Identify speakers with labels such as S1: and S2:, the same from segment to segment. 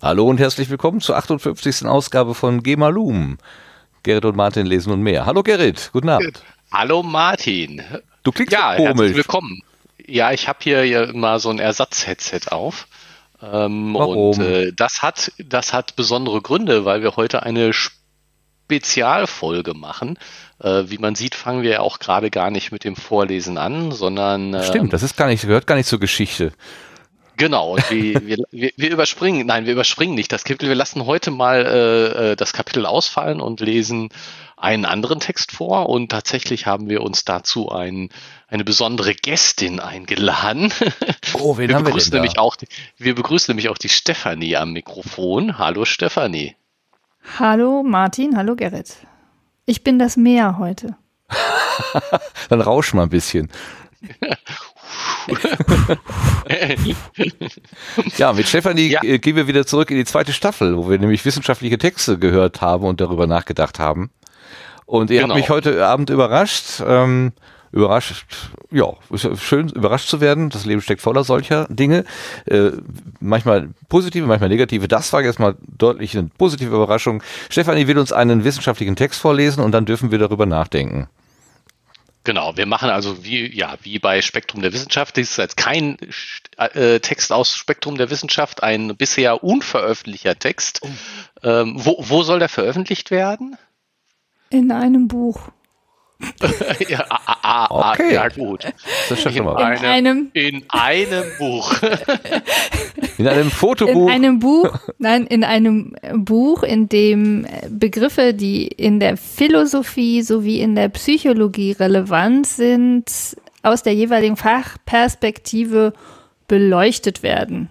S1: Hallo und herzlich willkommen zur 58. Ausgabe von Gemalum. Gerrit und Martin lesen und mehr. Hallo Gerrit, guten Abend.
S2: Hallo Martin.
S1: Du klingst so komisch.
S2: Herzlich willkommen. Ja, ich habe hier mal so ein Ersatz-Headset auf.
S1: Warum?
S2: Und das hat besondere Gründe, weil wir heute eine Spezialfolge machen. Wie man sieht, fangen wir ja auch gerade gar nicht mit dem Vorlesen an, sondern...
S1: Stimmt, das ist gehört gar nicht zur Geschichte.
S2: Genau, und wir überspringen nicht das Kapitel. Wir lassen heute mal das Kapitel ausfallen und lesen einen anderen Text vor. Und tatsächlich haben wir uns dazu eine besondere Gästin eingeladen.
S1: Oh, wen haben wir denn da?
S2: Wir begrüßen nämlich auch die Stefanie am Mikrofon. Hallo Stefanie.
S3: Hallo Martin, hallo Gerrit. Ich bin das Meer heute.
S1: Dann rausch mal ein bisschen. Ja, mit Stefanie gehen wir wieder zurück in die zweite Staffel, wo wir nämlich wissenschaftliche Texte gehört haben und darüber nachgedacht haben. Und ihr habt mich heute Abend überrascht. Ja, ist schön, überrascht zu werden. Das Leben steckt voller solcher Dinge. Manchmal positive, manchmal negative. Das war jetzt mal deutlich eine positive Überraschung. Stefanie will uns einen wissenschaftlichen Text vorlesen und dann dürfen wir darüber nachdenken.
S2: Genau, wir machen also wie bei Spektrum der Wissenschaft, das ist jetzt kein Text aus Spektrum der Wissenschaft, ein bisher unveröffentlichter Text. Wo soll der veröffentlicht werden?
S3: In einem Buch.
S1: Okay.
S2: Ja gut.
S1: Das ist schon mal
S2: in einem Buch.
S1: In einem Fotobuch.
S3: In einem Buch, in dem Begriffe, die in der Philosophie sowie in der Psychologie relevant sind, aus der jeweiligen Fachperspektive beleuchtet werden.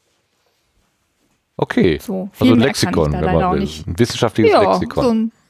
S1: Okay,
S3: So,
S1: also ein Lexikon, wenn man will. Ein wissenschaftliches Lexikon.
S3: So ein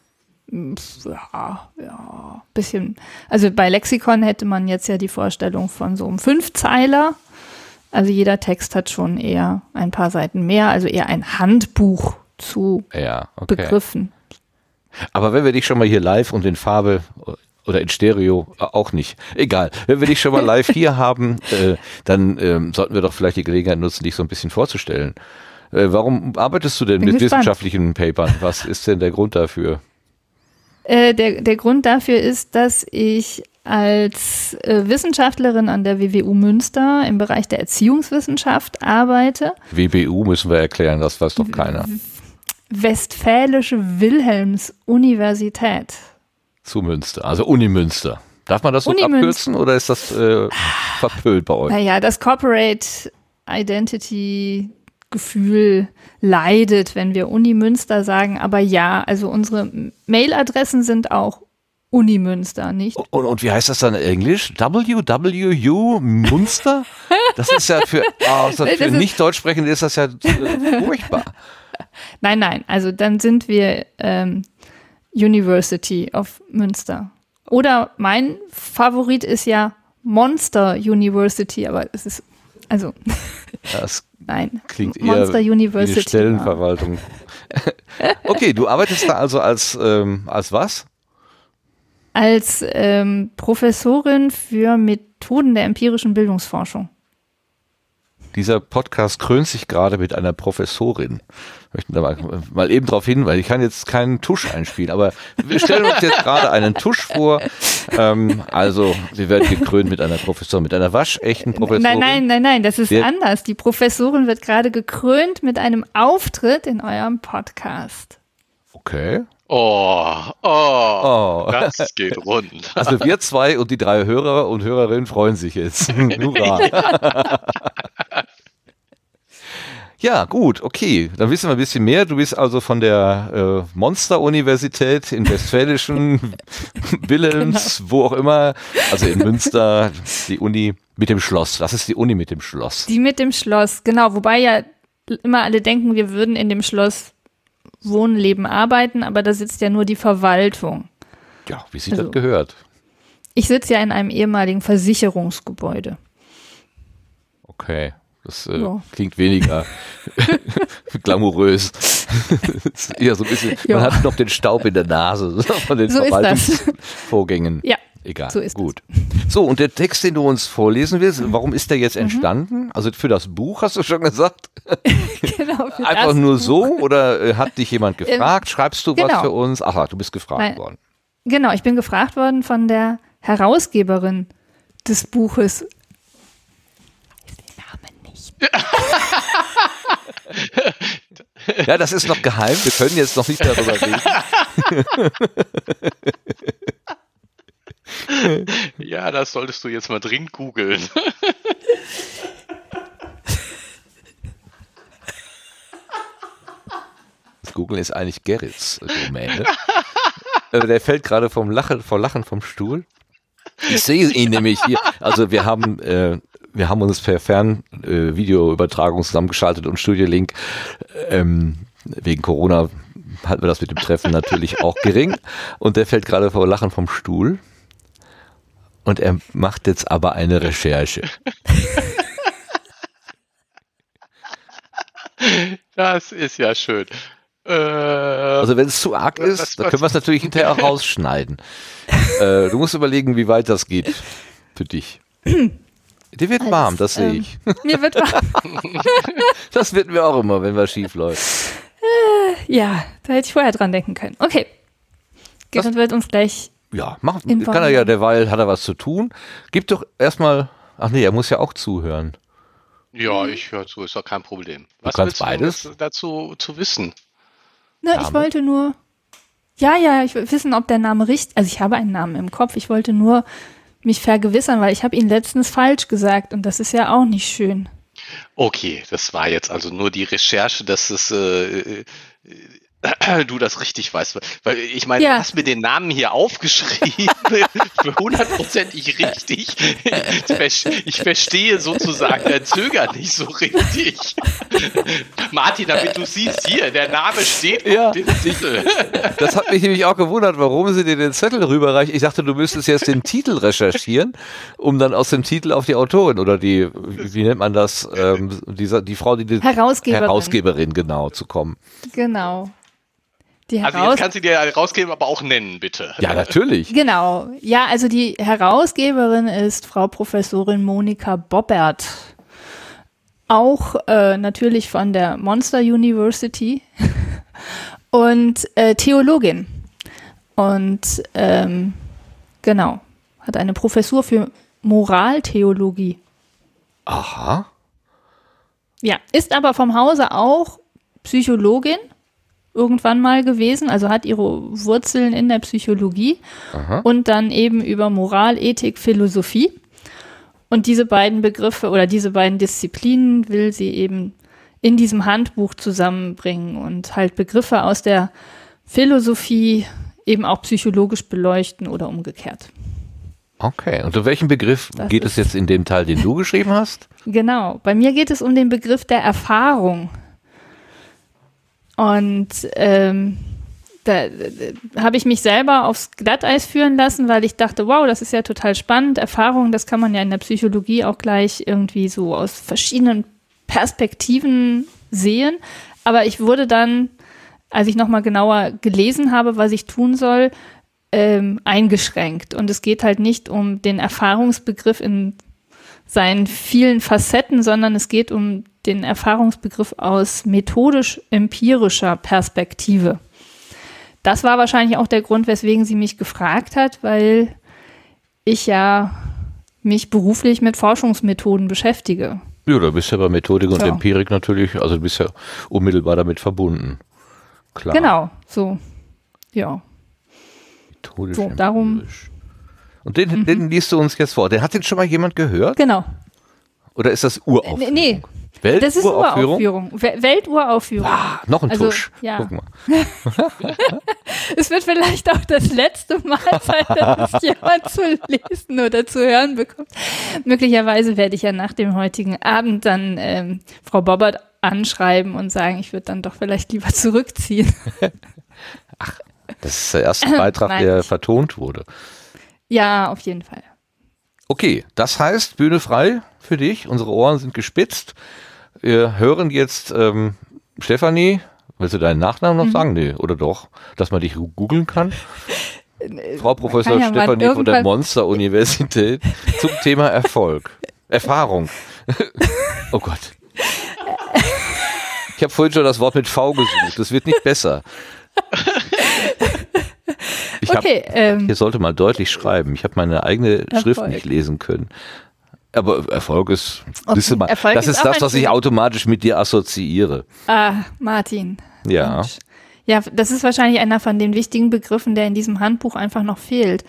S3: bisschen. Also bei Lexikon hätte man jetzt ja die Vorstellung von so einem 5-Zeiler. Also jeder Text hat schon eher ein paar Seiten mehr, also eher ein Handbuch zu Begriffen.
S1: Aber wenn wir dich schon mal hier live und in Farbe oder in Stereo, auch nicht, egal, wenn wir dich schon mal live hier haben, dann sollten wir doch vielleicht die Gelegenheit nutzen, dich so ein bisschen vorzustellen. Warum arbeitest du denn mit wissenschaftlichen Papern? Was ist denn der Grund dafür?
S3: Der Grund dafür ist, dass ich als Wissenschaftlerin an der WWU Münster im Bereich der Erziehungswissenschaft arbeite.
S1: WWU müssen wir erklären, das weiß doch keiner.
S3: Westfälische Wilhelms-Universität.
S1: Zu Münster, also Uni Münster. Darf man das so abkürzen oder ist das verpönt bei euch?
S3: Naja, das Corporate Identity Gefühl leidet, wenn wir Uni Münster sagen, aber ja, also unsere Mailadressen sind auch Uni Münster, nicht?
S1: Und wie heißt das dann in Englisch? WWU Münster? Das ist ja für nicht Deutschsprechende ist das ja furchtbar.
S3: Nein, also dann sind wir University of Münster. Oder mein Favorit ist ja Monster University, aber es ist, also nein,
S1: klingt
S3: Monster
S1: eher
S3: University.
S1: Wie die Stellenverwaltung. Okay, du arbeitest da also als was?
S3: Als Professorin für Methoden der empirischen Bildungsforschung.
S1: Dieser Podcast krönt sich gerade mit einer Professorin. Ich möchte da mal eben drauf hin, weil ich kann jetzt keinen Tusch einspielen, aber wir stellen uns jetzt gerade einen Tusch vor. Also wir werden gekrönt mit einer Professorin, mit einer waschechten Professorin.
S3: Nein, das ist anders. Die Professorin wird gerade gekrönt mit einem Auftritt in eurem Podcast.
S1: Okay.
S2: Das geht rund.
S1: Also wir zwei und die 3 Hörer und Hörerinnen freuen sich jetzt. Hurra. Ja, gut, okay. Dann wissen wir ein bisschen mehr. Du bist also von der Monster-Universität in Westfälischen Wilhelms, wo auch immer, also in Münster, die Uni mit dem Schloss. Das ist die Uni mit dem Schloss. Die
S3: mit dem Schloss, genau. Wobei ja immer alle denken, wir würden in dem Schloss wohnen, leben, arbeiten, aber da sitzt ja nur die Verwaltung.
S1: Ja, wie sich das gehört.
S3: Ich sitze ja in einem ehemaligen Versicherungsgebäude.
S1: Okay. Das klingt weniger glamourös. Eher so ein bisschen, man hat noch den Staub in der Nase von den Verwaltungsvorgängen egal.
S3: So ist
S1: Gut. So, und der Text, den du uns vorlesen willst, warum ist der jetzt entstanden? Also für das Buch, hast du schon gesagt?
S3: Genau. Für
S1: Einfach
S3: das
S1: nur
S3: Buch.
S1: so oder hat dich jemand gefragt? Schreibst du was
S3: genau.
S1: für uns? Aha, du bist gefragt
S3: Nein.
S1: worden.
S3: Genau, ich bin gefragt worden von der Herausgeberin des Buches. Ich weiß den Namen nicht.
S1: Ja, das ist noch geheim. Wir können jetzt noch nicht darüber reden.
S2: Ja, das solltest du jetzt mal dringend googeln.
S1: Das Googeln ist eigentlich Gerrits Domäne. Der fällt gerade vor Lachen vom Stuhl. Ich sehe ihn nämlich hier. Also wir haben uns per Fernvideoübertragung zusammengeschaltet und Studio Link. Wegen Corona hatten wir das mit dem Treffen natürlich auch gering. Und der fällt gerade vor Lachen vom Stuhl. Und er macht jetzt aber eine Recherche.
S2: Das ist ja schön.
S1: Also wenn es zu arg ist, dann können wir es natürlich hinterher auch rausschneiden. Du musst überlegen, wie weit das geht für dich. Dir wird warm, das sehe ich.
S3: Mir wird warm.
S1: Das wird mir auch immer, wenn was schief läuft.
S3: Ja, da hätte ich vorher dran denken können. Okay. Gerrit wird uns gleich.
S1: Ja, kann er ja derweil, hat er was zu tun. Gib doch erstmal, ach nee, er muss ja auch zuhören.
S2: Ja, ich höre zu, ist doch kein Problem. Was
S1: kannst
S2: willst du dazu zu wissen?
S3: Ne, ich wollte nur. Ja, ich will wissen, ob der Name richtig. Also ich habe einen Namen im Kopf. Ich wollte nur mich vergewissern, weil ich habe ihn letztens falsch gesagt und das ist ja auch nicht schön.
S2: Okay, das war jetzt also nur die Recherche, dass es du das richtig weißt. Weil ich meine,
S3: Ja.
S2: du hast mir den Namen hier aufgeschrieben für 100%ig richtig. Ich verstehe sozusagen dein Zögern nicht so richtig. Martin, damit du siehst, hier, der Name steht
S1: Ja.
S2: auf dem Titel.
S1: Das hat mich nämlich auch gewundert, warum sie dir den Zettel rüberreichen. Ich dachte, du müsstest jetzt den Titel recherchieren, um dann aus dem Titel auf die Autorin oder die, wie nennt man das, die Frau, die Herausgeberin, genau, zu kommen.
S3: Genau. Die
S2: Also jetzt kannst du dir rausgeben, aber auch nennen, bitte.
S1: Ja, natürlich.
S3: Genau. Ja, also die Herausgeberin ist Frau Professorin Monika Bobbert. Auch natürlich von der Monster University und Theologin. Und genau, hat eine Professur für Moraltheologie.
S1: Aha.
S3: Ja, ist aber vom Hause auch Psychologin irgendwann mal gewesen, also hat ihre Wurzeln in der Psychologie.
S1: Aha.
S3: Und dann eben über Moral, Ethik, Philosophie. Und diese beiden Begriffe oder diese beiden Disziplinen will sie eben in diesem Handbuch zusammenbringen und halt Begriffe aus der Philosophie eben auch psychologisch beleuchten oder umgekehrt.
S1: Okay, und um welchen Begriff
S3: Das
S1: geht es jetzt in dem Teil, den du geschrieben hast?
S3: Genau, bei mir geht es um den Begriff der Erfahrung. Und da habe ich mich selber aufs Glatteis führen lassen, weil ich dachte, wow, das ist ja total spannend. Erfahrung, das kann man ja in der Psychologie auch gleich irgendwie so aus verschiedenen Perspektiven sehen. Aber ich wurde dann, als ich nochmal genauer gelesen habe, was ich tun soll, eingeschränkt. Und es geht halt nicht um den Erfahrungsbegriff in seinen vielen Facetten, sondern es geht um den Erfahrungsbegriff aus methodisch-empirischer Perspektive. Das war wahrscheinlich auch der Grund, weswegen sie mich gefragt hat, weil ich ja mich beruflich mit Forschungsmethoden beschäftige.
S1: Ja, da bist du ja bei Methodik und
S3: So.
S1: Empirik natürlich, also du bist ja unmittelbar damit verbunden. Klar.
S3: Genau, so. Ja.
S1: Methodisch,
S3: So, darum-
S1: empirisch. Und den liest du uns jetzt vor. Den hat den schon mal jemand gehört?
S3: Genau.
S1: Oder ist das Uraufführung?
S3: Nee,
S1: Welturaufführung?
S3: das ist Uraufführung. Welturaufführung.
S1: Ah, noch ein
S3: Also,
S1: Tusch.
S3: ja.
S1: Guck mal.
S3: Es wird vielleicht auch das letzte Mal sein, dass es jemand zu lesen oder zu hören bekommt. Möglicherweise werde ich ja nach dem heutigen Abend dann Frau Bobbert anschreiben und sagen, ich würde dann doch vielleicht lieber zurückziehen.
S1: Das ist der erste Beitrag,
S3: Nein.
S1: der vertont wurde.
S3: Ja, auf jeden Fall.
S1: Okay, das heißt, Bühne frei für dich. Unsere Ohren sind gespitzt. Wir hören jetzt Stefanie. Willst du deinen Nachnamen noch sagen? Nee, oder doch? Dass man dich googeln kann? Frau Professor Stefanie von der Monster-Universität zum Thema Erfolg. Erfahrung. Oh Gott. Ich habe vorhin schon das Wort mit V gesucht. Das wird nicht besser. Hier sollte man deutlich schreiben. Ich habe meine eigene Schrift nicht lesen können. Aber Erfolg ist,
S3: Erfolg
S1: das ist das, was ich automatisch mit dir assoziiere.
S3: Ah, Martin.
S1: Ja.
S3: Mensch. Ja, das ist wahrscheinlich einer von den wichtigen Begriffen, der in diesem Handbuch einfach noch fehlt.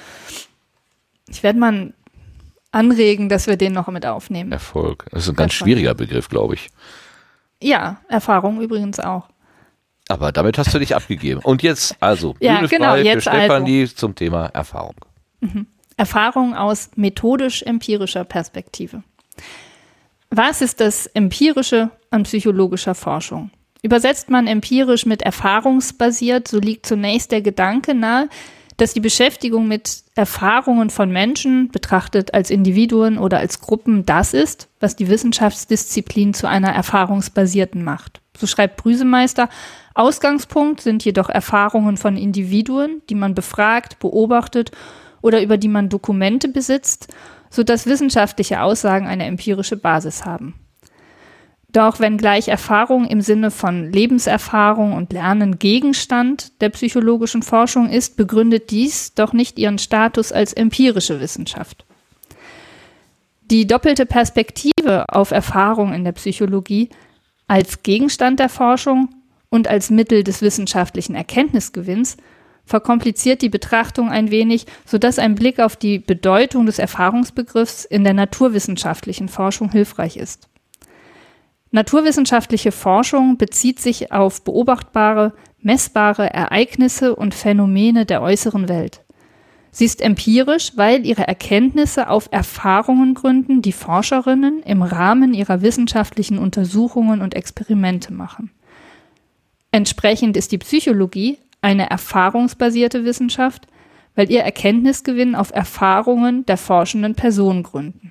S3: Ich werde mal anregen, dass wir den noch mit aufnehmen.
S1: Erfolg. Das ist ein ganz schwieriger Begriff, glaube ich.
S3: Ja, Erfahrung übrigens auch.
S1: Aber damit hast du dich abgegeben. Und jetzt also,
S3: Bühne frei
S1: für Stefanie zum Thema Erfahrung.
S3: Erfahrung aus methodisch-empirischer Perspektive. Was ist das Empirische an psychologischer Forschung? Übersetzt man empirisch mit erfahrungsbasiert, so liegt zunächst der Gedanke nahe, dass die Beschäftigung mit Erfahrungen von Menschen, betrachtet als Individuen oder als Gruppen, das ist, was die Wissenschaftsdisziplin zu einer erfahrungsbasierten macht. So schreibt Brüsemeister, Ausgangspunkt sind jedoch Erfahrungen von Individuen, die man befragt, beobachtet oder über die man Dokumente besitzt, sodass wissenschaftliche Aussagen eine empirische Basis haben. Doch wenngleich Erfahrung im Sinne von Lebenserfahrung und Lernen Gegenstand der psychologischen Forschung ist, begründet dies doch nicht ihren Status als empirische Wissenschaft. Die doppelte Perspektive auf Erfahrung in der Psychologie als Gegenstand der Forschung und als Mittel des wissenschaftlichen Erkenntnisgewinns verkompliziert die Betrachtung ein wenig, sodass ein Blick auf die Bedeutung des Erfahrungsbegriffs in der naturwissenschaftlichen Forschung hilfreich ist. Naturwissenschaftliche Forschung bezieht sich auf beobachtbare, messbare Ereignisse und Phänomene der äußeren Welt. Sie ist empirisch, weil ihre Erkenntnisse auf Erfahrungen gründen, die Forscherinnen im Rahmen ihrer wissenschaftlichen Untersuchungen und Experimente machen. Entsprechend ist die Psychologie eine erfahrungsbasierte Wissenschaft, weil ihr Erkenntnisgewinn auf Erfahrungen der forschenden Person gründen.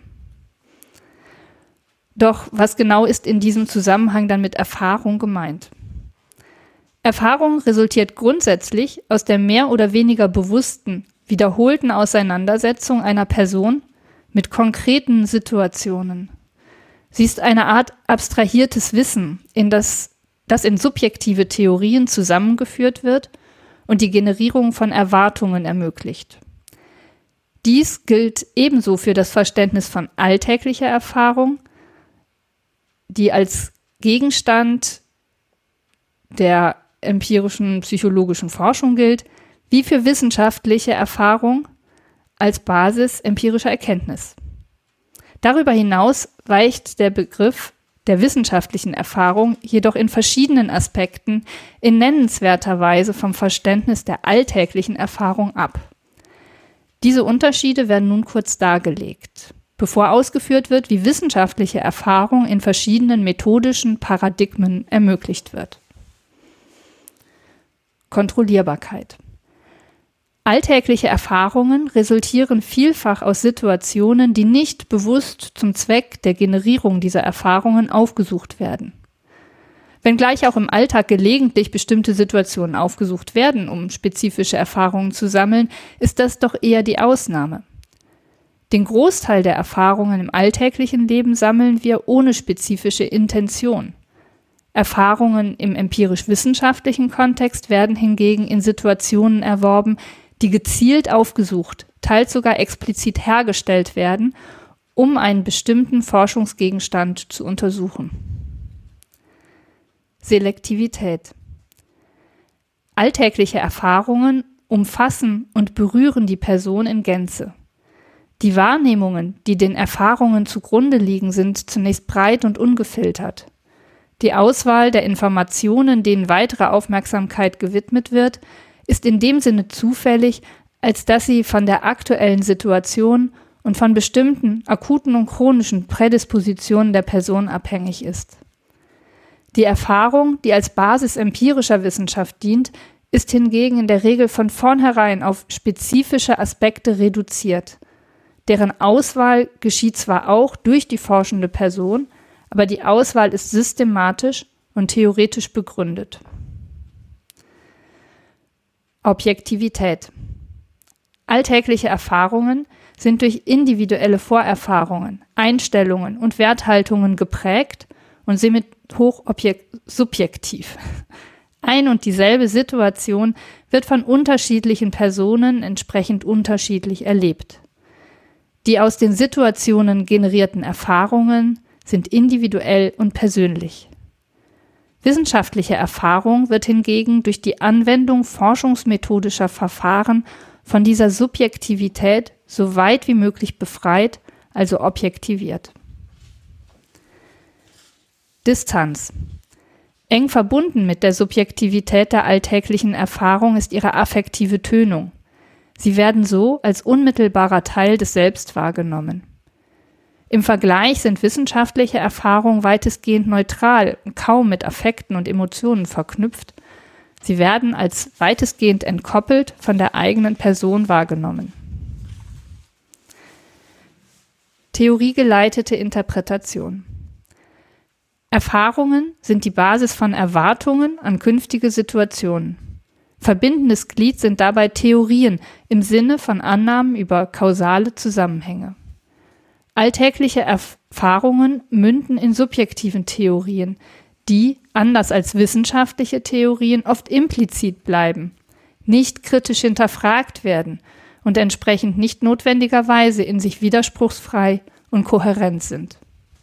S3: Doch was genau ist in diesem Zusammenhang dann mit Erfahrung gemeint? Erfahrung resultiert grundsätzlich aus der mehr oder weniger bewussten, wiederholten Auseinandersetzung einer Person mit konkreten Situationen. Sie ist eine Art abstrahiertes Wissen, das in subjektive Theorien zusammengeführt wird und die Generierung von Erwartungen ermöglicht. Dies gilt ebenso für das Verständnis von alltäglicher Erfahrung, die als Gegenstand der empirischen psychologischen Forschung gilt, wie für wissenschaftliche Erfahrung als Basis empirischer Erkenntnis. Darüber hinaus weicht der Begriff der wissenschaftlichen Erfahrung jedoch in verschiedenen Aspekten in nennenswerter Weise vom Verständnis der alltäglichen Erfahrung ab. Diese Unterschiede werden nun kurz dargelegt, bevor ausgeführt wird, wie wissenschaftliche Erfahrung in verschiedenen methodischen Paradigmen ermöglicht wird. Kontrollierbarkeit. Alltägliche Erfahrungen resultieren vielfach aus Situationen, die nicht bewusst zum Zweck der Generierung dieser Erfahrungen aufgesucht werden. Wenngleich auch im Alltag gelegentlich bestimmte Situationen aufgesucht werden, um spezifische Erfahrungen zu sammeln, ist das doch eher die Ausnahme. Den Großteil der Erfahrungen im alltäglichen Leben sammeln wir ohne spezifische Intention. Erfahrungen im empirisch-wissenschaftlichen Kontext werden hingegen in Situationen erworben, die gezielt aufgesucht, teils sogar explizit hergestellt werden, um einen bestimmten Forschungsgegenstand zu untersuchen. Selektivität. Alltägliche Erfahrungen umfassen und berühren die Person in Gänze. Die Wahrnehmungen, die den Erfahrungen zugrunde liegen, sind zunächst breit und ungefiltert. Die Auswahl der Informationen, denen weitere Aufmerksamkeit gewidmet wird, ist in dem Sinne zufällig, als dass sie von der aktuellen Situation und von bestimmten akuten und chronischen Prädispositionen der Person abhängig ist. Die Erfahrung, die als Basis empirischer Wissenschaft dient, ist hingegen in der Regel von vornherein auf spezifische Aspekte reduziert. Deren Auswahl geschieht zwar auch durch die forschende Person, aber die Auswahl ist systematisch und theoretisch begründet. Objektivität. Alltägliche Erfahrungen sind durch individuelle Vorerfahrungen, Einstellungen und Werthaltungen geprägt und somit hoch subjektiv. Ein und dieselbe Situation wird von unterschiedlichen Personen entsprechend unterschiedlich erlebt. Die aus den Situationen generierten Erfahrungen sind individuell und persönlich. Wissenschaftliche Erfahrung wird hingegen durch die Anwendung forschungsmethodischer Verfahren von dieser Subjektivität so weit wie möglich befreit, also objektiviert. Distanz. Eng verbunden mit der Subjektivität der alltäglichen Erfahrung ist ihre affektive Tönung. Sie werden so als unmittelbarer Teil des Selbst wahrgenommen. Im Vergleich sind wissenschaftliche Erfahrungen weitestgehend neutral und kaum mit Affekten und Emotionen verknüpft. Sie werden als weitestgehend entkoppelt von der eigenen Person wahrgenommen. Theoriegeleitete Interpretation. Erfahrungen sind die Basis von Erwartungen an künftige Situationen. Verbindendes Glied sind dabei Theorien im Sinne von Annahmen über kausale Zusammenhänge. Alltägliche Erfahrungen münden in subjektiven Theorien, die, anders als wissenschaftliche Theorien, oft implizit bleiben, nicht kritisch hinterfragt werden und entsprechend nicht notwendigerweise in sich widerspruchsfrei und kohärent sind.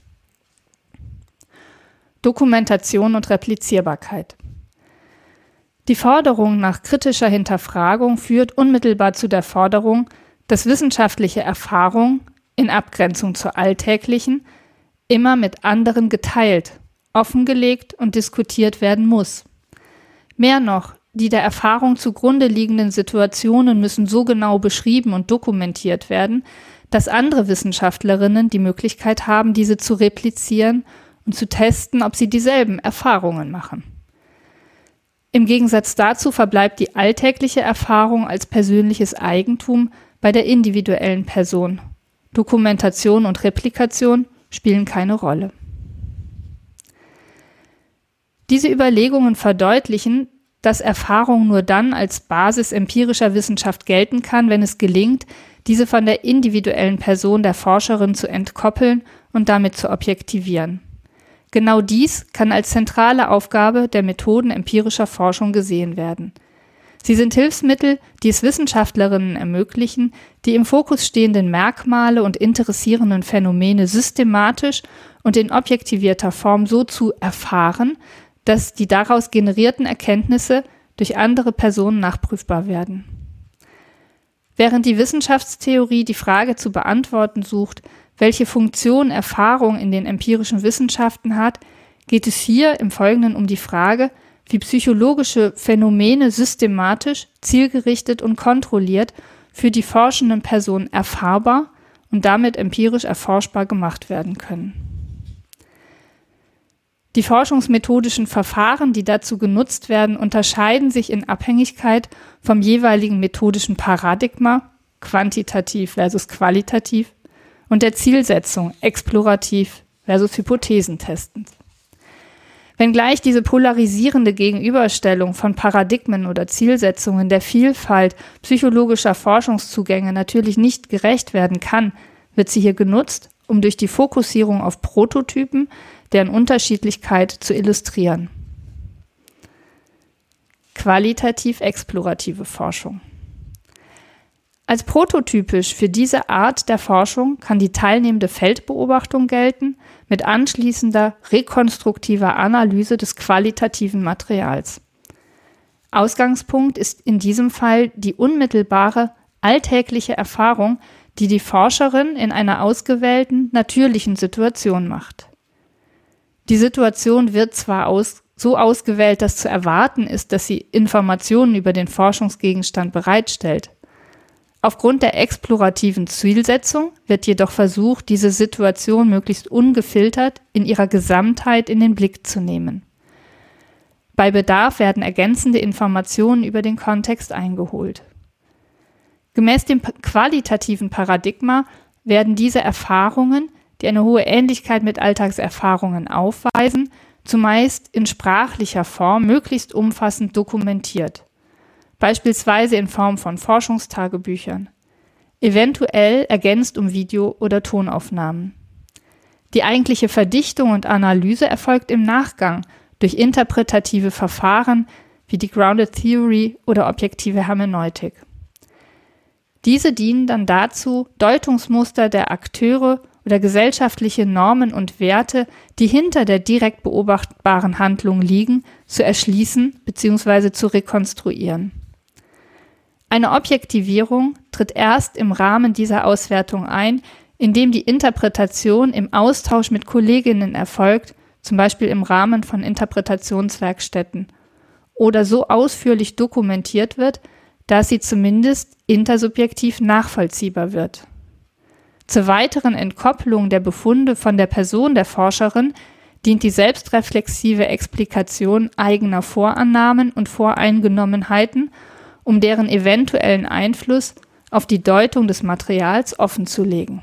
S3: Dokumentation und Replizierbarkeit. Die Forderung nach kritischer Hinterfragung führt unmittelbar zu der Forderung, dass wissenschaftliche Erfahrung in Abgrenzung zur alltäglichen immer mit anderen geteilt, offengelegt und diskutiert werden muss. Mehr noch, die der Erfahrung zugrunde liegenden Situationen müssen so genau beschrieben und dokumentiert werden, dass andere Wissenschaftlerinnen die Möglichkeit haben, diese zu replizieren und zu testen, ob sie dieselben Erfahrungen machen. Im Gegensatz dazu verbleibt die alltägliche Erfahrung als persönliches Eigentum bei der individuellen Person. Dokumentation und Replikation spielen keine Rolle. Diese Überlegungen verdeutlichen, dass Erfahrung nur dann als Basis empirischer Wissenschaft gelten kann, wenn es gelingt, diese von der individuellen Person der Forscherin zu entkoppeln und damit zu objektivieren. Genau dies kann als zentrale Aufgabe der Methoden empirischer Forschung gesehen werden. Sie sind Hilfsmittel, die es Wissenschaftlerinnen ermöglichen, die im Fokus stehenden Merkmale und interessierenden Phänomene systematisch und in objektivierter Form so zu erfahren, dass die daraus generierten Erkenntnisse durch andere Personen nachprüfbar werden. Während die Wissenschaftstheorie die Frage zu beantworten sucht, welche Funktion Erfahrung in den empirischen Wissenschaften hat, geht es hier im Folgenden um die Frage, wie psychologische Phänomene systematisch, zielgerichtet und kontrolliert für die forschenden Personen erfahrbar und damit empirisch erforschbar gemacht werden können. Die forschungsmethodischen Verfahren, die dazu genutzt werden, unterscheiden sich in Abhängigkeit vom jeweiligen methodischen Paradigma, quantitativ versus qualitativ, und der Zielsetzung, explorativ versus hypothesentestend. Wenngleich diese polarisierende Gegenüberstellung von Paradigmen oder Zielsetzungen der Vielfalt psychologischer Forschungszugänge natürlich nicht gerecht werden kann, wird sie hier genutzt, um durch die Fokussierung auf Prototypen deren Unterschiedlichkeit zu illustrieren. Qualitativ-explorative Forschung. Als prototypisch für diese Art der Forschung kann die teilnehmende Feldbeobachtung gelten, mit anschließender rekonstruktiver Analyse des qualitativen Materials. Ausgangspunkt ist in diesem Fall die unmittelbare, alltägliche Erfahrung, die die Forscherin in einer ausgewählten, natürlichen Situation macht. Die Situation wird zwar so ausgewählt, dass zu erwarten ist, dass sie Informationen über den Forschungsgegenstand bereitstellt. Aufgrund der explorativen Zielsetzung wird jedoch versucht, diese Situation möglichst ungefiltert in ihrer Gesamtheit in den Blick zu nehmen. Bei Bedarf werden ergänzende Informationen über den Kontext eingeholt. Gemäß dem qualitativen Paradigma werden diese Erfahrungen, die eine hohe Ähnlichkeit mit Alltagserfahrungen aufweisen, zumeist in sprachlicher Form möglichst umfassend dokumentiert. beispielsweise in Form von Forschungstagebüchern, eventuell ergänzt um Video- oder Tonaufnahmen. Die eigentliche Verdichtung und Analyse erfolgt im Nachgang durch interpretative Verfahren wie die Grounded Theory oder objektive Hermeneutik. Diese dienen dann dazu, Deutungsmuster der Akteure oder gesellschaftliche Normen und Werte, die hinter der direkt beobachtbaren Handlung liegen, zu erschließen bzw. zu rekonstruieren. Eine Objektivierung tritt erst im Rahmen dieser Auswertung ein, indem die Interpretation im Austausch mit Kolleginnen erfolgt, zum Beispiel im Rahmen von Interpretationswerkstätten, oder so ausführlich dokumentiert wird, dass sie zumindest intersubjektiv nachvollziehbar wird. Zur weiteren Entkopplung der Befunde von der Person der Forscherin dient die selbstreflexive Explikation eigener Vorannahmen und Voreingenommenheiten, um deren eventuellen Einfluss auf die Deutung des Materials offenzulegen.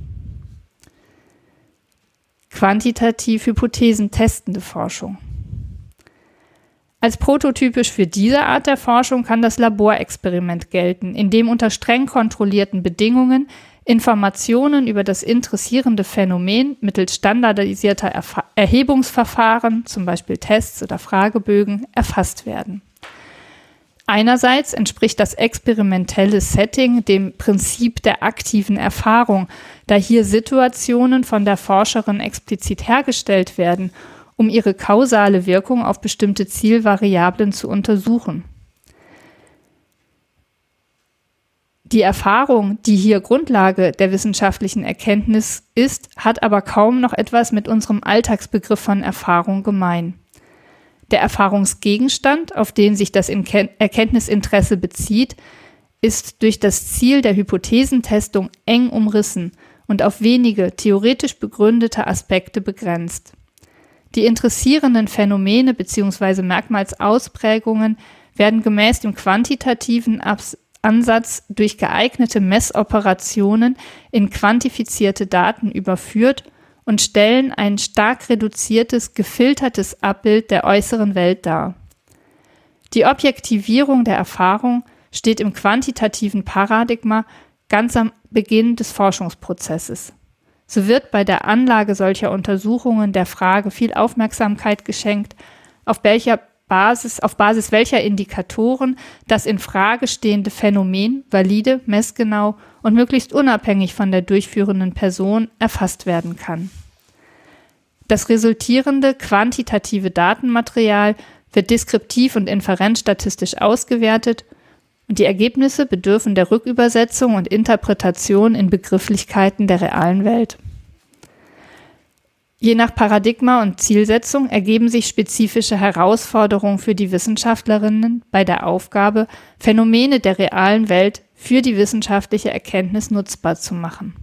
S3: Quantitativ hypothesentestende Forschung. Als prototypisch für diese Art der Forschung kann das Laborexperiment gelten, in dem unter streng kontrollierten Bedingungen Informationen über das interessierende Phänomen mittels standardisierter Erhebungsverfahren, zum Beispiel Tests oder Fragebögen, erfasst werden. Einerseits entspricht das experimentelle Setting dem Prinzip der aktiven Erfahrung, da hier Situationen von der Forscherin explizit hergestellt werden, um ihre kausale Wirkung auf bestimmte Zielvariablen zu untersuchen. Die Erfahrung, die hier Grundlage der wissenschaftlichen Erkenntnis ist, hat aber kaum noch etwas mit unserem Alltagsbegriff von Erfahrung gemein. Der Erfahrungsgegenstand, auf den sich das Erkenntnisinteresse bezieht, ist durch das Ziel der Hypothesentestung eng umrissen und auf wenige theoretisch begründete Aspekte begrenzt. Die interessierenden Phänomene bzw. Merkmalsausprägungen werden gemäß dem quantitativen Ansatz durch geeignete Messoperationen in quantifizierte Daten überführt und stellen ein stark reduziertes, gefiltertes Abbild der äußeren Welt dar. Die Objektivierung der Erfahrung steht im quantitativen Paradigma ganz am Beginn des Forschungsprozesses. So wird bei der Anlage solcher Untersuchungen der Frage viel Aufmerksamkeit geschenkt, auf Basis welcher Indikatoren das in Frage stehende Phänomen valide, messgenau und möglichst unabhängig von der durchführenden Person erfasst werden kann. Das resultierende quantitative Datenmaterial wird deskriptiv und inferenzstatistisch ausgewertet und die Ergebnisse bedürfen der Rückübersetzung und Interpretation in Begrifflichkeiten der realen Welt. Je nach Paradigma und Zielsetzung ergeben sich spezifische Herausforderungen für die Wissenschaftlerinnen bei der Aufgabe, Phänomene der realen Welt für die wissenschaftliche Erkenntnis nutzbar zu machen.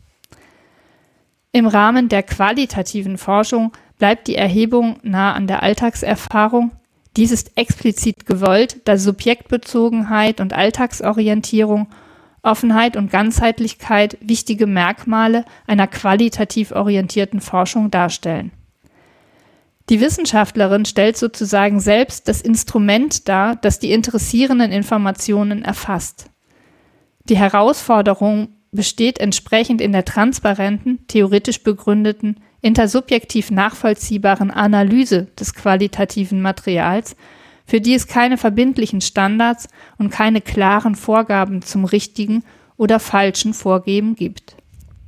S3: Im Rahmen der qualitativen Forschung bleibt die Erhebung nah an der Alltagserfahrung. Dies ist explizit gewollt, da Subjektbezogenheit und Alltagsorientierung, Offenheit und Ganzheitlichkeit wichtige Merkmale einer qualitativ orientierten Forschung darstellen. Die Wissenschaftlerin stellt sozusagen selbst das Instrument dar, das die interessierenden Informationen erfasst. Die Herausforderung besteht entsprechend in der transparenten, theoretisch begründeten, intersubjektiv nachvollziehbaren Analyse des qualitativen Materials, für die es keine verbindlichen Standards und keine klaren Vorgaben zum richtigen oder falschen Vorgeben gibt.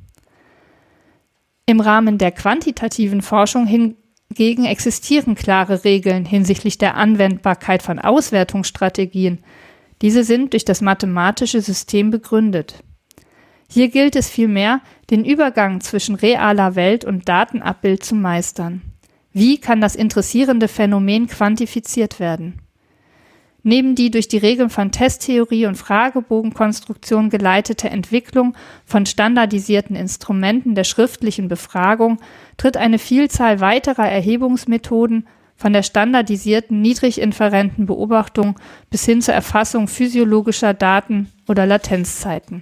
S3: Im Rahmen der quantitativen Forschung hingegen existieren klare Regeln hinsichtlich der Anwendbarkeit von Auswertungsstrategien. Diese sind durch das mathematische System begründet. Hier gilt es vielmehr, den Übergang zwischen realer Welt und Datenabbild zu meistern. Wie kann das interessierende Phänomen quantifiziert werden? Neben die durch die Regeln von Testtheorie und Fragebogenkonstruktion geleitete Entwicklung von standardisierten Instrumenten der schriftlichen Befragung tritt eine Vielzahl weiterer Erhebungsmethoden von der standardisierten niedriginferenten Beobachtung bis hin zur Erfassung physiologischer Daten oder Latenzzeiten.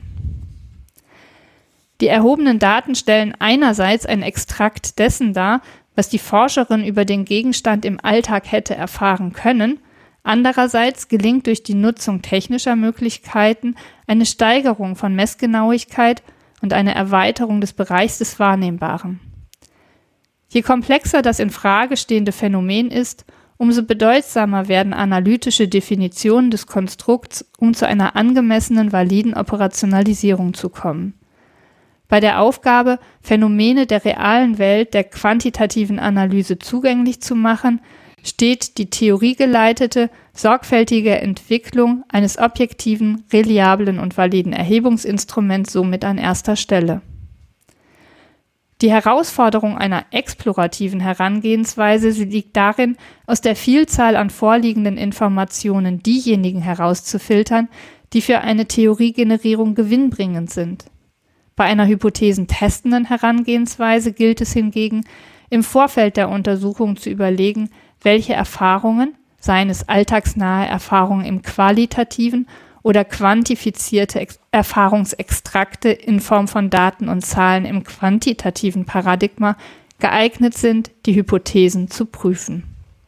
S3: Die erhobenen Daten stellen einerseits ein Extrakt dessen dar, was die Forscherin über den Gegenstand im Alltag hätte erfahren können, Andererseits gelingt durch die Nutzung technischer Möglichkeiten eine Steigerung von Messgenauigkeit und eine Erweiterung des Bereichs des Wahrnehmbaren. Je komplexer das in Frage stehende Phänomen ist, umso bedeutsamer werden analytische Definitionen des Konstrukts, um zu einer angemessenen, validen Operationalisierung zu kommen. Bei der Aufgabe, Phänomene der realen Welt der quantitativen Analyse zugänglich zu machen, steht die theoriegeleitete, sorgfältige Entwicklung eines objektiven, reliablen und validen Erhebungsinstruments somit an erster Stelle. Die Herausforderung einer explorativen Herangehensweise liegt darin, aus der Vielzahl an vorliegenden Informationen diejenigen herauszufiltern, die für eine Theoriegenerierung gewinnbringend sind. Bei einer hypothesentestenden Herangehensweise gilt es hingegen, im Vorfeld der Untersuchung zu überlegen, welche Erfahrungen, seien es alltagsnahe Erfahrungen im qualitativen oder quantifizierte Erfahrungsextrakte in Form von Daten und Zahlen im quantitativen Paradigma, geeignet sind, die Hypothesen zu prüfen.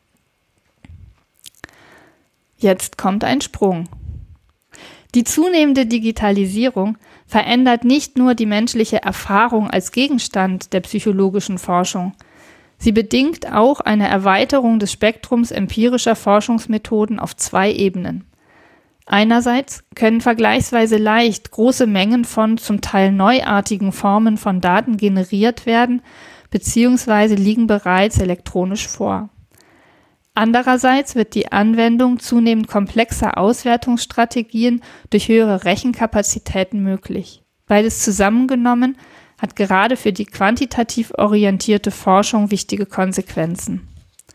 S3: Jetzt kommt ein Sprung. Die zunehmende Digitalisierung verändert nicht nur die menschliche Erfahrung als Gegenstand der psychologischen Forschung. Sie bedingt auch eine Erweiterung des Spektrums empirischer Forschungsmethoden auf zwei Ebenen. Einerseits können vergleichsweise leicht große Mengen von zum Teil neuartigen Formen von Daten generiert werden, beziehungsweise liegen bereits elektronisch vor. Andererseits wird die Anwendung zunehmend komplexer Auswertungsstrategien durch höhere Rechenkapazitäten möglich. Beides zusammengenommen hat gerade für die quantitativ orientierte Forschung wichtige Konsequenzen.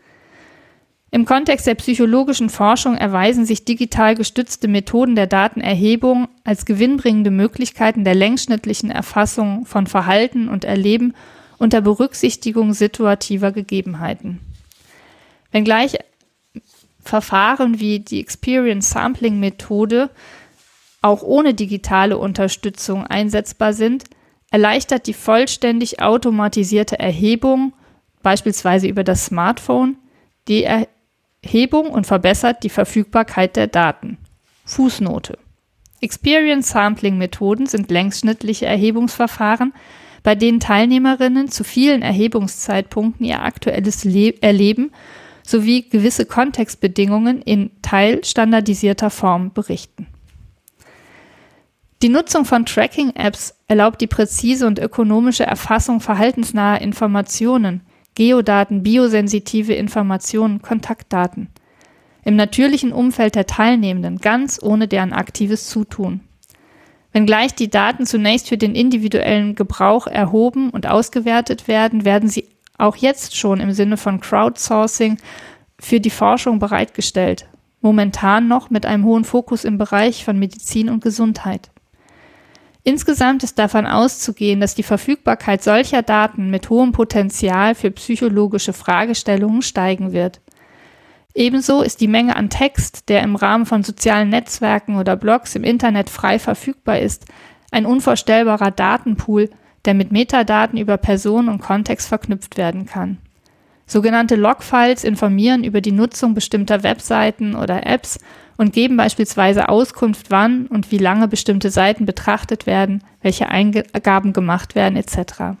S3: Im Kontext der psychologischen Forschung erweisen sich digital gestützte Methoden der Datenerhebung als gewinnbringende Möglichkeiten der längsschnittlichen Erfassung von Verhalten und Erleben unter Berücksichtigung situativer Gegebenheiten. Wenngleich Verfahren wie die Experience Sampling Methode auch ohne digitale Unterstützung einsetzbar sind, erleichtert die vollständig automatisierte Erhebung, beispielsweise über das Smartphone, die Erhebung und verbessert die Verfügbarkeit der Daten. Fußnote: Experience Sampling Methoden sind längsschnittliche Erhebungsverfahren, bei denen Teilnehmerinnen zu vielen Erhebungszeitpunkten ihr aktuelles Erleben sowie gewisse Kontextbedingungen in teilstandardisierter Form berichten. Die Nutzung von Tracking-Apps erlaubt die präzise und ökonomische Erfassung verhaltensnaher Informationen, Geodaten, biosensitive Informationen, Kontaktdaten im natürlichen Umfeld der Teilnehmenden, ganz ohne deren aktives Zutun. Wenngleich die Daten zunächst für den individuellen Gebrauch erhoben und ausgewertet werden, werden sie auch jetzt schon im Sinne von Crowdsourcing für die Forschung bereitgestellt, momentan noch mit einem hohen Fokus im Bereich von Medizin und Gesundheit. Insgesamt ist davon auszugehen, dass die Verfügbarkeit solcher Daten mit hohem Potenzial für psychologische Fragestellungen steigen wird. Ebenso ist die Menge an Text, der im Rahmen von sozialen Netzwerken oder Blogs im Internet frei verfügbar ist, ein unvorstellbarer Datenpool, der mit Metadaten über Person und Kontext verknüpft werden kann. Sogenannte Logfiles informieren über die Nutzung bestimmter Webseiten oder Apps und geben beispielsweise Auskunft, wann und wie lange bestimmte Seiten betrachtet werden, welche Eingaben gemacht werden etc.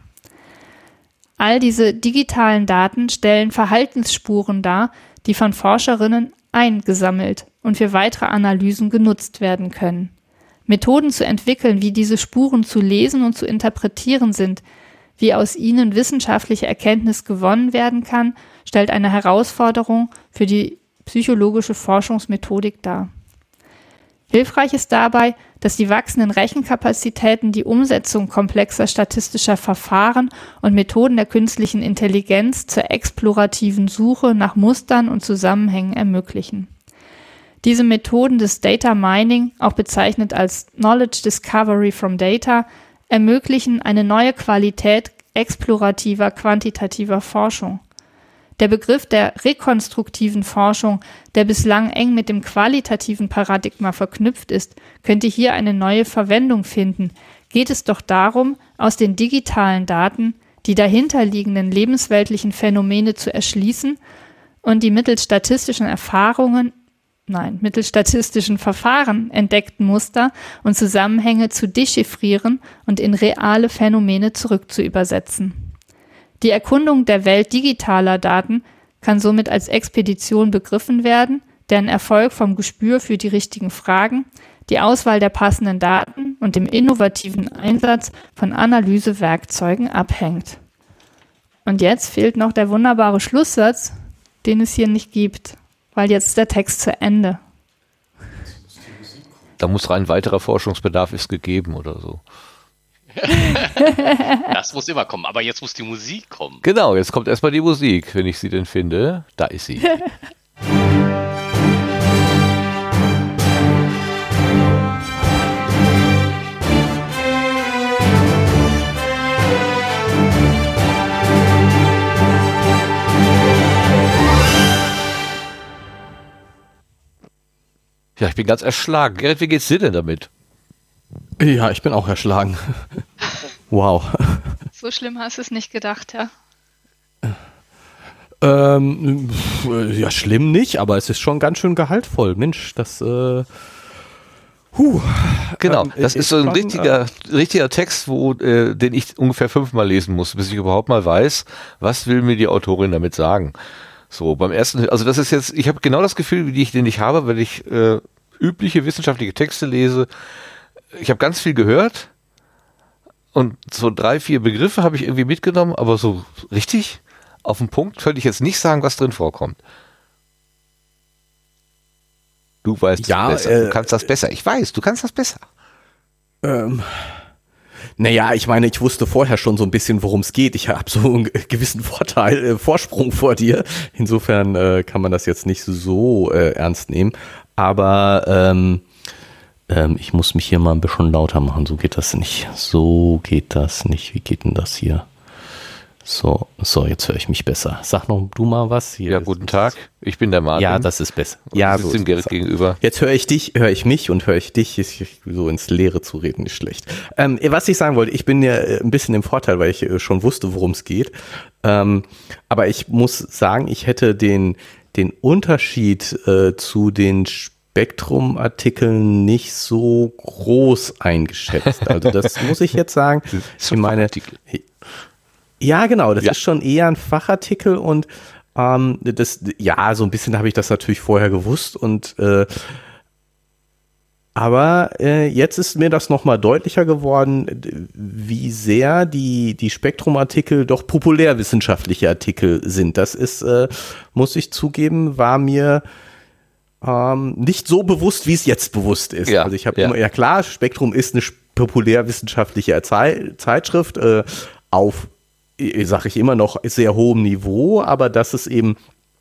S3: All diese digitalen Daten stellen Verhaltensspuren dar, die von Forscherinnen eingesammelt und für weitere Analysen genutzt werden können. Methoden zu entwickeln, wie diese Spuren zu lesen und zu interpretieren sind, wie aus ihnen wissenschaftliche Erkenntnis gewonnen werden kann, stellt eine Herausforderung für die psychologische Forschungsmethodik dar. Hilfreich ist dabei, dass die wachsenden Rechenkapazitäten die Umsetzung komplexer statistischer Verfahren und Methoden der künstlichen Intelligenz zur explorativen Suche nach Mustern und Zusammenhängen ermöglichen. Diese Methoden des Data Mining, auch bezeichnet als Knowledge Discovery from Data, ermöglichen eine neue Qualität explorativer, quantitativer Forschung. Der Begriff der rekonstruktiven Forschung, der bislang eng mit dem qualitativen Paradigma verknüpft ist, könnte hier eine neue Verwendung finden. Geht es doch darum, aus den digitalen Daten die dahinterliegenden lebensweltlichen Phänomene zu erschließen und die mittels statistischen Erfahrungen mittelstatistischen Verfahren entdeckten Muster und Zusammenhänge zu dechiffrieren und in reale Phänomene zurückzuübersetzen. Die Erkundung der Welt digitaler Daten kann somit als Expedition begriffen werden, deren Erfolg vom Gespür für die richtigen Fragen, die Auswahl der passenden Daten und dem innovativen Einsatz von Analysewerkzeugen abhängt. Und jetzt fehlt noch der wunderbare Schlusssatz, den es hier nicht gibt, weil jetzt ist der Text zu Ende.
S1: Da muss rein weiterer Forschungsbedarf ist gegeben oder so.
S2: Das muss immer kommen, aber jetzt muss die Musik kommen.
S1: Genau, jetzt kommt erstmal die Musik, wenn ich sie denn finde. Da ist sie. Ja, ich bin ganz erschlagen. Gerrit, wie geht's dir denn damit?
S4: Ja, ich bin auch erschlagen. Wow.
S3: So schlimm hast du es nicht gedacht, ja?
S4: Ja, schlimm nicht, aber es ist schon ganz schön gehaltvoll. Mensch, das
S1: Genau, das ist so ein richtiger Text, den ich ungefähr 5-mal lesen muss, bis ich überhaupt mal weiß, was will mir die Autorin damit sagen. So, beim ersten, also das ist jetzt, ich habe genau das Gefühl, den ich habe, wenn ich übliche wissenschaftliche Texte lese. Ich habe ganz viel gehört und so 3-4 Begriffe habe ich irgendwie mitgenommen, aber so richtig auf den Punkt könnte ich jetzt nicht sagen, was drin vorkommt. Du weißt
S4: ja,
S1: besser, du kannst das besser. Ich weiß, du kannst das besser.
S4: Naja, ich meine, ich wusste vorher schon so ein bisschen, worum es geht. Ich habe so einen gewissen Vorsprung vor dir. Insofern kann man das jetzt nicht so ernst nehmen. Aber ich muss mich hier mal ein bisschen lauter machen. So geht das nicht. Wie geht denn das hier? So, jetzt höre ich mich besser. Sag noch du mal was. Hier
S1: ja, guten Tag. Ich bin der Martin.
S4: Ja, das ist besser.
S1: Ja, so dem Gerrit gegenüber.
S4: Jetzt höre ich mich und höre ich dich. So ins Leere zu reden ist schlecht. Was ich sagen wollte, ich bin ja ein bisschen im Vorteil, weil ich schon wusste, worum es geht. Aber ich muss sagen, ich hätte den Unterschied zu den Spektrum-Artikeln nicht so groß eingeschätzt. Also das muss ich jetzt sagen. Ich meine, ja, genau, das ist schon eher ein Fachartikel und so ein bisschen habe ich das natürlich vorher gewusst und aber jetzt ist mir das nochmal deutlicher geworden, wie sehr die Spektrum-Artikel doch populärwissenschaftliche Artikel sind. Das ist, muss ich zugeben, war mir nicht so bewusst, wie es jetzt bewusst ist.
S1: Ja,
S4: also ich habe immer, ja klar, Spektrum ist eine populärwissenschaftliche Zeitschrift auf, sage ich immer noch, sehr hohem Niveau, aber dass es eben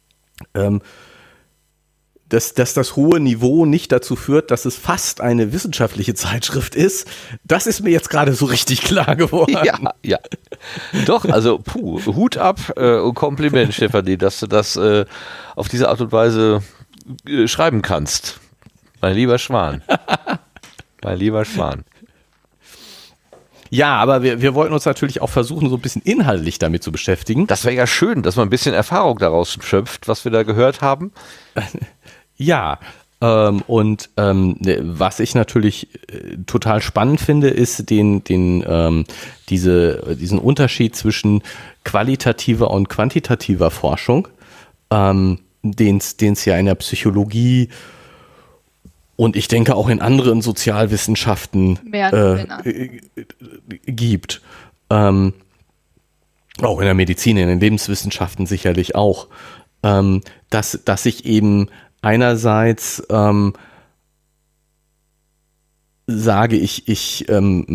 S4: dass das hohe Niveau nicht dazu führt, dass es fast eine wissenschaftliche Zeitschrift ist, das ist mir jetzt gerade so richtig klar geworden.
S1: Ja. Doch, also Hut ab und Kompliment, Stefanie, dass du das auf diese Art und Weise schreiben kannst. Mein lieber Schwan.
S4: Ja, aber wir wollten uns natürlich auch versuchen, so ein bisschen inhaltlich damit zu beschäftigen.
S1: Das wäre ja schön, dass man ein bisschen Erfahrung daraus schöpft, was wir da gehört haben.
S4: Ja, was ich natürlich total spannend finde, ist diesen Unterschied zwischen qualitativer und quantitativer Forschung, den es ja in der Psychologie und ich denke auch in anderen Sozialwissenschaften gibt. Auch in der Medizin, in den Lebenswissenschaften sicherlich auch. Dass ich eben einerseits sage, ich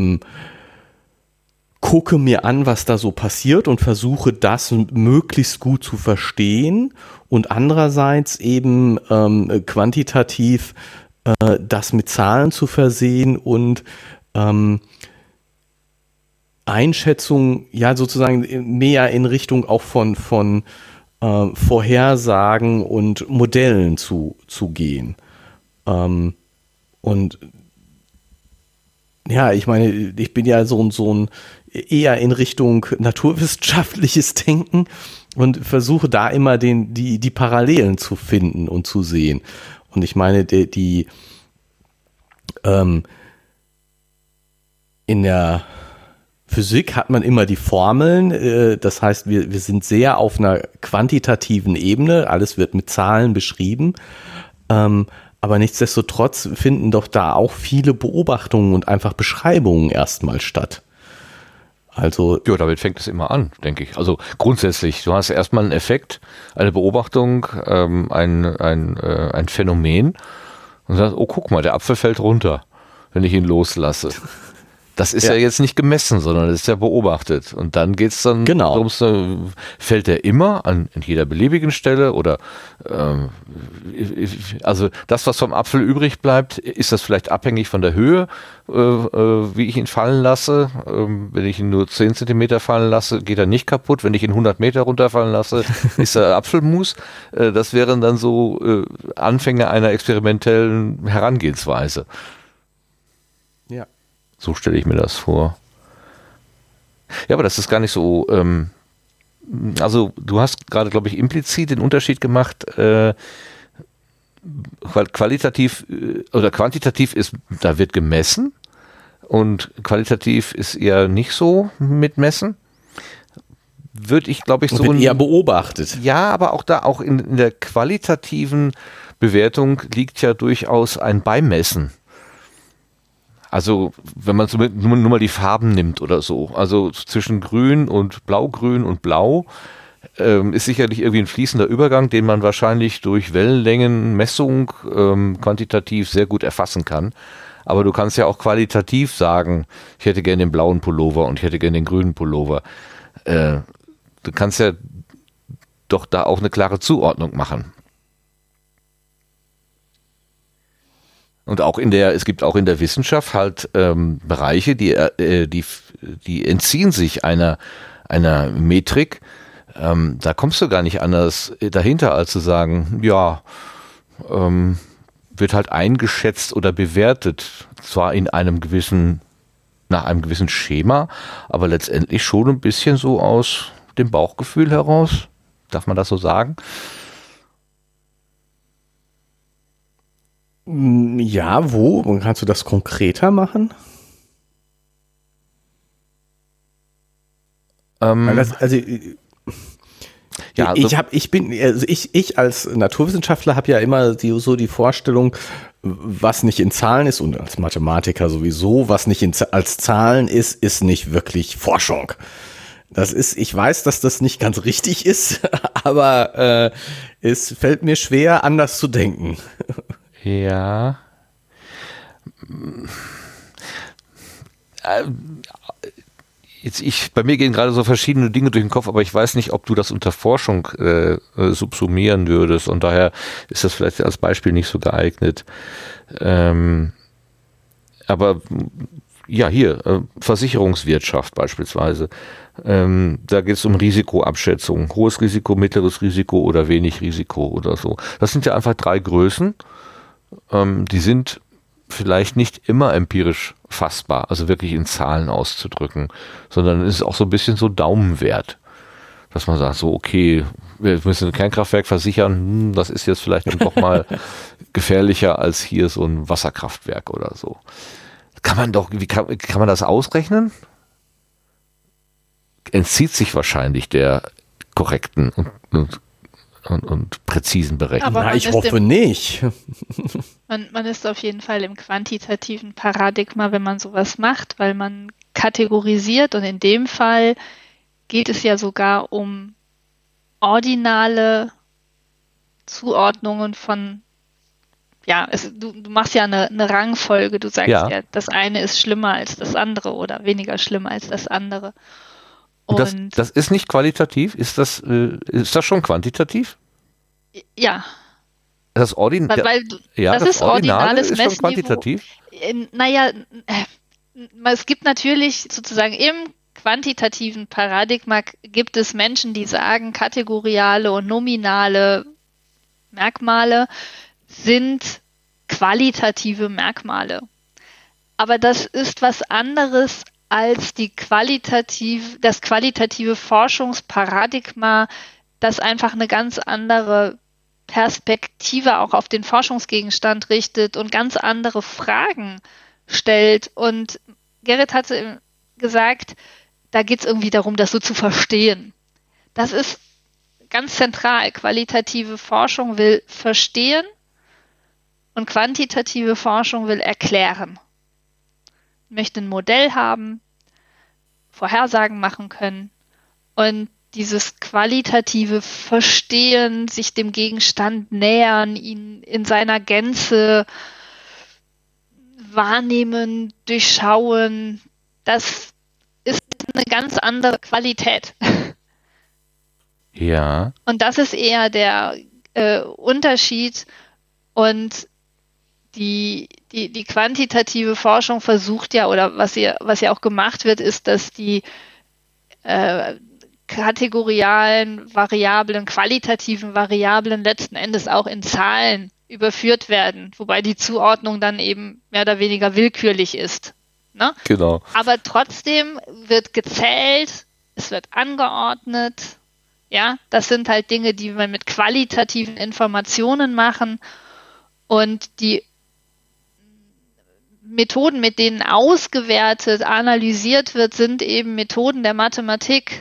S4: gucke mir an, was da so passiert und versuche das möglichst gut zu verstehen und andererseits eben quantitativ das mit Zahlen zu versehen und Einschätzung ja sozusagen mehr in Richtung auch von Vorhersagen und Modellen zu gehen. Und ja, ich meine, ich bin ja so ein eher in Richtung naturwissenschaftliches Denken und versuche da immer die Parallelen zu finden und zu sehen. Und ich meine, in der Physik hat man immer die Formeln, das heißt, wir sind sehr auf einer quantitativen Ebene, alles wird mit Zahlen beschrieben, aber nichtsdestotrotz finden doch da auch viele Beobachtungen und einfach Beschreibungen erstmal statt. Also
S1: ja, damit fängt es immer an, denke ich. Also grundsätzlich, du hast erstmal einen Effekt, eine Beobachtung, ein Phänomen und sagst, oh, guck mal, der Apfel fällt runter, wenn ich ihn loslasse. Das ist ja jetzt nicht gemessen, sondern das ist ja beobachtet. Und dann geht es dann darum, fällt der immer an jeder beliebigen Stelle oder also das, was vom Apfel übrig bleibt, ist das vielleicht abhängig von der Höhe, wie ich ihn fallen lasse. Wenn ich ihn nur 10 Zentimeter fallen lasse, geht er nicht kaputt. Wenn ich ihn 100 Meter runterfallen lasse, ist er Apfelmus. Das wären dann so Anfänge einer experimentellen Herangehensweise.
S4: ja.
S1: So stelle ich mir das vor. Ja, aber das ist gar nicht so, also du hast gerade, glaube ich, implizit den Unterschied gemacht, qualitativ oder quantitativ ist, da wird gemessen und qualitativ ist eher nicht so mit Messen. Würde ich, glaube ich, so
S4: wird eher beobachtet.
S1: Ja, aber auch in der qualitativen Bewertung liegt ja durchaus ein Beimessen. Also wenn man nur mal die Farben nimmt oder so, also zwischen Grün und Blaugrün und Blau ist sicherlich irgendwie ein fließender Übergang, den man wahrscheinlich durch Wellenlängenmessung quantitativ sehr gut erfassen kann. Aber du kannst ja auch qualitativ sagen, ich hätte gerne den blauen Pullover und ich hätte gerne den grünen Pullover. Du kannst ja doch da auch eine klare Zuordnung machen. Und auch es gibt auch in der Wissenschaft halt Bereiche, die entziehen sich einer Metrik. Da kommst du gar nicht anders dahinter, als zu sagen, ja, wird halt eingeschätzt oder bewertet, zwar nach einem gewissen Schema, aber letztendlich schon ein bisschen so aus dem Bauchgefühl heraus. Darf man das so sagen?
S4: Ja, wo? Und kannst du das konkreter machen? Ich als Naturwissenschaftler habe ja immer die Vorstellung, was nicht in Zahlen ist und als Mathematiker sowieso, was nicht als Zahlen ist nicht wirklich Forschung. Ich weiß, dass das nicht ganz richtig ist, aber es fällt mir schwer, anders zu denken.
S1: Ja. Bei mir gehen gerade so verschiedene Dinge durch den Kopf, aber ich weiß nicht, ob du das unter Forschung subsumieren würdest und daher ist das vielleicht als Beispiel nicht so geeignet. Aber ja, hier, Versicherungswirtschaft beispielsweise. Da geht es um Risikoabschätzung. Hohes Risiko, mittleres Risiko oder wenig Risiko oder so. Das sind ja einfach 3 Größen. Die sind vielleicht nicht immer empirisch fassbar, also wirklich in Zahlen auszudrücken, sondern es ist auch so ein bisschen so Daumenwert, dass man sagt, so okay, wir müssen ein Kernkraftwerk versichern, das ist jetzt vielleicht dann doch mal gefährlicher als hier so ein Wasserkraftwerk oder so. Wie kann man das ausrechnen? Entzieht sich wahrscheinlich der korrekten und präzisen Berechnung.
S3: Aber
S4: ich hoffe nicht.
S3: Man ist auf jeden Fall im quantitativen Paradigma, wenn man sowas macht, weil man kategorisiert und in dem Fall geht es ja sogar um ordinale Zuordnungen von, du machst ja eine Rangfolge, du sagst ja, das eine ist schlimmer als das andere oder weniger schlimm als das andere.
S1: Und das ist nicht qualitativ? Ist das schon quantitativ?
S3: Ja.
S1: Das ist ordinales
S3: Messen.
S1: Schon quantitativ?
S3: Es gibt natürlich sozusagen im quantitativen Paradigma gibt es Menschen, die sagen, kategoriale und nominale Merkmale sind qualitative Merkmale. Aber das ist was anderes als das qualitative Forschungsparadigma, das einfach eine ganz andere Perspektive auch auf den Forschungsgegenstand richtet und ganz andere Fragen stellt. Und Gerrit hatte gesagt, da geht es irgendwie darum, das so zu verstehen. Das ist ganz zentral. Qualitative Forschung will verstehen und quantitative Forschung will erklären. Möchte ein Modell haben, Vorhersagen machen können und dieses qualitative Verstehen, sich dem Gegenstand nähern, ihn in seiner Gänze wahrnehmen, durchschauen, das ist eine ganz andere Qualität.
S1: Ja.
S3: Und das ist eher der Unterschied. Und die quantitative Forschung versucht ja, oder was ja auch gemacht wird, ist, dass die kategorialen Variablen, qualitativen Variablen letzten Endes auch in Zahlen überführt werden, wobei die Zuordnung dann eben mehr oder weniger willkürlich ist. Ne?
S1: Genau.
S3: Aber trotzdem wird gezählt, es wird angeordnet. Ja, das sind halt Dinge, die wir mit qualitativen Informationen machen. Und die Methoden, mit denen ausgewertet, analysiert wird, sind eben Methoden der Mathematik.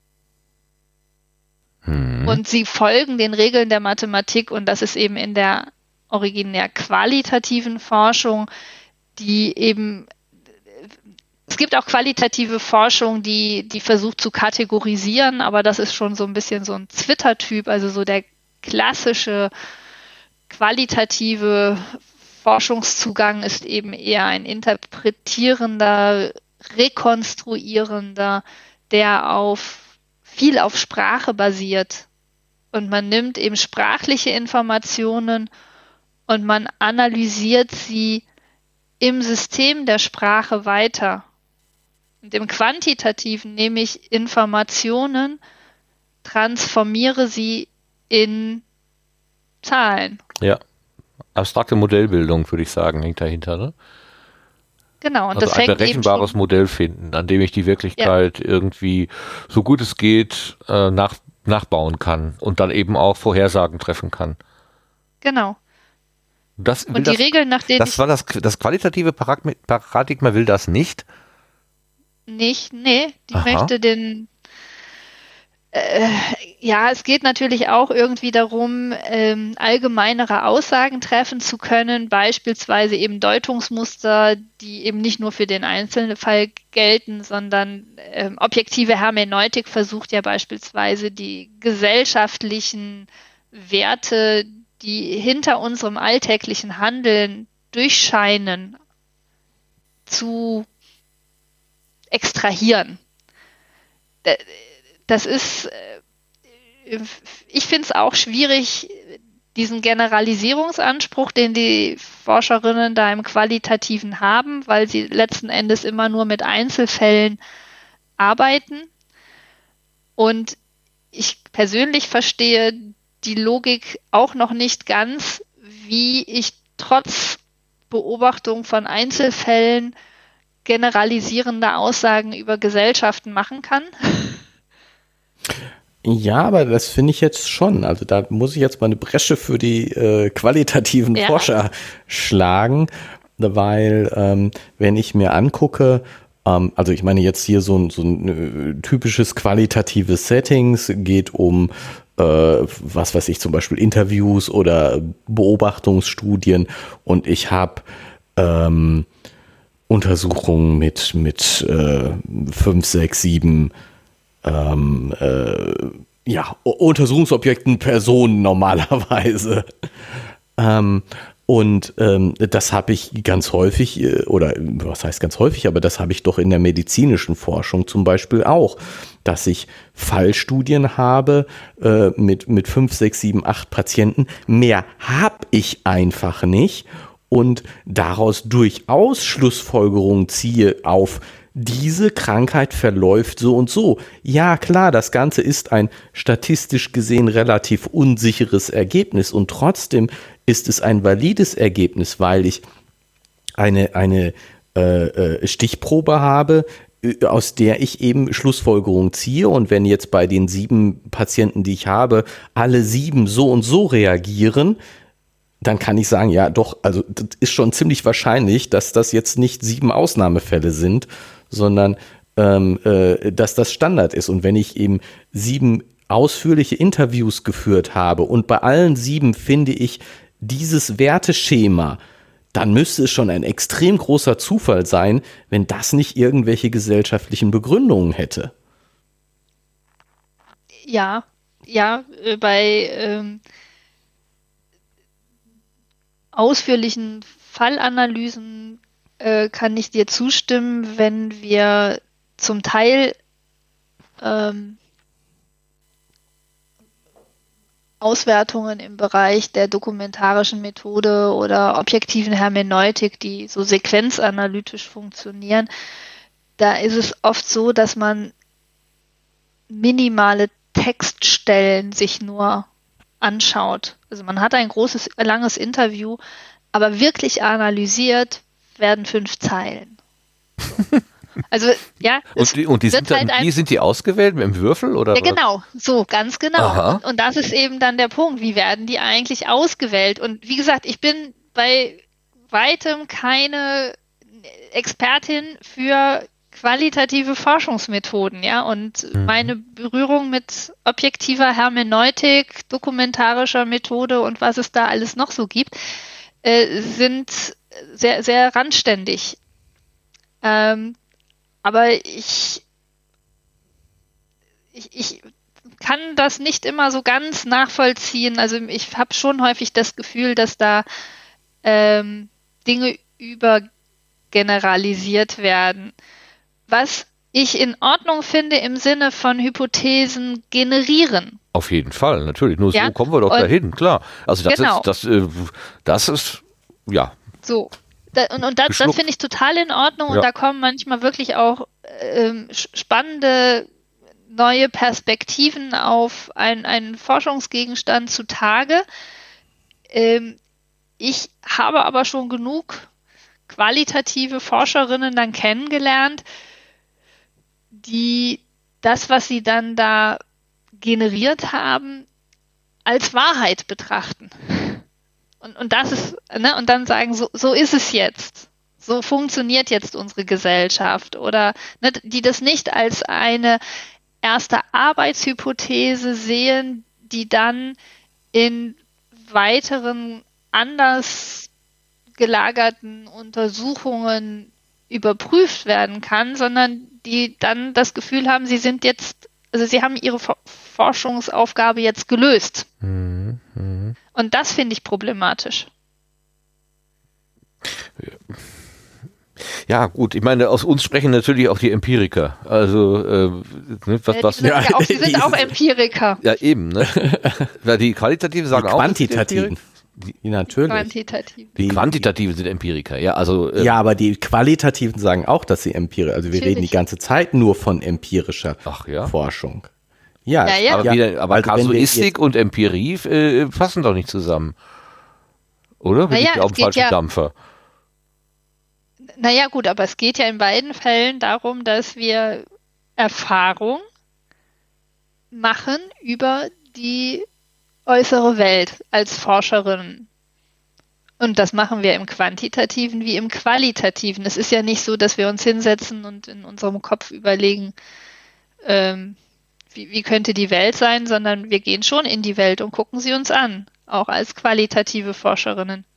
S3: Und sie folgen den Regeln der Mathematik, und das ist eben in der originär qualitativen Forschung, die eben, es gibt auch qualitative Forschung, die versucht zu kategorisieren, aber das ist schon so ein bisschen so ein Twitter-Typ, also so der klassische qualitative Forschungszugang ist eben eher ein interpretierender, rekonstruierender, der viel auf Sprache basiert. Und man nimmt eben sprachliche Informationen und man analysiert sie im System der Sprache weiter. Und im Quantitativen nehme ich Informationen, transformiere sie in Zahlen.
S1: Ja. Abstrakte Modellbildung, würde ich sagen, hängt dahinter, ne?
S3: Genau, und
S1: also
S3: das
S1: ein
S3: hängt
S1: berechenbares
S3: eben
S1: Modell finden, an dem ich die Wirklichkeit irgendwie so gut es geht nachbauen kann und dann eben auch Vorhersagen treffen kann.
S3: Genau.
S1: Und
S3: die Regeln, nach denen
S1: das qualitative Paradigma will das nicht?
S3: Nicht, nee, die möchte es geht natürlich auch irgendwie darum, allgemeinere Aussagen treffen zu können, beispielsweise eben Deutungsmuster, die eben nicht nur für den einzelnen Fall gelten, sondern objektive Hermeneutik versucht ja beispielsweise die gesellschaftlichen Werte, die hinter unserem alltäglichen Handeln durchscheinen, zu extrahieren. Das ist, ich finde es auch schwierig, diesen Generalisierungsanspruch, den die Forscherinnen da im Qualitativen haben, weil sie letzten Endes immer nur mit Einzelfällen arbeiten. Und ich persönlich verstehe die Logik auch noch nicht ganz, wie ich trotz Beobachtung von Einzelfällen generalisierende Aussagen über Gesellschaften machen kann.
S4: Ja, aber das finde ich jetzt schon. Also da muss ich jetzt mal eine Bresche für die qualitativen Forscher schlagen, weil wenn ich mir angucke, also ich meine jetzt hier so ein typisches qualitatives Settings, geht um was weiß ich, zum Beispiel Interviews oder Beobachtungsstudien, und ich habe Untersuchungen mit 5, 6, 7 Untersuchungsobjekten, Personen normalerweise. Das habe ich ganz häufig, oder was heißt ganz häufig, aber das habe ich doch in der medizinischen Forschung zum Beispiel auch, dass ich Fallstudien habe mit 5, 6, 7, 8 Patienten. Mehr habe ich einfach nicht und daraus durchaus Schlussfolgerungen ziehe auf: Diese Krankheit verläuft so und so. Ja, klar, das Ganze ist ein statistisch gesehen relativ unsicheres Ergebnis, und trotzdem ist es ein valides Ergebnis, weil ich eine Stichprobe habe, aus der ich eben Schlussfolgerungen ziehe. Und wenn jetzt bei den 7 Patienten, die ich habe, alle 7 so und so reagieren, dann kann ich sagen, ja doch, also das ist schon ziemlich wahrscheinlich, dass das jetzt nicht 7 Ausnahmefälle sind, sondern dass das Standard ist. Und wenn ich eben 7 ausführliche Interviews geführt habe und bei allen 7 finde ich dieses Werteschema, dann müsste es schon ein extrem großer Zufall sein, wenn das nicht irgendwelche gesellschaftlichen Begründungen hätte.
S3: Ja, bei ausführlichen Fallanalysen kann ich dir zustimmen, wenn wir zum Teil Auswertungen im Bereich der dokumentarischen Methode oder objektiven Hermeneutik, die so sequenzanalytisch funktionieren, da ist es oft so, dass man minimale Textstellen sich nur anschaut. Also man hat ein langes Interview, aber wirklich analysiert werden 5 Zeilen. Also, ja.
S1: Und die sind dann, wie sind die ausgewählt? Mit dem Würfel? Oder
S3: ja, genau. So, ganz genau.
S1: Aha.
S3: Und das ist eben dann der Punkt. Wie werden die eigentlich ausgewählt? Und wie gesagt, ich bin bei weitem keine Expertin für qualitative Forschungsmethoden, ja. Und meine Berührung mit objektiver Hermeneutik, dokumentarischer Methode und was es da alles noch so gibt, sind sehr, sehr randständig. Aber ich kann das nicht immer so ganz nachvollziehen. Also ich habe schon häufig das Gefühl, dass da Dinge übergeneralisiert werden. Was ich in Ordnung finde im Sinne von Hypothesen generieren.
S1: Auf jeden Fall, natürlich. Nur
S3: ja?
S1: so kommen wir doch dahin, klar. Also das
S3: genau.
S1: das ist, ja.
S3: So. Und das finde ich total in Ordnung und da kommen manchmal wirklich auch spannende neue Perspektiven auf einen Forschungsgegenstand zutage. Ich habe aber schon genug qualitative Forscherinnen dann kennengelernt, die das, was sie dann da generiert haben, als Wahrheit betrachten. Und das ist, ne, und dann sagen, so ist es jetzt. So funktioniert jetzt unsere Gesellschaft. Oder ne, die das nicht als eine erste Arbeitshypothese sehen, die dann in weiteren anders gelagerten Untersuchungen überprüft werden kann, sondern die dann das Gefühl haben, sie haben ihre Forschungsaufgabe jetzt gelöst. Und das finde ich problematisch.
S1: Ja, gut, ich meine, aus uns sprechen natürlich auch die Empiriker. Also,
S3: die sind auch Empiriker.
S1: Ja, eben, ne? Ja, die Qualitativen sagen auch.
S4: Quantitativen. Natürlich.
S3: Die
S1: Quantitativen sind Empiriker, ja, also.
S4: Ja, aber die Qualitativen sagen auch, dass sie Empiriker, also wir reden die ganze Zeit nur von empirischer Forschung. Ja,
S1: aber Kasuistik und Empirie passen doch nicht zusammen. Oder? Bin ich auf dem falschen Dampfer?
S3: Naja, gut, aber es geht ja in beiden Fällen darum, dass wir Erfahrung machen über die äußere Welt als Forscherinnen. Und das machen wir im Quantitativen wie im Qualitativen. Es ist ja nicht so, dass wir uns hinsetzen und in unserem Kopf überlegen, wie könnte die Welt sein, sondern wir gehen schon in die Welt und gucken sie uns an, auch als qualitative Forscherinnen.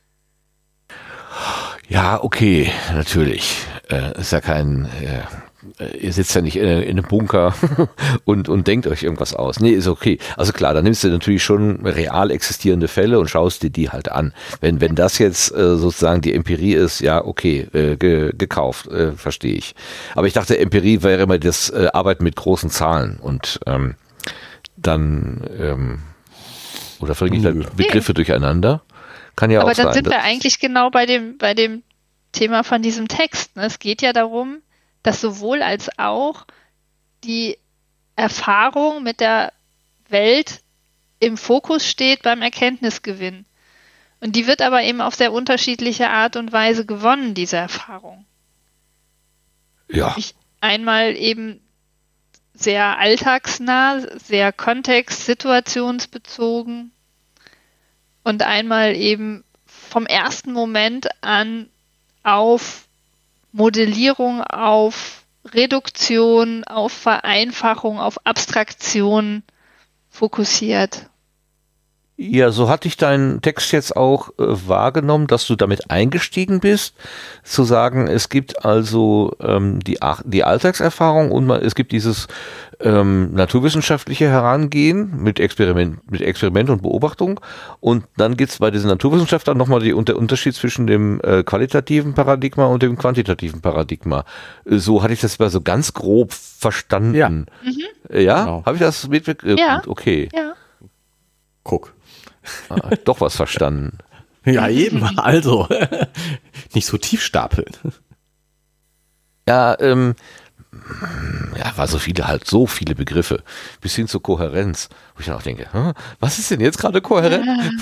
S1: Ja, okay, natürlich. Ist ja kein, ihr sitzt ja nicht in einem Bunker und denkt euch irgendwas aus. Nee, ist okay. Also klar, dann nimmst du natürlich schon real existierende Fälle und schaust dir die halt an. Wenn das jetzt sozusagen die Empirie ist, ja, okay, gekauft, verstehe ich. Aber ich dachte, Empirie wäre immer das Arbeiten mit großen Zahlen und dann oder bringe ich dann Begriffe durcheinander? Kann ja
S3: aber
S1: auch sein.
S3: Aber dann sind wir eigentlich genau bei dem Thema von diesem Text. Ne? Es geht ja darum, dass sowohl als auch die Erfahrung mit der Welt im Fokus steht beim Erkenntnisgewinn. Und die wird aber eben auf sehr unterschiedliche Art und Weise gewonnen, diese Erfahrung.
S1: Ja.
S3: einmal eben sehr alltagsnah, sehr situationsbezogen und einmal eben vom ersten Moment an auf Modellierung, auf Reduktion, auf Vereinfachung, auf Abstraktion fokussiert.
S1: Ja, so hatte ich deinen Text jetzt auch wahrgenommen, dass du damit eingestiegen bist, zu sagen, es gibt also die Alltagserfahrung und es gibt dieses naturwissenschaftliche Herangehen mit Experiment und Beobachtung, und dann gibt es bei diesen Naturwissenschaftlern nochmal der Unterschied zwischen dem qualitativen Paradigma und dem quantitativen Paradigma. So hatte ich das mal so ganz grob verstanden. Ja, ja? Genau. Habe ich das mitbekommen?
S3: Ja.
S1: Gut, okay.
S3: Ja.
S4: Guck.
S1: Doch was verstanden.
S4: Ja, eben, also. Nicht so tief stapeln.
S1: Ja, war so viele Begriffe, bis hin zur Kohärenz, wo ich dann auch denke, was ist denn jetzt gerade kohärent?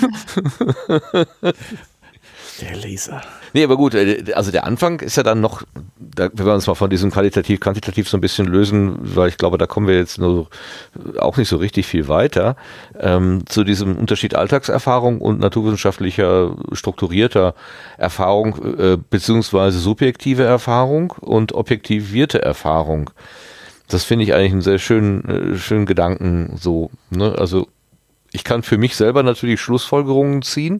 S4: Der Laser.
S1: Nee, aber gut, also der Anfang ist ja dann noch, wenn wir uns mal von diesem qualitativ-quantitativ so ein bisschen lösen, weil ich glaube, da kommen wir jetzt nur auch nicht so richtig viel weiter, zu diesem Unterschied Alltagserfahrung und naturwissenschaftlicher strukturierter Erfahrung, beziehungsweise subjektive Erfahrung und objektivierte Erfahrung. Das finde ich eigentlich einen sehr schönen Gedanken so, ne? Also ich kann für mich selber natürlich Schlussfolgerungen ziehen,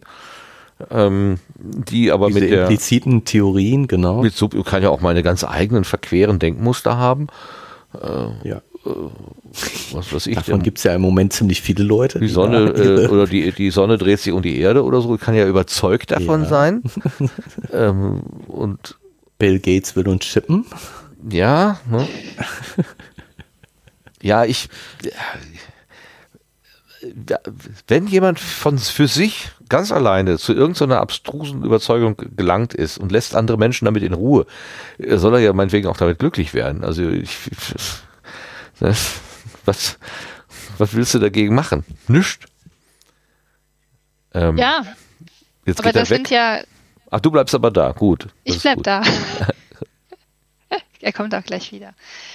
S1: die aber
S4: diese
S1: mit der
S4: impliziten Theorien, genau.
S1: Kann ja auch meine ganz eigenen verqueren Denkmuster haben.
S4: Ja.
S1: Was weiß ich.
S4: Davon gibt es ja im Moment ziemlich viele Leute.
S1: Die Sonne oder die Sonne dreht sich um die Erde oder so, kann ja überzeugt davon sein. Und
S4: Bill Gates will uns chippen.
S1: Ja, ne? Ja, wenn jemand für sich ganz alleine zu irgendeiner abstrusen Überzeugung gelangt ist und lässt andere Menschen damit in Ruhe, soll er ja meinetwegen auch damit glücklich werden. Also was willst du dagegen machen? Nichts.
S3: Ja,
S1: jetzt
S3: aber
S1: geht er
S3: das
S1: weg.
S3: sind ja...
S1: Ach, du bleibst aber da, gut.
S3: Ich bleib da. Er kommt auch gleich wieder.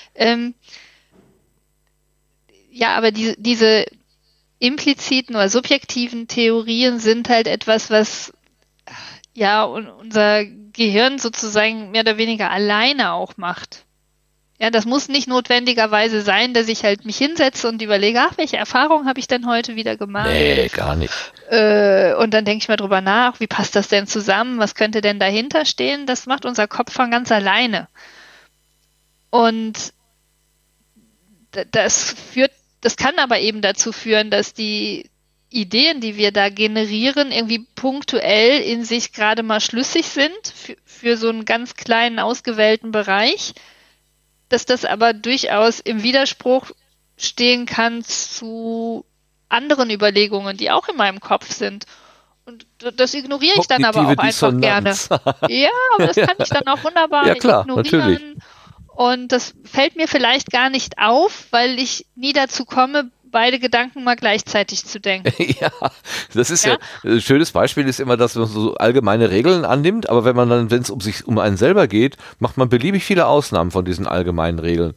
S3: Ja, aber diese impliziten oder subjektiven Theorien sind halt etwas, was ja unser Gehirn sozusagen mehr oder weniger alleine auch macht. Ja, das muss nicht notwendigerweise sein, dass ich halt mich hinsetze und überlege, welche Erfahrung habe ich denn heute wieder gemacht?
S1: Nee, gar nicht.
S3: Und dann denke ich mal drüber nach, wie passt das denn zusammen? Was könnte denn dahinter stehen? Das macht unser Kopf von ganz alleine. Und das kann aber eben dazu führen, dass die Ideen, die wir da generieren, irgendwie punktuell in sich gerade mal schlüssig sind für so einen ganz kleinen, ausgewählten Bereich, dass das aber durchaus im Widerspruch stehen kann zu anderen Überlegungen, die auch in meinem Kopf sind. Und das ignoriere ich dann aber auch einfach gerne. Ja, aber das kann ich dann auch wunderbar ignorieren. Natürlich. Und das fällt mir vielleicht gar nicht auf, weil ich nie dazu komme, beide Gedanken mal gleichzeitig zu denken.
S1: Ja, das ist ja ein schönes Beispiel ist immer, dass man so allgemeine Regeln annimmt, aber wenn es um einen selber geht, macht man beliebig viele Ausnahmen von diesen allgemeinen Regeln.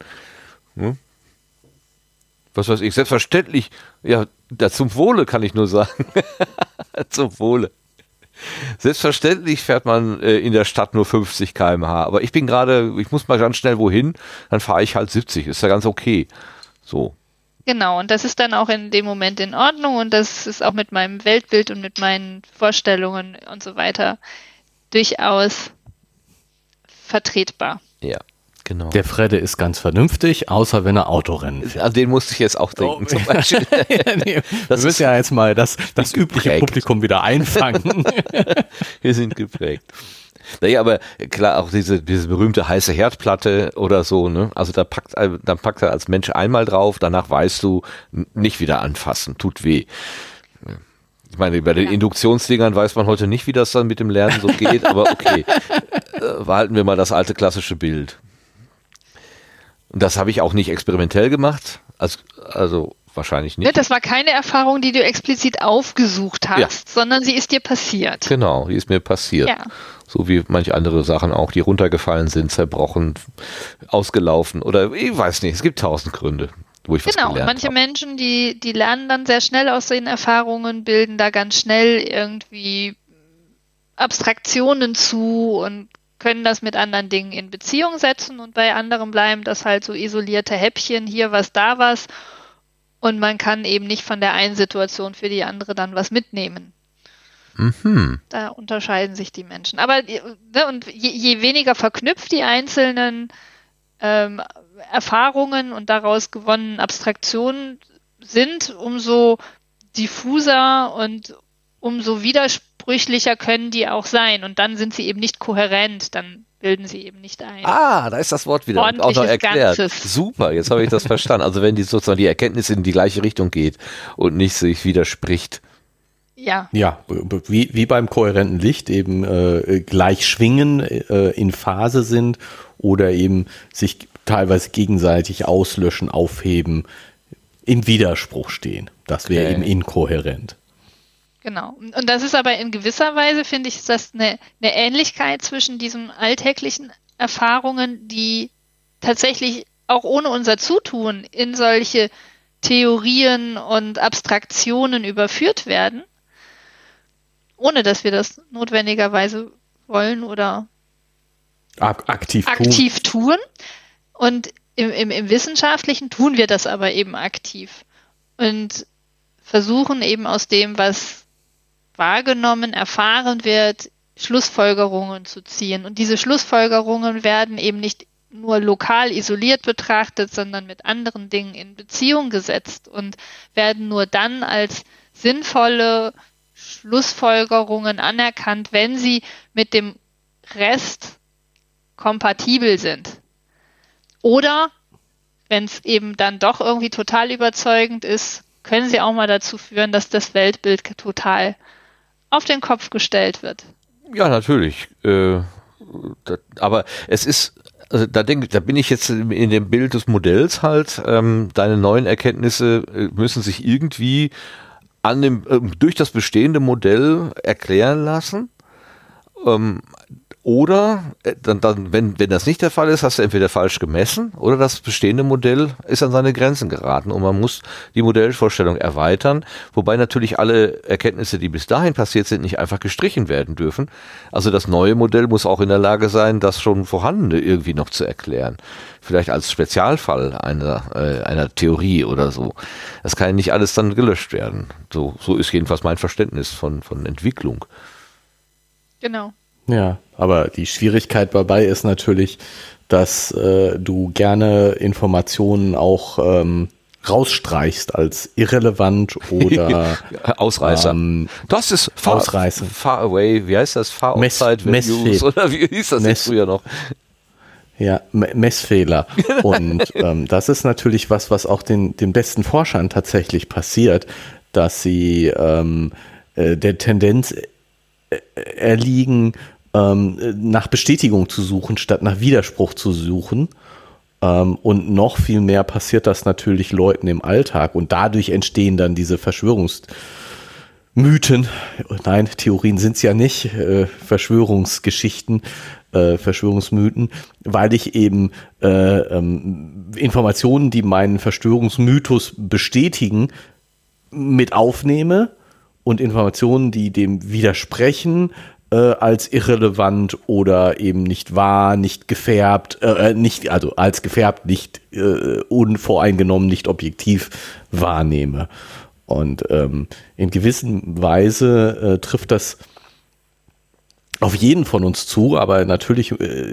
S1: Was weiß ich, selbstverständlich, ja, zum Wohle kann ich nur sagen. Zum Wohle. Selbstverständlich fährt man in der Stadt nur 50 km/h, aber ich muss mal ganz schnell wohin, dann fahre ich halt 70, ist ja ganz okay. So.
S3: Genau, und das ist dann auch in dem Moment in Ordnung und das ist auch mit meinem Weltbild und mit meinen Vorstellungen und so weiter durchaus vertretbar.
S1: Ja, genau.
S4: Der Fredde ist ganz vernünftig, außer wenn er Autorennen fährt.
S1: An den musste ich jetzt auch denken, zum Beispiel.
S4: Nee, wir müssen ja jetzt mal das übliche Publikum wieder einfangen.
S1: Wir sind geprägt. Naja, aber klar, auch diese berühmte heiße Herdplatte oder so, ne? Also dann packt er als Mensch einmal drauf, danach weißt du, nicht wieder anfassen, tut weh. Ich meine, bei den Induktionsdingern weiß man heute nicht, wie das dann mit dem Lernen so geht, aber okay, behalten wir mal das alte klassische Bild. Und das habe ich auch nicht experimentell gemacht, also wahrscheinlich
S3: Ne,
S1: nicht.
S3: das war keine Erfahrung, die du explizit aufgesucht hast,
S1: Ja.
S3: sondern sie ist dir passiert.
S1: Genau, die ist mir passiert.
S3: Ja.
S1: So wie manche andere Sachen auch, die runtergefallen sind, zerbrochen, ausgelaufen oder ich weiß nicht, es gibt 1000 Gründe, wo ich was
S3: Genau, und
S1: gelernt
S3: manche
S1: habe.
S3: Menschen, die lernen dann sehr schnell aus den Erfahrungen, bilden da ganz schnell irgendwie Abstraktionen zu und können das mit anderen Dingen in Beziehung setzen und bei anderen bleiben das halt so isolierte Häppchen, hier was, da was und man kann eben nicht von der einen Situation für die andere dann was mitnehmen.
S1: Mhm.
S3: Da unterscheiden sich die Menschen. Aber ne, und je weniger verknüpft die einzelnen Erfahrungen und daraus gewonnenen Abstraktionen sind, umso diffuser und umso widersprüchlicher können die auch sein. Und dann sind sie eben nicht kohärent, dann bilden sie eben nicht ein.
S1: Ah, da ist das Wort wieder und auch noch
S3: Ordentliches
S1: erklärt.
S3: Ganzes.
S1: Super, jetzt habe ich das verstanden. Also wenn die sozusagen die Erkenntnis in die gleiche Richtung geht und nicht sich widerspricht.
S3: Ja,
S4: Ja, wie beim kohärenten Licht eben gleich schwingen, in Phase sind oder eben sich teilweise gegenseitig auslöschen, aufheben, im Widerspruch stehen. Das wäre
S1: Okay.
S4: eben inkohärent.
S3: genau. Und das ist aber in gewisser Weise, finde ich, ist das eine Ähnlichkeit zwischen diesen alltäglichen Erfahrungen, die tatsächlich auch ohne unser Zutun in solche Theorien und Abstraktionen überführt werden, ohne dass wir das notwendigerweise wollen oder
S4: Aktiv tun.
S3: aktiv tun. Und im Wissenschaftlichen tun wir das aber eben aktiv und versuchen eben aus dem, was wahrgenommen, erfahren wird, Schlussfolgerungen zu ziehen. Und diese Schlussfolgerungen werden eben nicht nur lokal isoliert betrachtet, sondern mit anderen Dingen in Beziehung gesetzt und werden nur dann als sinnvolle Schlussfolgerungen anerkannt, wenn sie mit dem Rest kompatibel sind. Oder, wenn es eben dann doch irgendwie total überzeugend ist, können sie auch mal dazu führen, dass das Weltbild total auf den Kopf gestellt wird.
S1: Ja, natürlich. Aber es ist, also da bin ich jetzt in dem Bild des Modells halt, deine neuen Erkenntnisse müssen sich irgendwie durch das bestehende Modell erklären lassen. Oder wenn das nicht der Fall ist, hast du entweder falsch gemessen oder das bestehende Modell ist an seine Grenzen geraten und man muss die Modellvorstellung erweitern, wobei natürlich alle Erkenntnisse, die bis dahin passiert sind, nicht einfach gestrichen werden dürfen. Also das neue Modell muss auch in der Lage sein, das schon Vorhandene irgendwie noch zu erklären. Vielleicht als Spezialfall einer Theorie oder so. Das kann ja nicht alles dann gelöscht werden. So ist jedenfalls mein Verständnis von Entwicklung.
S3: Genau.
S4: Ja, aber die Schwierigkeit dabei ist natürlich, dass du gerne Informationen auch rausstreichst als irrelevant oder
S1: Ausreißer. Das ist
S4: Ausreißen.
S1: Far away, wie heißt das? Far outside values oder wie hieß das jetzt früher noch?
S4: Ja, Messfehler. Und das ist natürlich was auch den besten Forschern tatsächlich passiert, dass sie der Tendenz erliegen, nach Bestätigung zu suchen, statt nach Widerspruch zu suchen. Und noch viel mehr passiert das natürlich Leuten im Alltag. Und dadurch entstehen dann diese Verschwörungsmythen. Nein, Theorien sind es ja nicht. Verschwörungsgeschichten, Verschwörungsmythen, weil ich eben Informationen, die meinen Verschwörungsmythos bestätigen, mit aufnehme und Informationen, die dem widersprechen, als irrelevant oder eben nicht wahr, nicht gefärbt, als gefärbt, nicht unvoreingenommen, nicht objektiv wahrnehme. Und in gewisser Weise trifft das auf jeden von uns zu, aber natürlich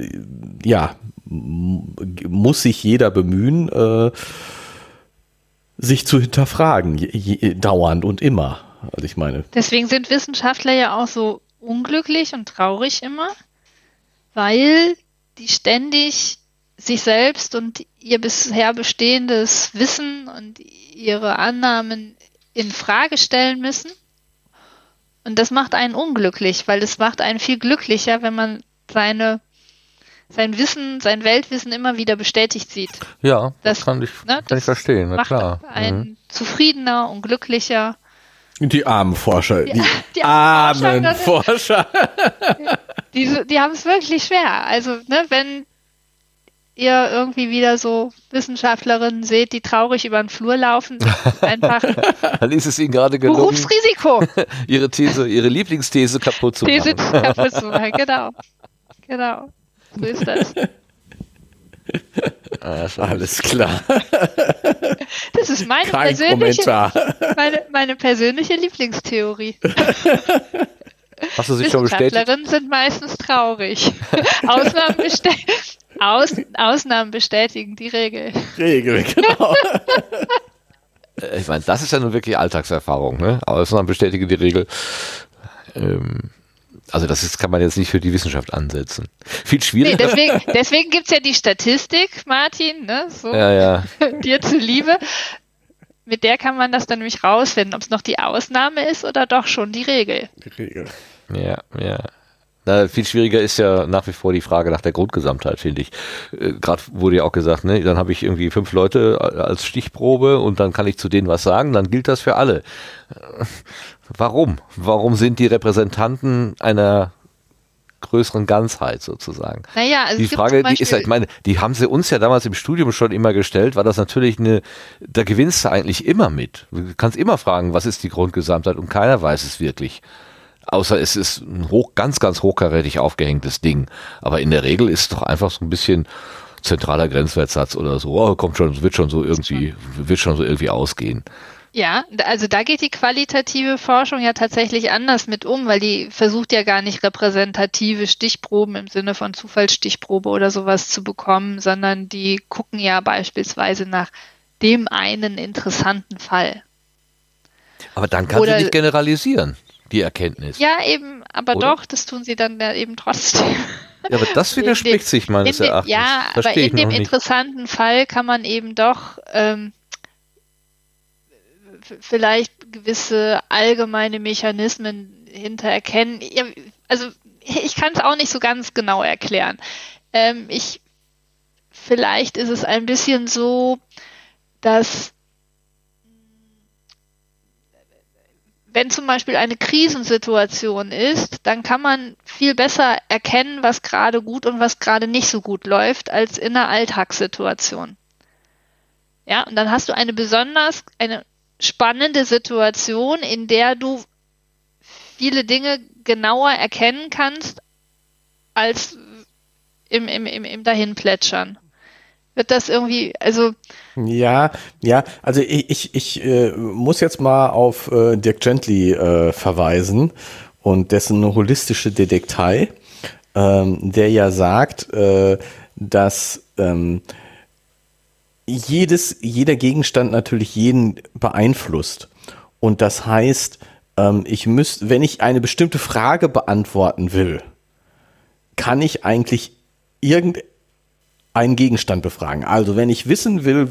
S4: muss sich jeder bemühen, sich zu hinterfragen, dauernd und immer. Also ich meine.
S3: Deswegen sind Wissenschaftler ja auch so unglücklich und traurig immer, weil die ständig sich selbst und ihr bisher bestehendes Wissen und ihre Annahmen in Frage stellen müssen. Und das macht einen unglücklich, weil es macht einen viel glücklicher, wenn man seine sein Wissen, sein Weltwissen immer wieder bestätigt sieht.
S1: Ja, das kann ich verstehen, na
S3: macht
S1: klar.
S3: einen zufriedener und glücklicher.
S4: Die armen Forscher.
S3: Die
S4: armen Forscher.
S3: Die haben es wirklich schwer. Also, ne, wenn ihr irgendwie wieder so Wissenschaftlerinnen seht, die traurig über den Flur laufen, einfach
S1: dann ist es ihnen gerade gelungen,
S3: Berufsrisiko.
S1: ihre Lieblingsthese kaputt zu machen.
S3: Genau. So ist das.
S4: Alles klar.
S3: Das ist meine persönliche Lieblingstheorie.
S1: Hast du sich schon bestätigt?
S3: Wissenschaftlerinnen sind meistens traurig. Ausnahmen bestätigen die Regel.
S4: Genau.
S1: Ich meine, das ist ja nun wirklich Alltagserfahrung, ne? Ausnahmen bestätigen die Regel. Also kann man jetzt nicht für die Wissenschaft ansetzen. Viel schwieriger.
S3: Nee, deswegen gibt es ja die Statistik, Martin, ne? So,
S1: ja.
S3: Dir zuliebe. Mit der kann man das dann nämlich rausfinden, ob es noch die Ausnahme ist oder doch schon die Regel.
S4: Die Regel.
S1: Ja. Na, viel schwieriger ist ja nach wie vor die Frage nach der Grundgesamtheit, finde ich. Gerade wurde ja auch gesagt, ne, dann habe ich irgendwie 5 Leute als Stichprobe und dann kann ich zu denen was sagen, dann gilt das für alle. Warum? Warum sind die Repräsentanten einer größeren Ganzheit sozusagen?
S3: Naja, also
S1: die Frage, die ist ja, ich meine, die haben sie uns ja damals im Studium schon immer gestellt, weil das natürlich da gewinnst du eigentlich immer mit. Du kannst immer fragen, was ist die Grundgesamtheit und keiner weiß es wirklich. Außer es ist ein ganz, ganz hochkarätig aufgehängtes Ding. Aber in der Regel ist es doch einfach so ein bisschen zentraler Grenzwertsatz oder so. Wird schon so irgendwie ausgehen.
S3: Ja, also da geht die qualitative Forschung ja tatsächlich anders mit um, weil die versucht ja gar nicht repräsentative Stichproben im Sinne von Zufallsstichprobe oder sowas zu bekommen, sondern die gucken ja beispielsweise nach dem einen interessanten Fall.
S1: Aber dann kann sie nicht generalisieren, die Erkenntnis.
S3: Ja, eben, aber oder? Doch, das tun sie dann ja eben trotzdem.
S1: Ja, aber das widerspricht sich meines Erachtens.
S3: Ja, aber in dem interessanten Fall kann man eben doch vielleicht gewisse allgemeine Mechanismen hintererkennen. Also ich kann es auch nicht so ganz genau erklären. Vielleicht ist es ein bisschen so, dass wenn zum Beispiel eine Krisensituation ist, dann kann man viel besser erkennen, was gerade gut und was gerade nicht so gut läuft, als in einer Alltagssituation. Ja, und dann hast du eine spannende Situation, in der du viele Dinge genauer erkennen kannst, als im Dahinplätschern. Wird das irgendwie, also...
S4: Ja, also ich muss jetzt mal auf Dirk Gently verweisen und dessen holistische Detektei, der ja sagt, dass jeder Gegenstand natürlich jeden beeinflusst. Und das heißt, wenn ich eine bestimmte Frage beantworten will, kann ich eigentlich einen Gegenstand befragen. Also wenn ich wissen will,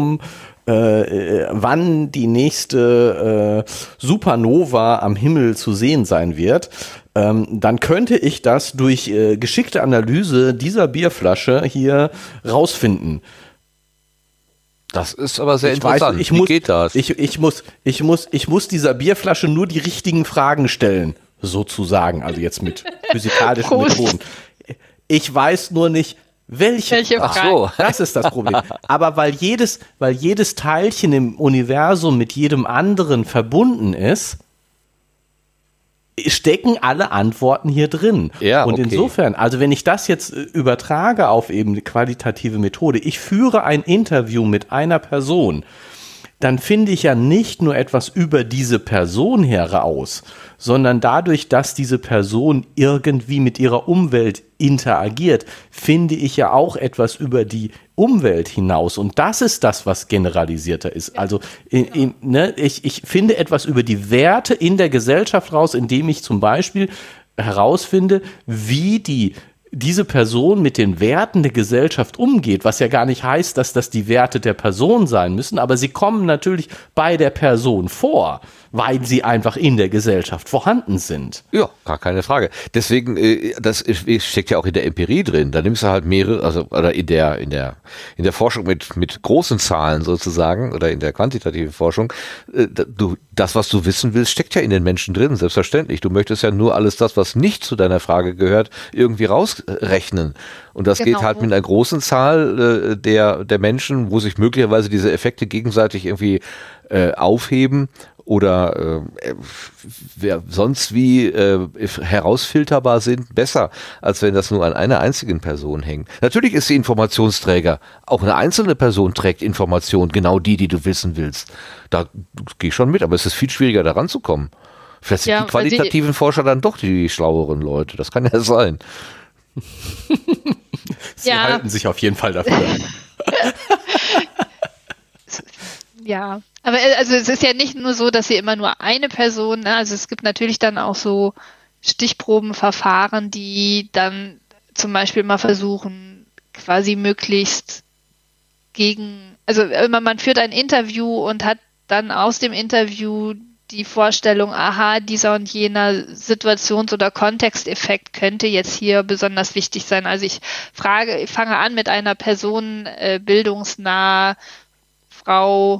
S4: wann die nächste Supernova am Himmel zu sehen sein wird, dann könnte ich das durch geschickte Analyse dieser Bierflasche hier rausfinden.
S1: Das ist aber sehr interessant. Wie geht das?
S4: Ich muss dieser Bierflasche nur die richtigen Fragen stellen, sozusagen. Also jetzt mit physikalischen Methoden. Ich weiß nur nicht, welche Frage?
S1: Ach so.
S4: Das ist das Problem. Aber weil jedes Teilchen im Universum mit jedem anderen verbunden ist, stecken alle Antworten hier drin.
S1: Ja,
S4: und insofern, also wenn ich das jetzt übertrage auf eben die qualitative Methode, ich führe ein Interview mit einer Person, dann finde ich ja nicht nur etwas über diese Person heraus, sondern dadurch, dass diese Person irgendwie mit ihrer Umwelt interagiert, finde ich ja auch etwas über die Umwelt hinaus. Und das ist das, was generalisierter ist. Also ich finde etwas über die Werte in der Gesellschaft raus, indem ich zum Beispiel herausfinde, wie die diese Person mit den Werten der Gesellschaft umgeht, was ja gar nicht heißt, dass das die Werte der Person sein müssen, aber sie kommen natürlich bei der Person vor, weil sie einfach in der Gesellschaft vorhanden sind.
S1: Ja, gar keine Frage. Deswegen, das steckt ja auch in der Empirie drin. Da nimmst du halt mehrere, also oder in der Forschung mit großen Zahlen sozusagen oder in der quantitativen Forschung, das, was du wissen willst, steckt ja in den Menschen drin, selbstverständlich. Du möchtest ja nur alles das, was nicht zu deiner Frage gehört, irgendwie rausrechnen. Und das geht halt mit einer großen Zahl der Menschen, wo sich möglicherweise diese Effekte gegenseitig irgendwie aufheben oder sonst wie herausfilterbar sind, besser, als wenn das nur an einer einzigen Person hängt. Natürlich ist sie Informationsträger. Auch eine einzelne Person trägt Information, genau die du wissen willst. Da gehe ich schon mit, aber es ist viel schwieriger, da ranzukommen. Vielleicht sind die qualitativen Forscher dann doch die schlaueren Leute. Das kann ja sein.
S4: Sie halten sich auf jeden Fall dafür.
S3: Ja, aber also es ist ja nicht nur so, dass sie immer nur eine Person, ne? Also es gibt natürlich dann auch so Stichprobenverfahren, die dann zum Beispiel mal versuchen, quasi möglichst also man führt ein Interview und hat dann aus dem Interview die Vorstellung, aha, dieser und jener Situations- oder Kontexteffekt könnte jetzt hier besonders wichtig sein. Also ich fange an mit einer Person, bildungsnah, Frau,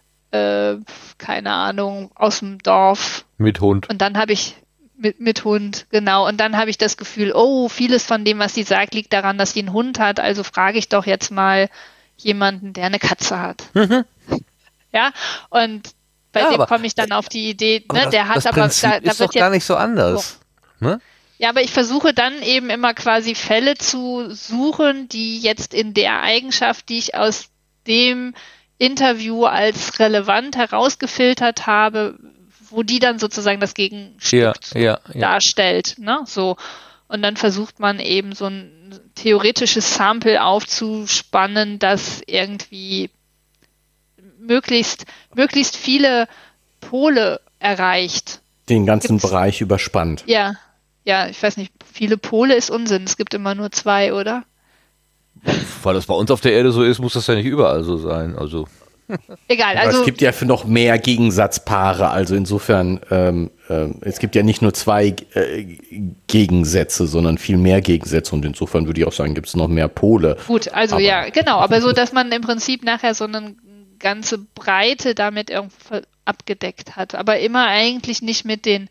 S3: keine Ahnung, aus dem Dorf.
S1: Mit Hund.
S3: Und dann habe ich mit Hund, genau. Und dann habe ich das Gefühl, vieles von dem, was sie sagt, liegt daran, dass sie einen Hund hat. Also frage ich doch jetzt mal jemanden, der eine Katze hat. Mhm. Ja, und bei dem komme ich dann auf die Idee, ne, der hat
S1: das
S3: aber,
S1: Prinzip
S3: da
S1: ist
S3: wird
S1: doch gar nicht so anders. Ne?
S3: Ja, aber ich versuche dann eben immer quasi Fälle zu suchen, die jetzt in der Eigenschaft, die ich aus dem Interview als relevant herausgefiltert habe, wo die dann sozusagen das Gegenstück darstellt. Ne? So. Und dann versucht man eben so ein theoretisches Sample aufzuspannen, das irgendwie möglichst viele Pole erreicht.
S4: Den ganzen Bereich überspannt.
S3: Ja, ich weiß nicht, viele Pole ist Unsinn. Es gibt immer nur 2, oder?
S1: Weil das bei uns auf der Erde so ist, muss das ja nicht überall so sein. Also
S3: egal.
S4: Aber es gibt ja für noch mehr Gegensatzpaare. Also insofern, es gibt ja nicht nur 2 Gegensätze, sondern viel mehr Gegensätze. Und insofern würde ich auch sagen, gibt es noch mehr Pole.
S3: Gut, also genau. Aber so, dass man im Prinzip nachher so eine ganze Breite damit irgendwo abgedeckt hat. Aber immer eigentlich nicht mit den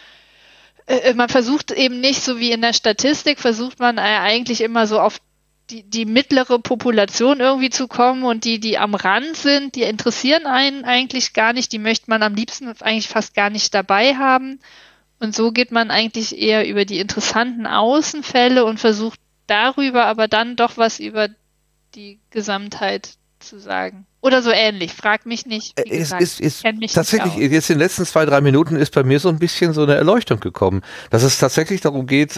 S3: man versucht eben nicht, so wie in der Statistik, versucht man eigentlich immer so auf die mittlere Population irgendwie zu kommen und die am Rand sind, die interessieren einen eigentlich gar nicht, die möchte man am liebsten eigentlich fast gar nicht dabei haben. Und so geht man eigentlich eher über die interessanten Außenfälle und versucht darüber aber dann doch was über die Gesamtheit zu sagen. Oder so ähnlich, frag mich nicht. Wie gesagt, kenn mich
S1: tatsächlich,
S3: nicht aus.
S1: jetzt in den letzten 2-3 Minuten ist bei mir so ein bisschen so eine Erleuchtung gekommen, dass es tatsächlich darum geht,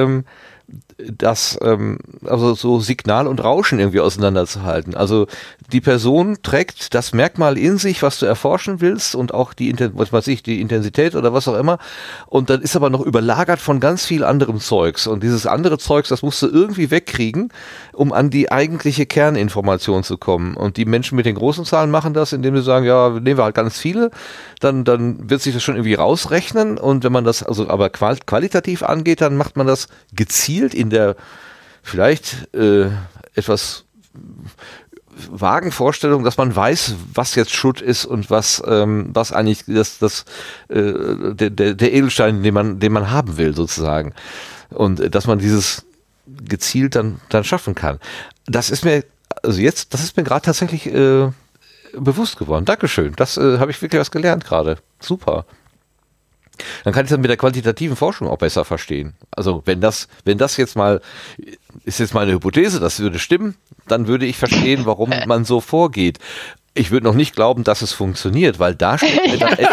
S1: das also so Signal und Rauschen irgendwie auseinanderzuhalten. Also die Person trägt das Merkmal in sich, was du erforschen willst und auch die Intensität oder was auch immer, und dann ist aber noch überlagert von ganz viel anderem Zeugs, und dieses andere Zeugs, das musst du irgendwie wegkriegen, um an die eigentliche Kerninformation zu kommen. Und die Menschen mit den großen Zahlen machen das, indem sie sagen, ja, nehmen wir halt ganz viele, dann wird sich das schon irgendwie rausrechnen, und wenn man das also aber qualitativ angeht, dann macht man das gezielt in der vielleicht etwas vagen Vorstellung, dass man weiß, was jetzt Schutt ist und was eigentlich der Edelstein, den man haben will, sozusagen. Und dass man dieses gezielt dann schaffen kann. Das ist mir gerade tatsächlich bewusst geworden. Dankeschön. Das habe ich wirklich was gelernt gerade. Super. Dann kann ich das mit der quantitativen Forschung auch besser verstehen. Also wenn das jetzt mal, ist jetzt meine Hypothese, das würde stimmen, dann würde ich verstehen, warum man so vorgeht. Ich würde noch nicht glauben, dass es funktioniert, weil da steckt mir dann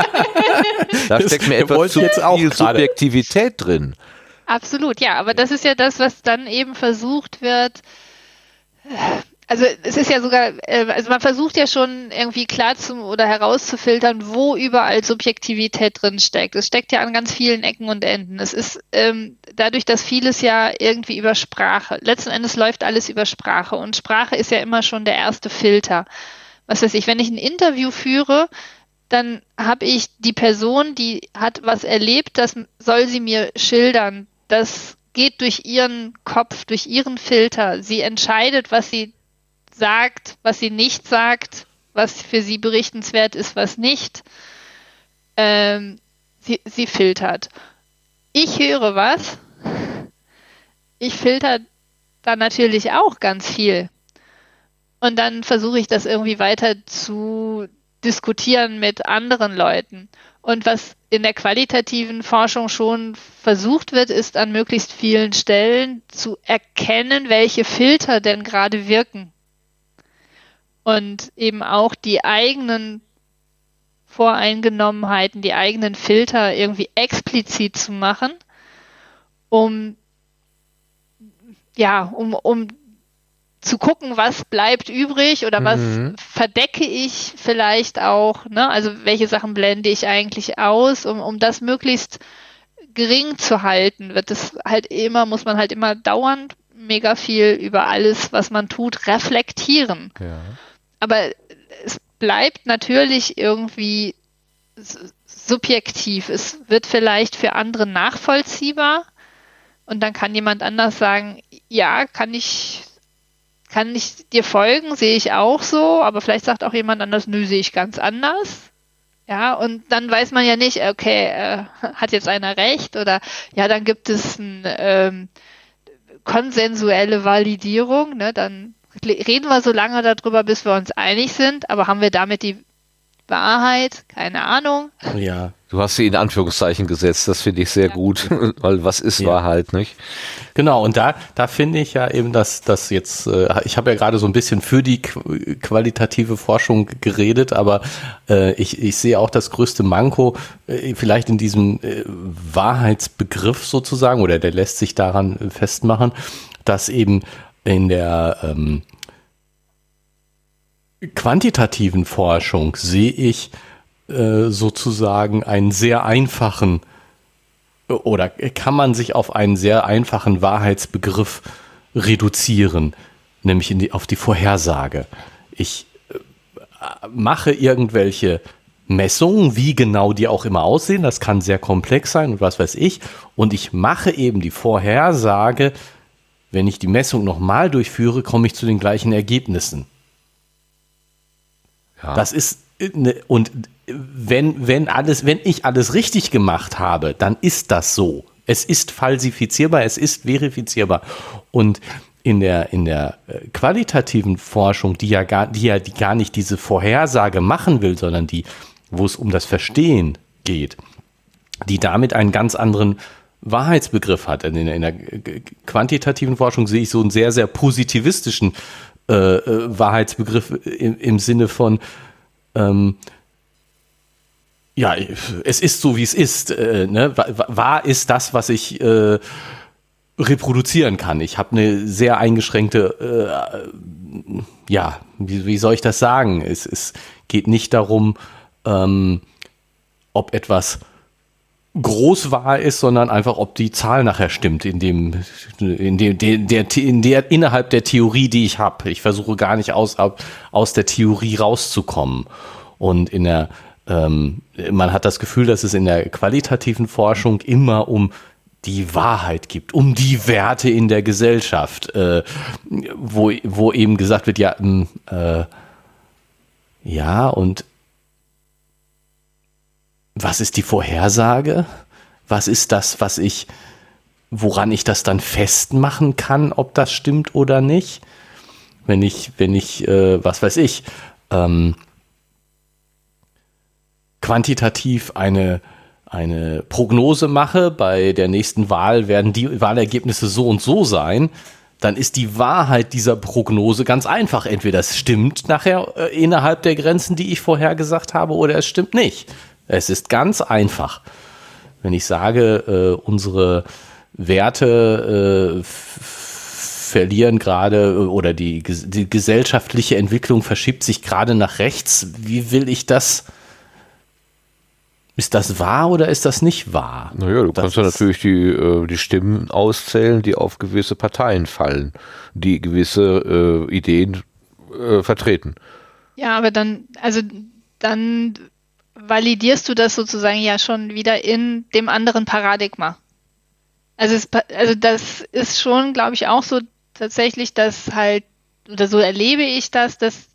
S1: etwas zu viel Subjektivität drin.
S3: Absolut, ja, aber das ist ja das, was dann eben versucht wird. Also es ist ja sogar, also man versucht ja schon irgendwie klar oder herauszufiltern, wo überall Subjektivität drin steckt. Es steckt ja an ganz vielen Ecken und Enden. Es ist dadurch, dass vieles ja irgendwie über Sprache, letzten Endes läuft alles über Sprache und Sprache ist ja immer schon der erste Filter. Was weiß ich, wenn ich ein Interview führe, dann habe ich die Person, die hat was erlebt, das soll sie mir schildern. Das geht durch ihren Kopf, durch ihren Filter. Sie entscheidet, was sie sagt, was sie nicht sagt, was für sie berichtenswert ist, was nicht. Sie filtert. Ich höre was. Ich filter da natürlich auch ganz viel. Und dann versuche ich das irgendwie weiter zu diskutieren mit anderen Leuten. Und was in der qualitativen Forschung schon versucht wird, ist an möglichst vielen Stellen zu erkennen, welche Filter denn gerade wirken. Und eben auch die eigenen Voreingenommenheiten, die eigenen Filter irgendwie explizit zu machen, um zu gucken, was bleibt übrig oder was verdecke ich vielleicht auch, ne? Also welche Sachen blende ich eigentlich aus, um das möglichst gering zu halten, muss man halt immer dauernd mega viel über alles, was man tut, reflektieren. Ja. Aber es bleibt natürlich irgendwie subjektiv. Es wird vielleicht für andere nachvollziehbar und dann kann jemand anders sagen, ja, kann ich dir folgen, sehe ich auch so, aber vielleicht sagt auch jemand anders, nö, sehe ich ganz anders. Ja, und dann weiß man ja nicht, okay, hat jetzt einer recht oder ja, dann gibt es eine konsensuelle Validierung, ne, dann reden wir so lange darüber, bis wir uns einig sind, aber haben wir damit die Wahrheit? Keine Ahnung.
S4: Ja.
S1: Du hast sie in Anführungszeichen gesetzt, das finde ich sehr gut, weil was ist Wahrheit, nicht?
S4: Genau, und da finde ich ja eben, dass das jetzt, ich habe ja gerade so ein bisschen für die qualitative Forschung geredet, aber ich sehe auch das größte Manko vielleicht in diesem Wahrheitsbegriff sozusagen, oder der lässt sich daran festmachen, dass eben in der quantitativen Forschung sehe ich sozusagen einen sehr einfachen oder kann man sich auf einen sehr einfachen Wahrheitsbegriff reduzieren, nämlich auf die Vorhersage. Ich mache irgendwelche Messungen, wie genau die auch immer aussehen, das kann sehr komplex sein und was weiß ich, und ich mache eben die Vorhersage, wenn ich die Messung nochmal durchführe, komme ich zu den gleichen Ergebnissen. Ja. Das ist, und wenn ich alles richtig gemacht habe, dann ist das so. Es ist falsifizierbar, es ist verifizierbar. Und in der qualitativen Forschung, die gar nicht diese Vorhersage machen will, sondern wo es um das Verstehen geht, die damit einen ganz anderen Wahrheitsbegriff hat. In der quantitativen Forschung sehe ich so einen sehr, sehr positivistischen Wahrheitsbegriff im Sinne von ja, es ist so, wie es ist. Ne? Wahr ist das, was ich reproduzieren kann. Ich habe eine sehr eingeschränkte, ja, wie soll ich das sagen? Es geht nicht darum, ob etwas groß wahr ist, sondern einfach, ob die Zahl nachher stimmt, innerhalb der Theorie, die ich habe. Ich versuche gar nicht aus der Theorie rauszukommen. Und man hat das Gefühl, dass es in der qualitativen Forschung immer um die Wahrheit gibt, um die Werte in der Gesellschaft, wo eben gesagt wird, ja, und was ist die Vorhersage? Was ist das, woran ich das dann festmachen kann, ob das stimmt oder nicht? Wenn ich, was weiß ich, quantitativ eine Prognose mache, bei der nächsten Wahl werden die Wahlergebnisse so und so sein, dann ist die Wahrheit dieser Prognose ganz einfach. Entweder es stimmt nachher innerhalb der Grenzen, die ich vorher gesagt habe, oder es stimmt nicht. Es ist ganz einfach. Wenn ich sage, unsere Werte verlieren gerade oder die gesellschaftliche Entwicklung verschiebt sich gerade nach rechts. Wie will ich das? Ist das wahr oder ist das nicht wahr?
S1: Naja, du kannst ja natürlich die Stimmen auszählen, die auf gewisse Parteien fallen, die gewisse Ideen vertreten.
S3: Ja, aber dann validierst du das sozusagen ja schon wieder in dem anderen Paradigma. Also das ist schon, glaube ich, auch so tatsächlich, dass halt, oder so erlebe ich das, dass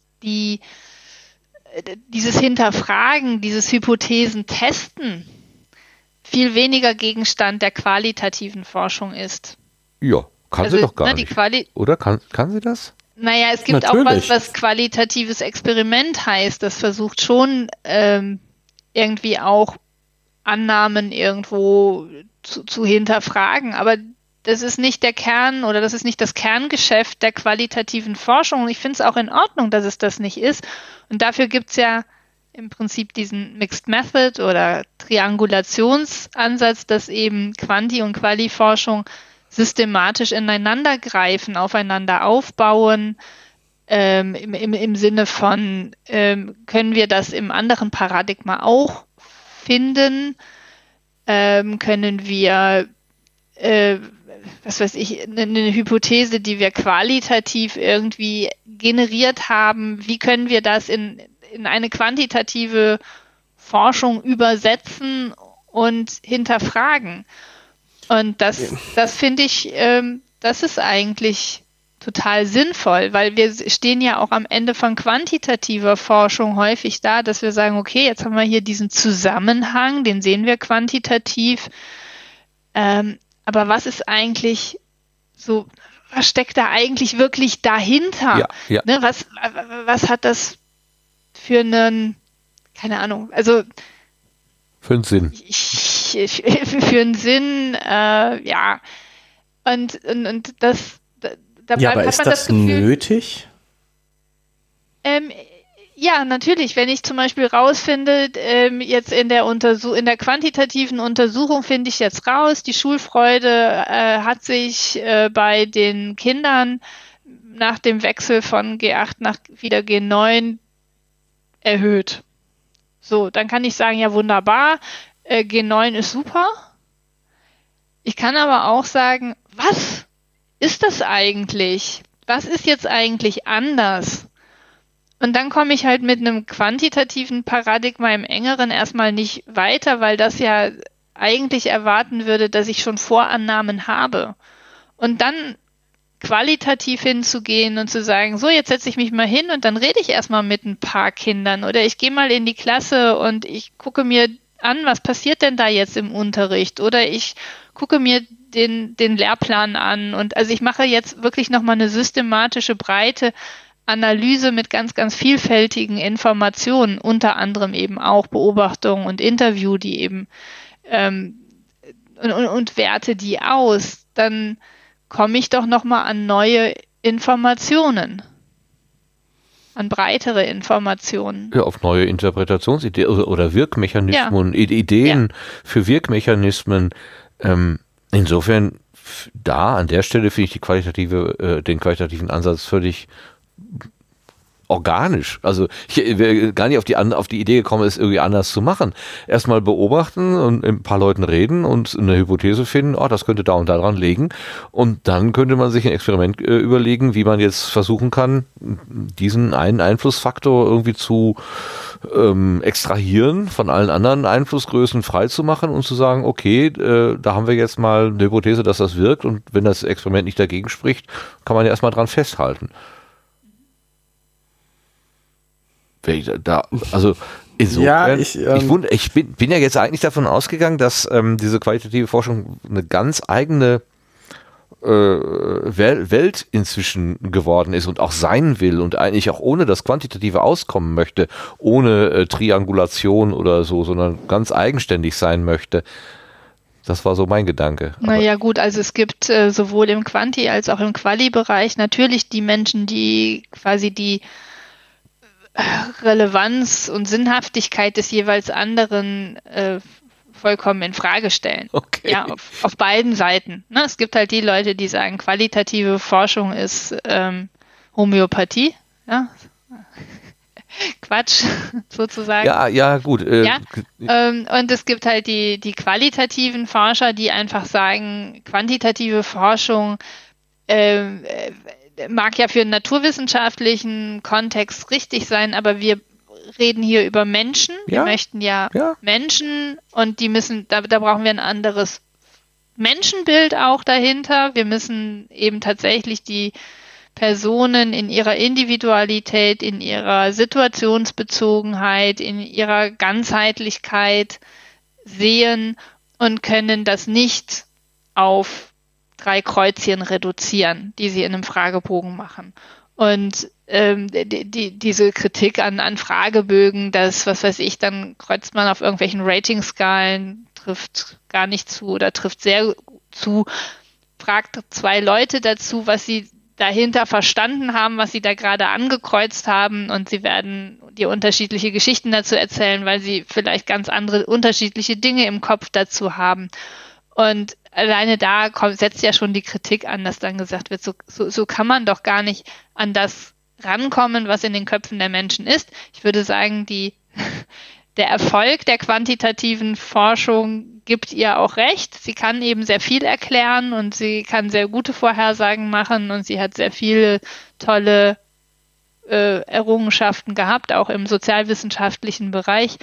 S3: dieses Hinterfragen, dieses Hypothesen-Testen viel weniger Gegenstand der qualitativen Forschung ist.
S1: Ja, kann sie doch gar nicht. Oder kann sie das?
S3: Naja, es gibt
S4: Natürlich.
S3: auch was qualitatives Experiment heißt. Das versucht schon irgendwie auch Annahmen irgendwo zu hinterfragen. Aber das ist nicht der Kern oder das ist nicht das Kerngeschäft der qualitativen Forschung. Und ich finde es auch in Ordnung, dass es das nicht ist. Und dafür gibt es ja im Prinzip diesen Mixed Method oder Triangulationsansatz, dass eben Quanti- und Quali-Forschung systematisch ineinander greifen, aufeinander aufbauen, im Sinne von, können wir das im anderen Paradigma auch finden? Können wir, was weiß ich, eine Hypothese, die wir qualitativ irgendwie generiert haben, wie können wir das in eine quantitative Forschung übersetzen und hinterfragen? Und das finde ich, das ist eigentlich total sinnvoll, weil wir stehen ja auch am Ende von quantitativer Forschung häufig da, dass wir sagen, okay, jetzt haben wir hier diesen Zusammenhang, den sehen wir quantitativ, aber was ist eigentlich so, was steckt da eigentlich wirklich dahinter?
S1: Ja.
S3: Ne, was hat das für einen, keine Ahnung, also
S1: für einen Sinn.
S3: Für einen Sinn, ja. Und das, dabei
S4: ja, aber
S3: hat
S4: ist
S3: man
S4: das
S3: Gefühl,
S4: nötig?
S3: Ja, natürlich. Wenn ich zum Beispiel rausfinde, jetzt in der quantitativen Untersuchung finde ich jetzt raus, die Schulfreude hat sich bei den Kindern nach dem Wechsel von G8 nach wieder G9 erhöht. So, dann kann ich sagen, ja wunderbar, G9 ist super. Ich kann aber auch sagen, was ist das eigentlich? Was ist jetzt eigentlich anders? Und dann komme ich halt mit einem quantitativen Paradigma im Engeren erstmal nicht weiter, weil das ja eigentlich erwarten würde, dass ich schon Vorannahmen habe. Und dann qualitativ hinzugehen und zu sagen, so, jetzt setze ich mich mal hin und dann rede ich erstmal mit ein paar Kindern oder ich gehe mal in die Klasse und ich gucke mir an, was passiert denn da jetzt im Unterricht oder ich gucke mir den Lehrplan an und also ich mache jetzt wirklich nochmal eine systematische, breite Analyse mit ganz, ganz vielfältigen Informationen, unter anderem eben auch Beobachtung und Interview, die eben und werte die aus, dann komme ich doch nochmal an neue Informationen, an breitere Informationen.
S1: Ja, auf neue Interpretationsideen oder Wirkmechanismen, Ideen für Wirkmechanismen. Insofern, da an der Stelle finde ich den qualitativen Ansatz völlig organisch. Also ich wäre gar nicht auf die Idee gekommen, es irgendwie anders zu machen. Erstmal beobachten und mit ein paar Leuten reden und eine Hypothese finden, das könnte da und da dran liegen. Und dann könnte man sich ein Experiment überlegen, wie man jetzt versuchen kann, diesen einen Einflussfaktor irgendwie zu extrahieren, von allen anderen Einflussgrößen frei zu machen und zu sagen, okay, da haben wir jetzt mal eine Hypothese, dass das wirkt und wenn das Experiment nicht dagegen spricht, kann man ja erstmal dran festhalten. Also insofern,
S4: ja,
S1: ich bin ja jetzt eigentlich davon ausgegangen, dass diese qualitative Forschung eine ganz eigene Welt inzwischen geworden ist und auch sein will und eigentlich auch ohne das Quantitative auskommen möchte, ohne Triangulation oder so, sondern ganz eigenständig sein möchte. Das war so mein Gedanke.
S3: Naja gut, also es gibt sowohl im Quanti- als auch im Quali-Bereich natürlich die Menschen, die quasi die Relevanz und Sinnhaftigkeit des jeweils anderen vollkommen in Frage stellen.
S1: Okay.
S3: Ja, auf beiden Seiten. Ne? Es gibt halt die Leute, die sagen, qualitative Forschung ist Homöopathie. Ja? Quatsch, sozusagen.
S1: Ja, gut.
S3: Und es gibt halt die qualitativen Forscher, die einfach sagen, quantitative Forschung mag ja für einen naturwissenschaftlichen Kontext richtig sein, aber wir reden hier über Menschen. Wir möchten ja Menschen und die müssen, da brauchen wir ein anderes Menschenbild auch dahinter. Wir müssen eben tatsächlich die Personen in ihrer Individualität, in ihrer Situationsbezogenheit, in ihrer Ganzheitlichkeit sehen und können das nicht auf 3 Kreuzchen reduzieren, die sie in einem Fragebogen machen. Und diese Kritik an Fragebögen, das, was weiß ich, dann kreuzt man auf irgendwelchen Ratingskalen, trifft gar nicht zu oder trifft sehr zu, fragt 2 Leute dazu, was sie dahinter verstanden haben, was sie da gerade angekreuzt haben, und sie werden dir unterschiedliche Geschichten dazu erzählen, weil sie vielleicht ganz andere unterschiedliche Dinge im Kopf dazu haben. Und alleine da setzt ja schon die Kritik an, dass dann gesagt wird, so kann man doch gar nicht an das rankommen, was in den Köpfen der Menschen ist. Ich würde sagen, der Erfolg der quantitativen Forschung gibt ihr auch recht. Sie kann eben sehr viel erklären und sie kann sehr gute Vorhersagen machen und sie hat sehr viele tolle Errungenschaften gehabt, auch im sozialwissenschaftlichen Bereich.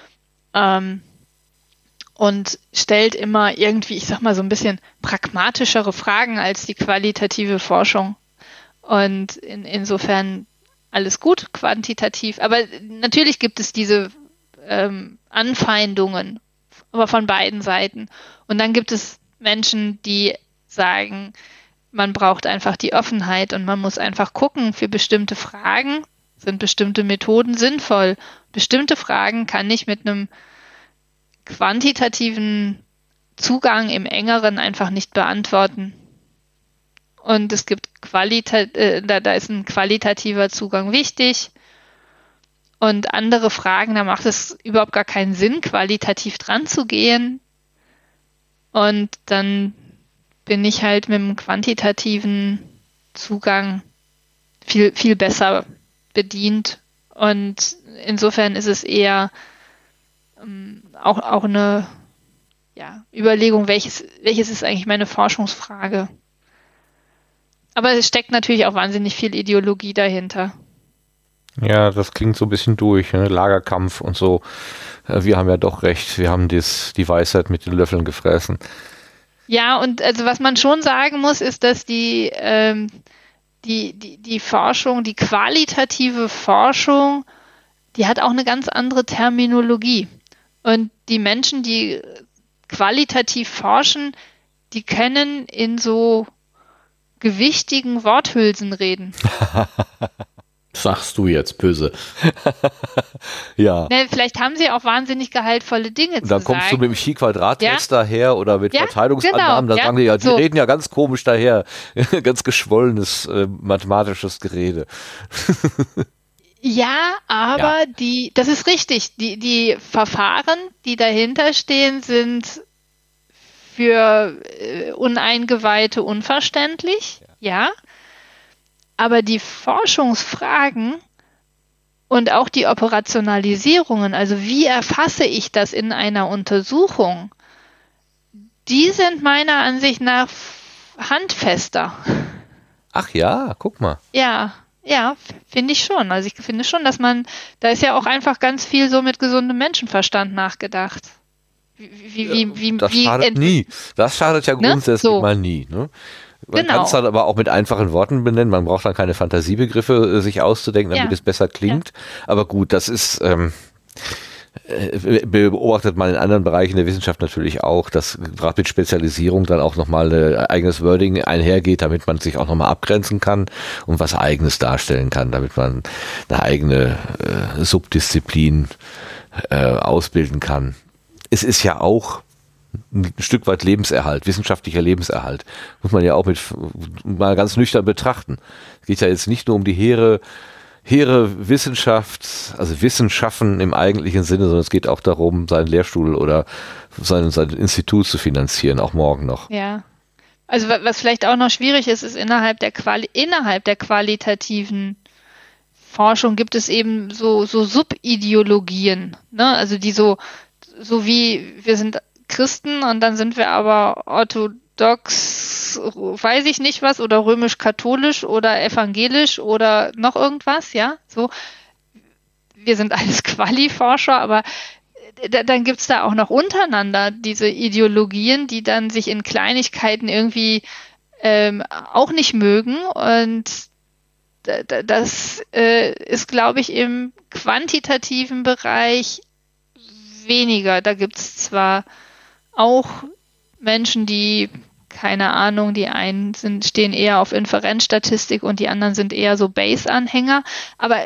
S3: Und stellt immer irgendwie, ich sag mal, so ein bisschen pragmatischere Fragen als die qualitative Forschung. Und insofern alles gut, quantitativ. Aber natürlich gibt es diese Anfeindungen, aber von beiden Seiten. Und dann gibt es Menschen, die sagen, man braucht einfach die Offenheit und man muss einfach gucken, für bestimmte Fragen sind bestimmte Methoden sinnvoll. Bestimmte Fragen kann ich mit einem quantitativen Zugang im Engeren einfach nicht beantworten. Und es gibt da ist ein qualitativer Zugang wichtig. Und andere Fragen, da macht es überhaupt gar keinen Sinn, qualitativ dran zu gehen. Und dann bin ich halt mit dem quantitativen Zugang viel, viel besser bedient. Und insofern ist es eher auch eine Überlegung, welches ist eigentlich meine Forschungsfrage. Aber es steckt natürlich auch wahnsinnig viel Ideologie dahinter.
S1: Ja, das klingt so ein bisschen durch, ne? Lagerkampf und so. Wir haben ja doch recht, wir haben die Weisheit mit den Löffeln gefressen.
S3: Ja, und also was man schon sagen muss, ist, dass die Forschung, die qualitative Forschung, die hat auch eine ganz andere Terminologie. Und die Menschen, die qualitativ forschen, die können in so gewichtigen Worthülsen reden.
S4: Sagst du jetzt böse.
S1: Ja.
S3: Ne, vielleicht haben sie auch wahnsinnig gehaltvolle Dinge zu sagen.
S1: Dann kommst du mit dem Chi-Quadrat-Test daher oder mit Verteilungsannahmen,
S3: genau,
S1: dann sagen die ja, die reden ja ganz komisch daher. Ganz geschwollenes mathematisches Gerede.
S3: Ja, aber das ist richtig. Die Verfahren, die dahinter stehen, sind für Uneingeweihte unverständlich. Ja. Aber die Forschungsfragen und auch die Operationalisierungen, also wie erfasse ich das in einer Untersuchung, die sind meiner Ansicht nach handfester.
S1: Ach ja, guck mal.
S3: Ja, finde ich schon. Also ich finde schon, dass da ist ja auch einfach ganz viel so mit gesundem Menschenverstand nachgedacht.
S1: Das schadet nie. Das schadet ja grundsätzlich mal nie. Ne? Man kann es dann aber auch mit einfachen Worten benennen. Man braucht dann keine Fantasiebegriffe sich auszudenken, damit es besser klingt. Ja. Aber gut, das ist beobachtet man in anderen Bereichen der Wissenschaft natürlich auch, dass gerade mit Spezialisierung dann auch nochmal ein eigenes Wording einhergeht, damit man sich auch nochmal abgrenzen kann und was Eigenes darstellen kann, damit man eine eigene Subdisziplin ausbilden kann. Es ist ja auch ein Stück weit Lebenserhalt, wissenschaftlicher Lebenserhalt. Muss man ja auch mal ganz nüchtern betrachten. Es geht ja jetzt nicht nur um die hehre hehre Wissenschaft, also Wissenschaften im eigentlichen Sinne, sondern es geht auch darum, seinen Lehrstuhl oder sein Institut zu finanzieren, auch morgen noch.
S3: Ja. Also was vielleicht auch noch schwierig ist, ist innerhalb der qualitativen Forschung gibt es eben so Subideologien, ne? Also die so wie wir sind Christen und dann sind wir aber orthodox, weiß ich nicht was, oder römisch-katholisch oder evangelisch oder noch irgendwas, ja, so. Wir sind alles Quali-Forscher, aber dann gibt's da auch noch untereinander diese Ideologien, die dann sich in Kleinigkeiten irgendwie auch nicht mögen, und das ist, glaube ich, im quantitativen Bereich weniger. Da gibt's zwar auch Menschen, die, keine Ahnung, die einen stehen eher auf Inferenzstatistik und die anderen sind eher so Base-Anhänger, aber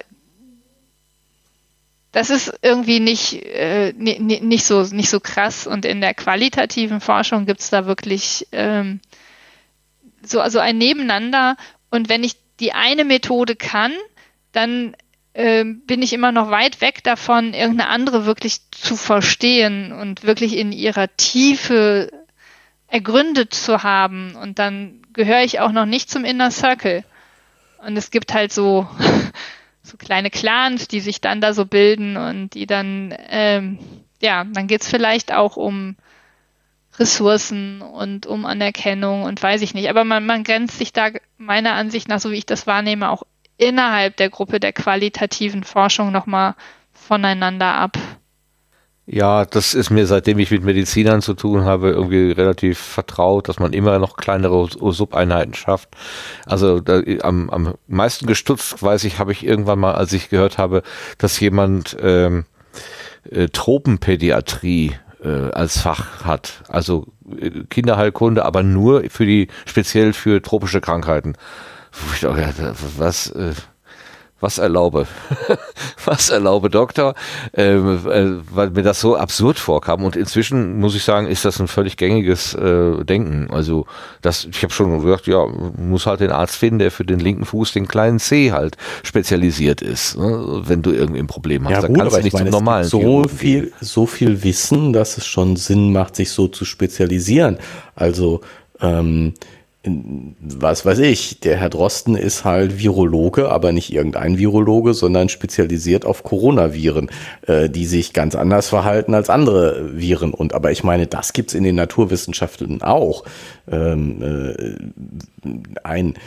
S3: das ist irgendwie nicht so krass, und in der qualitativen Forschung gibt's da wirklich so ein Nebeneinander, und wenn ich die eine Methode kann, dann bin ich immer noch weit weg davon, irgendeine andere wirklich zu verstehen und wirklich in ihrer Tiefe ergründet zu haben, und dann gehöre ich auch noch nicht zum Inner Circle. Und es gibt halt so kleine Clans, die sich dann da so bilden und die dann, dann geht's vielleicht auch um Ressourcen und um Anerkennung und weiß ich nicht. Aber man grenzt sich da meiner Ansicht nach, so wie ich das wahrnehme, auch innerhalb der Gruppe der qualitativen Forschung nochmal voneinander ab.
S1: Ja, das ist mir, seitdem ich mit Medizinern zu tun habe, irgendwie relativ vertraut, dass man immer noch kleinere Subeinheiten schafft. Also am meisten gestutzt, weiß ich, habe ich irgendwann mal, als ich gehört habe, dass jemand Tropenpädiatrie als Fach hat. Also Kinderheilkunde, aber nur speziell für tropische Krankheiten. Wo ich dachte, was erlaube? Was erlaube Doktor? Weil mir das so absurd vorkam. Und inzwischen, muss ich sagen, ist das ein völlig gängiges Denken. Also ich habe schon gesagt, ja, muss halt den Arzt finden, der für den linken Fuß, den kleinen C halt spezialisiert ist. Ne? Wenn du irgendwie ein Problem hast,
S4: ja,
S1: dann
S4: gut,
S1: kannst du nicht zum normalen.
S4: So viel Wissen, dass es schon Sinn macht, sich so zu spezialisieren. Also was weiß ich, der Herr Drosten ist halt Virologe, aber nicht irgendein Virologe, sondern spezialisiert auf Coronaviren, die sich ganz anders verhalten als andere Viren. Aber ich meine, das gibt's in den Naturwissenschaften auch. Ein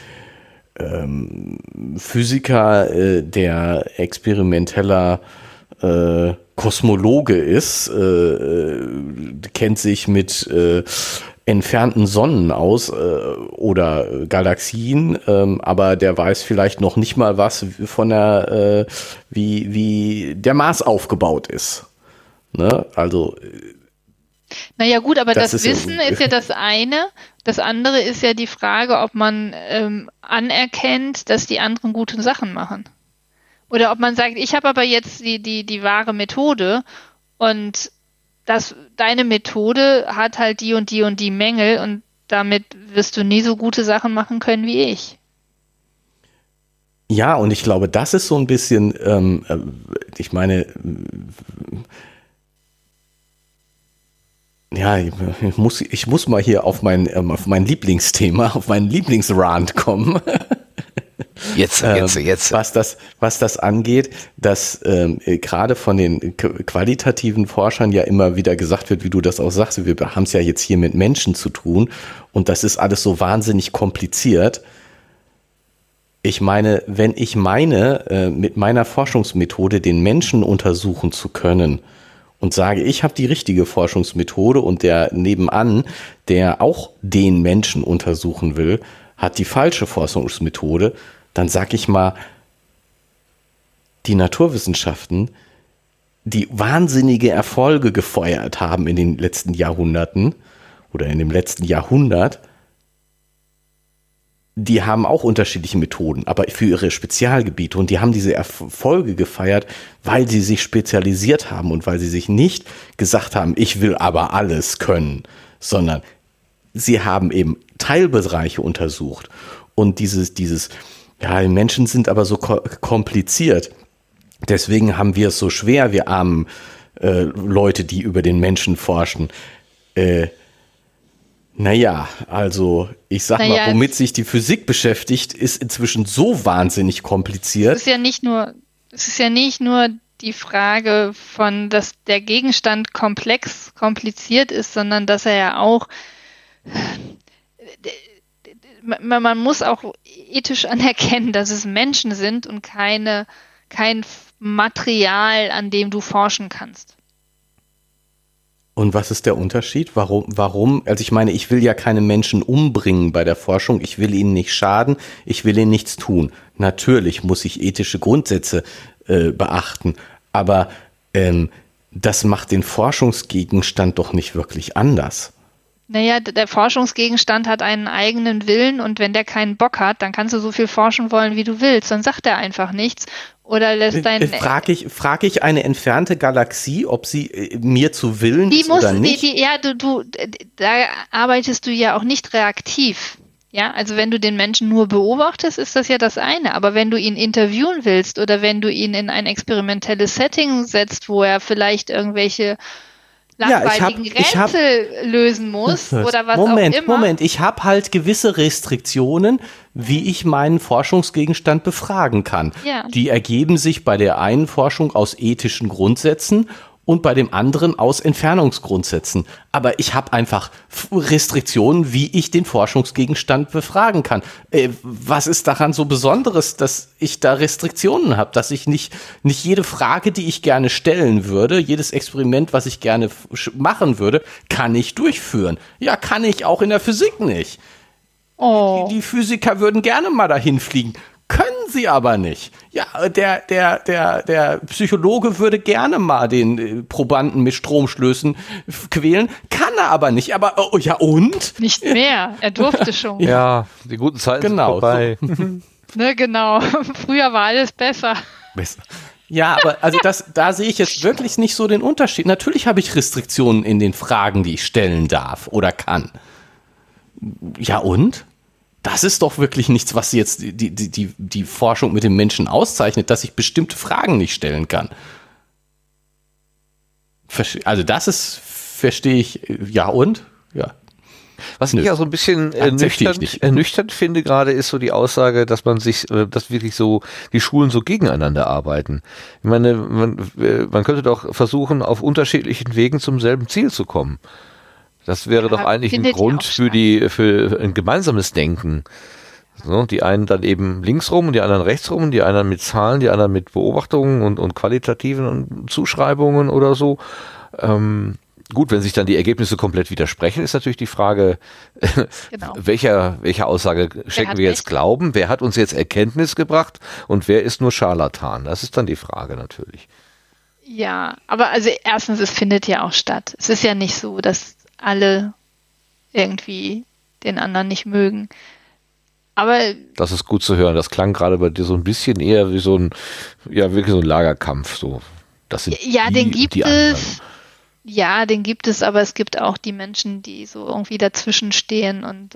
S4: Physiker, der experimenteller Kosmologe ist, kennt sich mit entfernten Sonnen aus oder Galaxien, aber der weiß vielleicht noch nicht mal was von der, wie der Mars aufgebaut ist. Ne? Also
S3: naja gut, aber das Wissen ist ja das eine. Das andere ist ja die Frage, ob man anerkennt, dass die anderen gute Sachen machen. Oder ob man sagt, ich habe aber jetzt die wahre Methode, und deine Methode hat halt die und die und die Mängel, und damit wirst du nie so gute Sachen machen können wie ich.
S4: Ja, und ich glaube, das ist so ein bisschen, ich meine, ja, ich muss mal hier auf mein Lieblingsthema, auf meinen Lieblingsrant kommen.
S1: Jetzt.
S4: Was das angeht, dass gerade von den qualitativen Forschern ja immer wieder gesagt wird, wie du das auch sagst, wir haben es ja jetzt hier mit Menschen zu tun, und das ist alles so wahnsinnig kompliziert. Ich meine, wenn ich mit meiner Forschungsmethode den Menschen untersuchen zu können und sage, ich habe die richtige Forschungsmethode, und der nebenan, der auch den Menschen untersuchen will, hat die falsche Forschungsmethode, dann sag ich mal, die Naturwissenschaften, die wahnsinnige Erfolge gefeiert haben in den letzten Jahrhunderten oder in dem letzten Jahrhundert, die haben auch unterschiedliche Methoden, aber für ihre Spezialgebiete, und die haben diese Erfolge gefeiert, weil sie sich spezialisiert haben und weil sie sich nicht gesagt haben, ich will aber alles können, sondern sie haben eben Teilbereiche untersucht, und dieses Ja, die Menschen sind aber so kompliziert. Deswegen haben wir es so schwer, wir armen Leute, die über den Menschen forschen. Also ich sag mal, womit sich die Physik beschäftigt, ist inzwischen so wahnsinnig kompliziert.
S3: Es ist ja nicht nur die Frage von, dass der Gegenstand kompliziert ist, sondern dass er ja auch, man muss auch ethisch anerkennen, dass es Menschen sind und kein Material, an dem du forschen kannst.
S4: Und was ist der Unterschied? Warum? Also ich meine, ich will ja keine Menschen umbringen bei der Forschung. Ich will ihnen nicht schaden. Ich will ihnen nichts tun. Natürlich muss ich ethische Grundsätze beachten. Aber das macht den Forschungsgegenstand doch nicht wirklich anders.
S3: Naja, der Forschungsgegenstand hat einen eigenen Willen und wenn der keinen Bock hat, dann kannst du so viel forschen wollen, wie du willst. Dann sagt er einfach nichts oder lässt
S4: Frag ich eine entfernte Galaxie, ob sie mir zu Willen ist oder nicht?
S3: Da arbeitest du ja auch nicht reaktiv. Ja, also wenn du den Menschen nur beobachtest, ist das ja das eine. Aber wenn du ihn interviewen willst oder wenn du ihn in ein experimentelles Setting setzt, wo er vielleicht irgendwelche langweiligen Rätsel lösen muss oder was auch immer.
S4: Moment, ich habe halt gewisse Restriktionen, wie ich meinen Forschungsgegenstand befragen kann.
S3: Ja.
S4: Die ergeben sich bei der einen Forschung aus ethischen Grundsätzen und bei dem anderen aus Entfernungsgrundsätzen. Aber ich habe einfach Restriktionen, wie ich den Forschungsgegenstand befragen kann. Was ist daran so Besonderes, dass ich da Restriktionen habe, dass ich nicht jede Frage, die ich gerne stellen würde, jedes Experiment, was ich gerne machen würde, kann ich durchführen. Ja, kann ich auch in der Physik nicht.
S3: Oh.
S4: Die Physiker würden gerne mal dahin fliegen. Können sie aber nicht. Ja, der Psychologe würde gerne mal den Probanden mit Stromstößen quälen, kann er aber nicht. Aber, ja und?
S3: Nicht mehr, er durfte schon.
S1: Ja, die guten Zeiten sind vorbei.
S4: So.
S3: Ne, genau, früher war alles besser.
S4: Ja, aber also da sehe ich jetzt wirklich nicht so den Unterschied. Natürlich habe ich Restriktionen in den Fragen, die ich stellen darf oder kann. Ja und? Das ist doch wirklich nichts, was jetzt die Forschung mit dem Menschen auszeichnet, dass ich bestimmte Fragen nicht stellen kann. Also verstehe ich, ja und? Ja.
S1: Was ich ja so ein bisschen ernüchternd finde gerade, ist so die Aussage, dass dass wirklich so die Schulen so gegeneinander arbeiten. Ich meine, man könnte doch versuchen, auf unterschiedlichen Wegen zum selben Ziel zu kommen. Das wäre doch eigentlich ein Grund für ein gemeinsames Denken. So, die einen dann eben links rum und die anderen rechts rum, die einen mit Zahlen, die anderen mit Beobachtungen und qualitativen Zuschreibungen oder so. Gut, wenn sich dann die Ergebnisse komplett widersprechen, ist natürlich die Frage, genau. welcher Aussage schenken wir jetzt Glauben? Wer hat uns jetzt Erkenntnis gebracht und wer ist nur Scharlatan? Das ist dann die Frage natürlich.
S3: Ja, aber also erstens, es findet ja auch statt. Es ist ja nicht so, dass alle irgendwie den anderen nicht mögen. Aber
S1: das ist gut zu hören. Das klang gerade bei dir so ein bisschen eher wie wirklich so ein Lagerkampf. So, das sind
S3: den gibt es. Ja, den gibt es, aber es gibt auch die Menschen, die so irgendwie dazwischen stehen und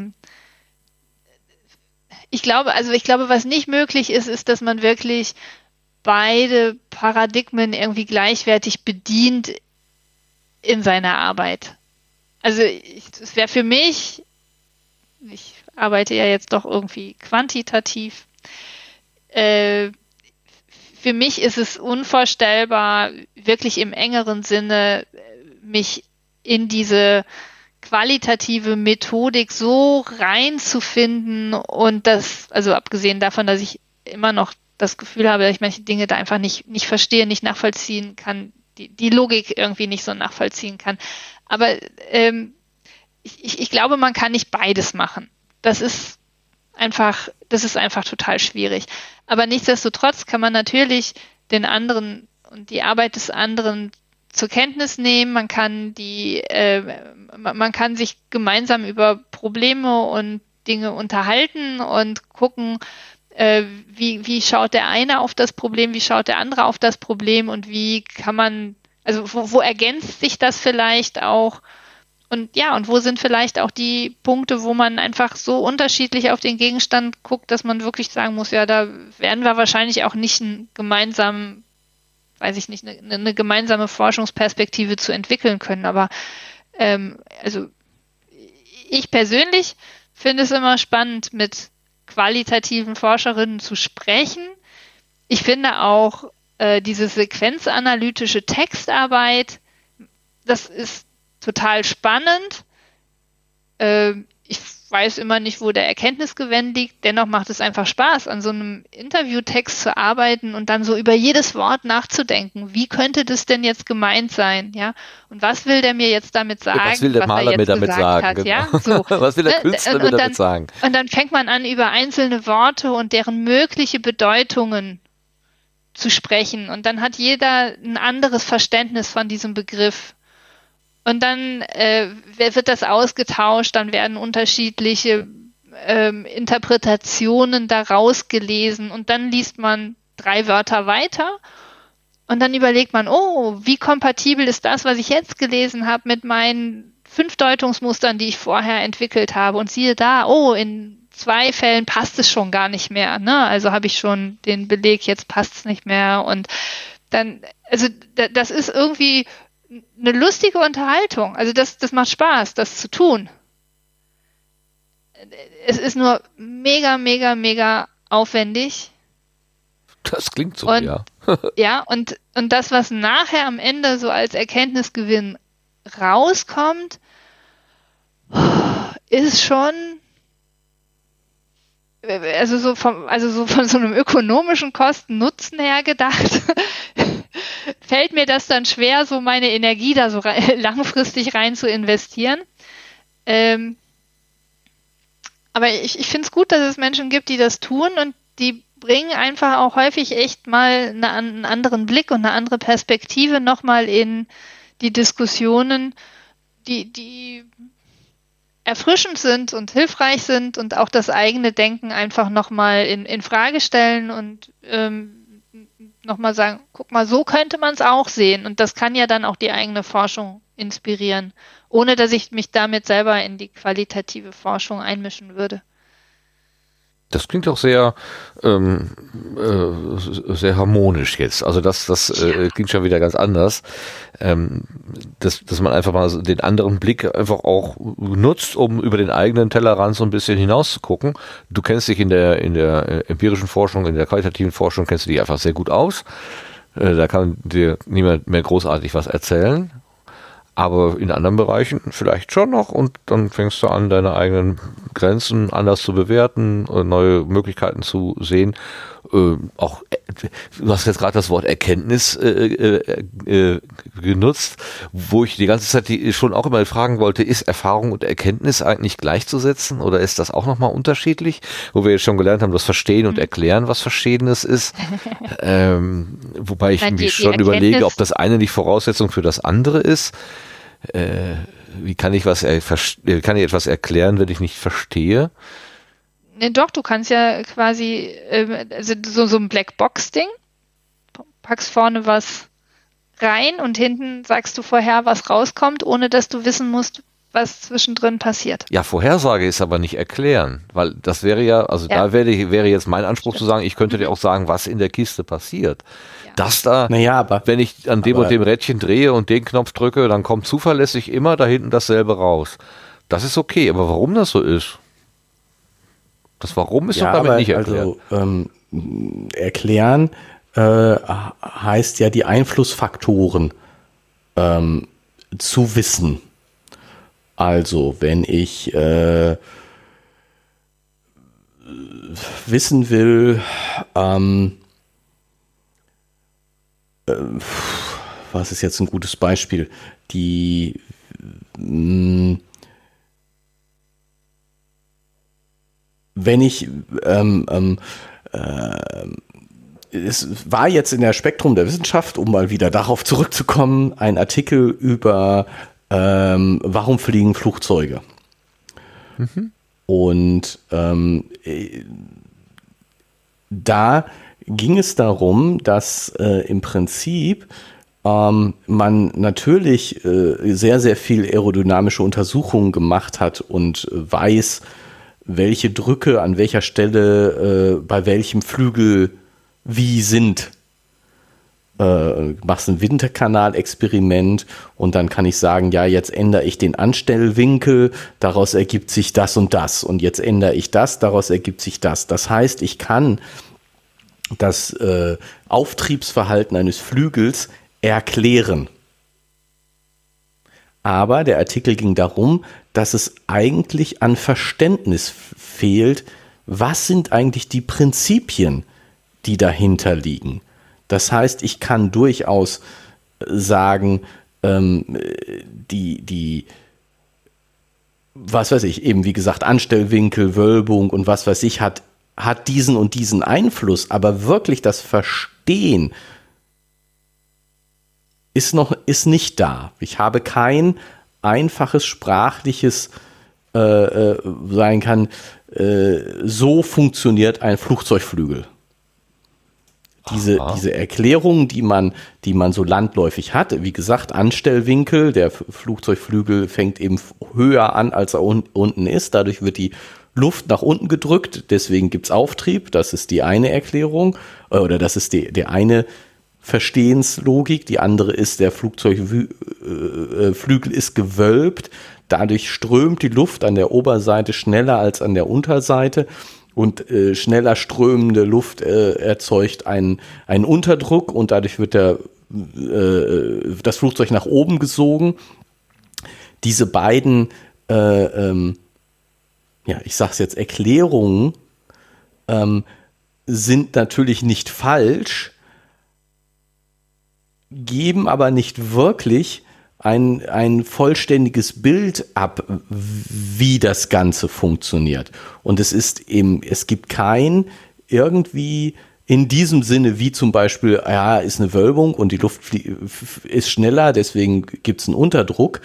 S3: ich glaube, was nicht möglich ist, dass man wirklich beide Paradigmen irgendwie gleichwertig bedient in seiner Arbeit. Also es wäre für mich, ich arbeite ja jetzt doch irgendwie quantitativ, für mich ist es unvorstellbar, wirklich im engeren Sinne mich in diese qualitative Methodik so reinzufinden und das, also abgesehen davon, dass ich immer noch das Gefühl habe, dass ich manche Dinge da einfach nicht verstehe, nicht nachvollziehen kann, die Logik irgendwie nicht so nachvollziehen kann. Aber ich glaube, man kann nicht beides machen. Das ist einfach total schwierig. Aber nichtsdestotrotz kann man natürlich den anderen und die Arbeit des anderen zur Kenntnis nehmen. Man kann sich gemeinsam über Probleme und Dinge unterhalten und gucken, wie schaut der eine auf das Problem, wie schaut der andere auf das Problem und wie kann man, also wo ergänzt sich das vielleicht auch und wo sind vielleicht auch die Punkte, wo man einfach so unterschiedlich auf den Gegenstand guckt, dass man wirklich sagen muss, ja, da werden wir wahrscheinlich auch nicht einen gemeinsamen, weiß ich nicht, eine gemeinsame Forschungsperspektive zu entwickeln können. Aber also ich persönlich finde es immer spannend, mit qualitativen Forscherinnen zu sprechen. Ich finde auch diese sequenzanalytische Textarbeit, das ist total spannend. Ich weiß immer nicht, wo der Erkenntnisgewinn liegt. Dennoch macht es einfach Spaß, an so einem Interviewtext zu arbeiten und dann so über jedes Wort nachzudenken. Wie könnte das denn jetzt gemeint sein? Ja? Und was will der mir jetzt damit sagen?
S1: Was will der Maler mir damit sagen?
S3: Hat,
S1: genau.
S3: ja? So.
S1: Was will der Künstler mir damit sagen?
S3: Und dann fängt man an, über einzelne Worte und deren mögliche Bedeutungen zu sprechen. Und dann hat jeder ein anderes Verständnis von diesem Begriff. Und dann wird das ausgetauscht, dann werden unterschiedliche Interpretationen daraus gelesen und dann liest man 3 Wörter weiter und dann überlegt man, oh, wie kompatibel ist das, was ich jetzt gelesen habe, mit meinen 5 Deutungsmustern, die ich vorher entwickelt habe, und siehe da, oh, in 2 Fällen passt es schon gar nicht mehr, ne? Also habe ich schon den Beleg, jetzt passt es nicht mehr, und dann, also das ist irgendwie eine lustige Unterhaltung. Also das macht Spaß, das zu tun. Es ist nur mega, mega, mega aufwendig.
S1: Das klingt so,
S3: und,
S1: ja.
S3: Ja, und das, was nachher am Ende so als Erkenntnisgewinn rauskommt, ist schon, also von so einem ökonomischen Kosten-Nutzen her gedacht, fällt mir das dann schwer, so meine Energie da so langfristig rein zu investieren. Aber ich finde es gut, dass es Menschen gibt, die das tun, und die bringen einfach auch häufig echt mal einen anderen Blick und eine andere Perspektive nochmal in die Diskussionen, die erfrischend sind und hilfreich sind und auch das eigene Denken einfach nochmal in Frage stellen und nochmal sagen, guck mal, so könnte man es auch sehen. Und das kann ja dann auch die eigene Forschung inspirieren, ohne dass ich mich damit selber in die qualitative Forschung einmischen würde.
S1: Das klingt auch sehr, sehr harmonisch jetzt. Also das klingt schon wieder ganz anders. Dass man einfach mal den anderen Blick einfach auch nutzt, um über den eigenen Tellerrand so ein bisschen hinaus zu gucken. Du kennst dich in der empirischen Forschung, in der qualitativen Forschung kennst du dich einfach sehr gut aus. Da kann dir niemand mehr großartig was erzählen. Aber in anderen Bereichen vielleicht schon noch, und dann fängst du an, deine eigenen Grenzen anders zu bewerten, neue Möglichkeiten zu sehen. Auch, du hast jetzt gerade das Wort Erkenntnis genutzt, wo ich die ganze Zeit schon auch immer fragen wollte, ist Erfahrung und Erkenntnis eigentlich gleichzusetzen oder ist das auch nochmal unterschiedlich? Wo wir jetzt schon gelernt haben, das Verstehen und Erklären, was Verschiedenes ist. Wobei ich mich schon überlege, ob das eine nicht Voraussetzung für das andere ist. Wie kann ich etwas erklären, wenn ich nicht verstehe?
S3: Nee, doch, du kannst ja quasi also so ein Blackbox-Ding, packst vorne was rein und hinten sagst du vorher, was rauskommt, ohne dass du wissen musst, was zwischendrin passiert.
S1: Ja, Vorhersage ist aber nicht erklären, weil das wäre ja, also da wäre jetzt mein Anspruch zu sagen, ich könnte dir auch sagen, was in der Kiste passiert. Ja. Das da, wenn ich an dem und dem Rädchen drehe und den Knopf drücke, dann kommt zuverlässig immer da hinten dasselbe raus. Das ist okay, aber warum das so ist? Das Warum ist doch damit nicht erklärt.
S4: Also, erklären heißt ja, die Einflussfaktoren zu wissen. Also, wenn ich wissen will, was ist jetzt ein gutes Beispiel? Wenn ich es war jetzt in der Spektrum der Wissenschaft, um mal wieder darauf zurückzukommen, ein Artikel über warum fliegen Flugzeuge? Mhm. Und da ging es darum, dass im Prinzip man natürlich sehr, sehr viel aerodynamische Untersuchungen gemacht hat und weiß, welche Drücke an welcher Stelle bei welchem Flügel wie sind. Machst ein Winterkanal-Experiment und dann kann ich sagen, ja, jetzt ändere ich den Anstellwinkel, daraus ergibt sich das und jetzt ändere ich das, daraus ergibt sich das. Das heißt, ich kann das Auftriebsverhalten eines Flügels erklären. Aber der Artikel ging darum, dass es eigentlich an Verständnis fehlt, was sind eigentlich die Prinzipien, die dahinter liegen. Das heißt, ich kann durchaus sagen, was weiß ich, eben wie gesagt, Anstellwinkel, Wölbung und was weiß ich, hat diesen und diesen Einfluss, aber wirklich das Verstehen ist nicht da. Ich habe kein einfaches sprachliches sagen kann, so funktioniert ein Flugzeugflügel. Diese Erklärungen, die man so landläufig hat, wie gesagt, Anstellwinkel, der Flugzeugflügel fängt eben höher an, als er unten ist, dadurch wird die Luft nach unten gedrückt, deswegen gibt es Auftrieb, das ist die eine Erklärung, oder das ist der eine Verstehenslogik, die andere ist, der Flugzeugflügel ist gewölbt, dadurch strömt die Luft an der Oberseite schneller als an der Unterseite und schneller strömende Luft erzeugt einen Unterdruck und dadurch wird das Flugzeug nach oben gesogen. Diese beiden, ich sage es jetzt, Erklärungen sind natürlich nicht falsch, geben aber nicht wirklich ein vollständiges Bild ab, wie das Ganze funktioniert. Und es gibt kein irgendwie in diesem Sinne, wie zum Beispiel, ist eine Wölbung und die Luft ist schneller, deswegen gibt es einen Unterdruck.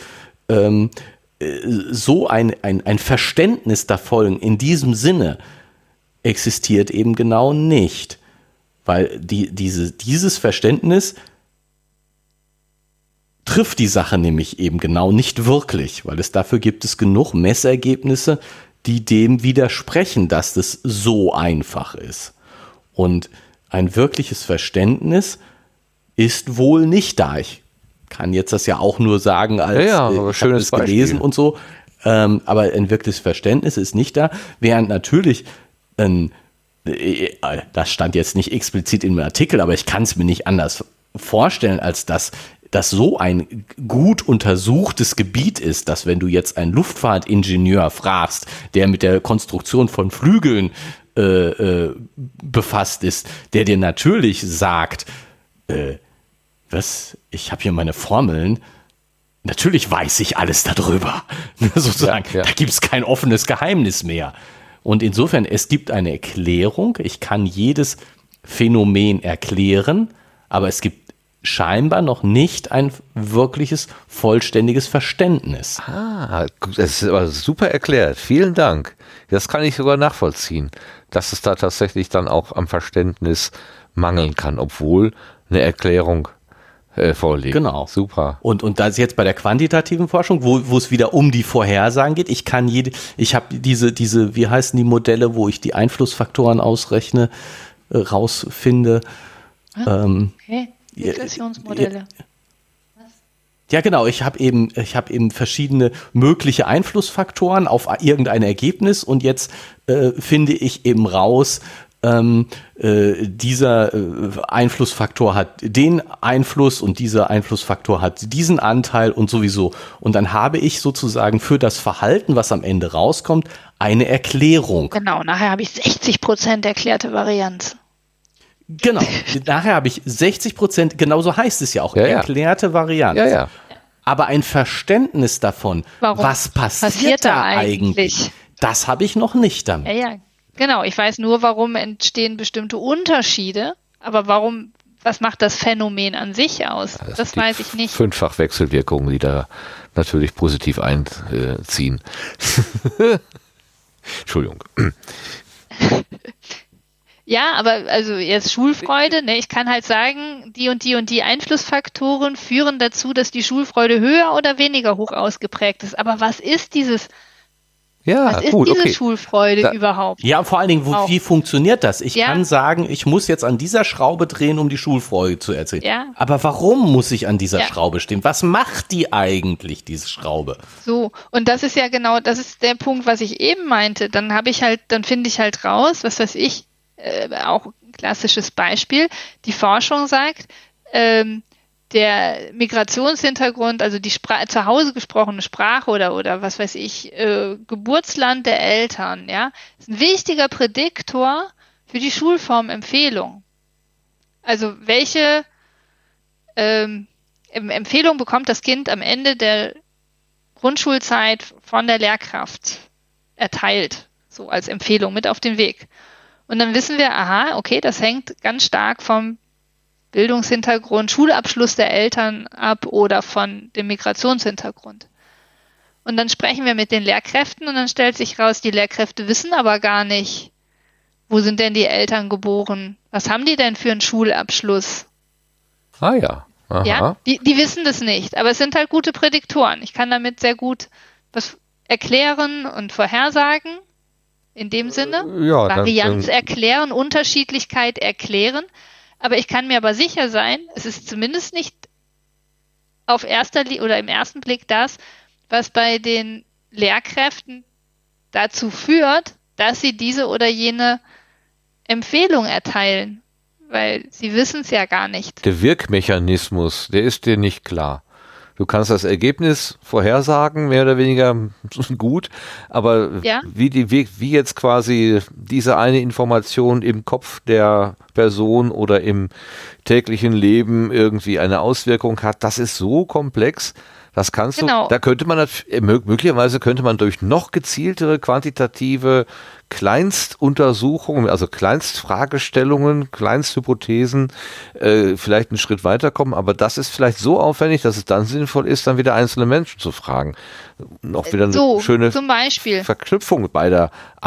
S4: So ein Verständnis davon in diesem Sinne existiert eben genau nicht. Weil dieses Verständnis trifft die Sache nämlich eben genau nicht wirklich, weil dafür gibt es genug Messergebnisse, die dem widersprechen, dass das so einfach ist. Und ein wirkliches Verständnis ist wohl nicht da. Ich kann jetzt das ja auch nur sagen, als
S1: aber
S4: ich habe es gelesen und so, aber ein wirkliches Verständnis ist nicht da, während natürlich das stand jetzt nicht explizit in dem Artikel, aber ich kann es mir nicht anders vorstellen, als dass das so ein gut untersuchtes Gebiet ist, dass wenn du jetzt einen Luftfahrtingenieur fragst, der mit der Konstruktion von Flügeln befasst ist, der dir natürlich sagt, ich habe hier meine Formeln, natürlich weiß ich alles darüber. Sozusagen, da gibt es kein offenes Geheimnis mehr. Und insofern, es gibt eine Erklärung, ich kann jedes Phänomen erklären, aber es gibt scheinbar noch nicht ein wirkliches, vollständiges Verständnis.
S1: Das ist aber super erklärt. Vielen Dank. Das kann ich sogar nachvollziehen, dass es da tatsächlich dann auch am Verständnis mangeln kann, obwohl eine Erklärung vorliegt.
S4: Genau.
S1: Super.
S4: Und das jetzt bei der quantitativen Forschung, wo es wieder um die Vorhersagen geht, ich habe diese, wie heißen die Modelle, wo ich die Einflussfaktoren ausrechne, rausfinde.
S3: Okay. Regressionsmodelle.
S4: Ja, genau. Ich habe eben verschiedene mögliche Einflussfaktoren auf irgendein Ergebnis und jetzt finde ich eben raus, dieser Einflussfaktor hat den Einfluss und dieser Einflussfaktor hat diesen Anteil und sowieso. Und dann habe ich sozusagen für das Verhalten, was am Ende rauskommt, eine Erklärung.
S3: Genau, nachher habe ich 60% erklärte Varianz.
S4: Genau, nachher habe ich 60%, genauso heißt es ja auch, erklärte Varianz.
S1: Ja.
S4: Aber ein Verständnis davon, was passiert da eigentlich, das habe ich noch nicht damit.
S3: Ja, genau. Ich weiß nur, warum entstehen bestimmte Unterschiede, aber was macht das Phänomen an sich aus? Das weiß ich nicht.
S1: 5-fach Wechselwirkungen, die da natürlich positiv einziehen. Entschuldigung.
S3: Ja, aber also jetzt Schulfreude, ne? Ich kann halt sagen, die und die Einflussfaktoren führen dazu, dass die Schulfreude höher oder weniger hoch ausgeprägt ist. Aber was ist diese Schulfreude überhaupt?
S4: Ja, vor allen Dingen, wie funktioniert das? Ich
S3: Ja.
S4: kann sagen, ich muss jetzt an dieser Schraube drehen, um die Schulfreude zu erzielen.
S3: Ja.
S4: Aber warum muss ich an dieser
S3: Ja.
S4: Schraube stehen? Was macht die eigentlich, diese Schraube?
S3: So, und das ist ja genau, das ist der Punkt, was ich eben meinte. Dann finde ich halt raus, was weiß ich, auch ein klassisches Beispiel. Die Forschung sagt, der Migrationshintergrund, also die zu Hause gesprochene Sprache oder was weiß ich, Geburtsland der Eltern, ja, ist ein wichtiger Prädiktor für die Schulformempfehlung. Also welche Empfehlung bekommt das Kind am Ende der Grundschulzeit von der Lehrkraft erteilt, so als Empfehlung mit auf den Weg. Und dann wissen wir, aha, okay, das hängt ganz stark vom Bildungshintergrund, Schulabschluss der Eltern ab oder von dem Migrationshintergrund. Und dann sprechen wir mit den Lehrkräften und dann stellt sich raus, die Lehrkräfte wissen aber gar nicht, wo sind denn die Eltern geboren? Was haben die denn für einen Schulabschluss?
S1: Ah ja. Aha.
S3: Ja, die wissen das nicht, aber es sind halt gute Prädiktoren. Ich kann damit sehr gut was erklären und vorhersagen, in dem Sinne.
S1: Ja,
S3: Varianz erklären, Unterschiedlichkeit erklären. Aber ich kann mir aber sicher sein, es ist zumindest nicht auf oder im ersten Blick das, was bei den Lehrkräften dazu führt, dass sie diese oder jene Empfehlung erteilen. Weil sie wissen es ja gar nicht.
S1: Der Wirkmechanismus, der ist dir nicht klar. Du kannst das Ergebnis vorhersagen, mehr oder weniger gut, aber
S3: Ja.
S1: wie jetzt quasi diese eine Information im Kopf der Person oder im täglichen Leben irgendwie eine Auswirkung hat, das ist so komplex, das kannst
S3: Genau.
S1: du, da könnte man, möglicherweise könnte man durch noch gezieltere quantitative Kleinstuntersuchungen, also Kleinstfragestellungen, Kleinsthypothesen, vielleicht einen Schritt weiterkommen, aber das ist vielleicht so aufwendig, dass es dann sinnvoll ist, dann wieder einzelne Menschen zu fragen. Noch wieder eine schöne
S3: zum Beispiel.
S1: Verknüpfung beider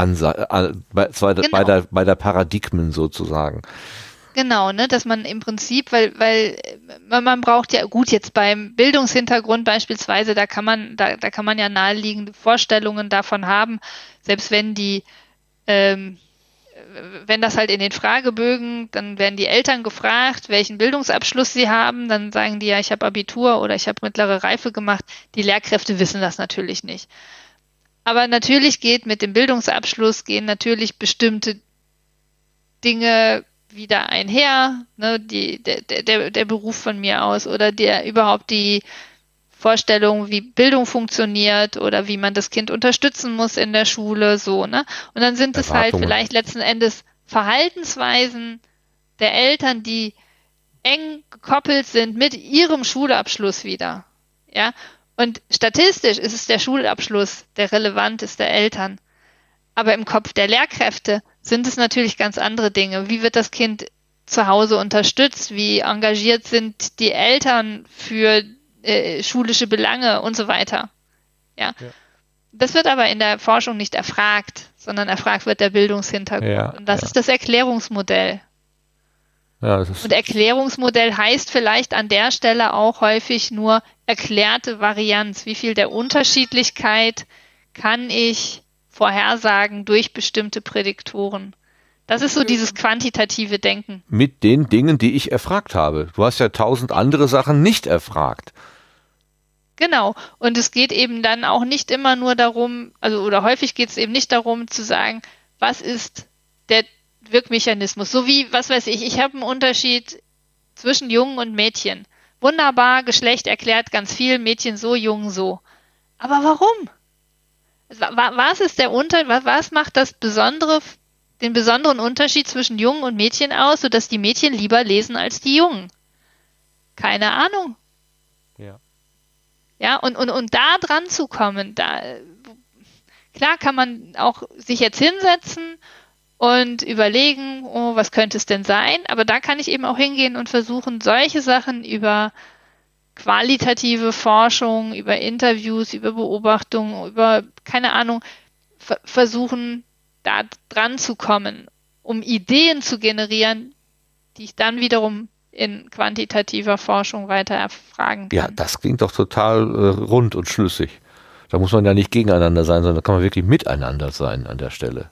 S1: beider Paradigmen sozusagen.
S3: Genau, ne, dass man im Prinzip, weil man braucht ja, gut, jetzt beim Bildungshintergrund beispielsweise, da kann man ja naheliegende Vorstellungen davon haben, selbst wenn wenn das halt in den Fragebögen, dann werden die Eltern gefragt, welchen Bildungsabschluss sie haben, dann sagen die ja, ich habe Abitur oder ich habe mittlere Reife gemacht. Die Lehrkräfte wissen das natürlich nicht. Aber natürlich mit dem Bildungsabschluss gehen natürlich bestimmte Dinge wieder einher, ne, der Beruf von mir aus oder überhaupt die Vorstellung, wie Bildung funktioniert oder wie man das Kind unterstützen muss in der Schule, so, ne? Und dann sind es halt vielleicht letzten Endes Verhaltensweisen der Eltern, die eng gekoppelt sind mit ihrem Schulabschluss wieder, ja? Und statistisch ist es der Schulabschluss, der relevant ist der Eltern. Aber im Kopf der Lehrkräfte sind es natürlich ganz andere Dinge. Wie wird das Kind zu Hause unterstützt? Wie engagiert sind die Eltern für schulische Belange und so weiter? Ja. Das wird aber in der Forschung nicht erfragt, sondern erfragt wird der Bildungshintergrund.
S1: Ja,
S3: und das ist das Erklärungsmodell.
S1: Ja,
S3: und Erklärungsmodell heißt vielleicht an der Stelle auch häufig nur erklärte Varianz. Wie viel der Unterschiedlichkeit kann ich vorhersagen durch bestimmte Prädiktoren? Das ist so dieses quantitative Denken.
S1: Mit den Dingen, die ich erfragt habe. Du hast ja 1000 andere Sachen nicht erfragt.
S3: Genau. Und es geht eben dann auch nicht immer nur darum, oder häufig geht es eben nicht darum zu sagen, was ist der Wirkmechanismus? So wie, was weiß ich habe einen Unterschied zwischen Jungen und Mädchen. Wunderbar, Geschlecht erklärt ganz viel, Mädchen so, Jungen so. Aber warum? Was ist was macht den besonderen Unterschied zwischen Jungen und Mädchen aus, sodass die Mädchen lieber lesen als die Jungen? Keine Ahnung.
S1: Ja.
S3: Ja, und da dran zu kommen, klar kann man auch sich jetzt hinsetzen und überlegen, oh, was könnte es denn sein? Aber da kann ich eben auch hingehen und versuchen, solche Sachen über qualitative Forschung, über Interviews, über Beobachtungen, über, keine Ahnung, versuchen, da dran zu kommen. um Ideen zu generieren, die ich dann wiederum in quantitativer Forschung weiter erfragen kann.
S1: Ja, das klingt doch total rund und schlüssig. Da muss man ja nicht gegeneinander sein, sondern da kann man wirklich miteinander sein an der Stelle.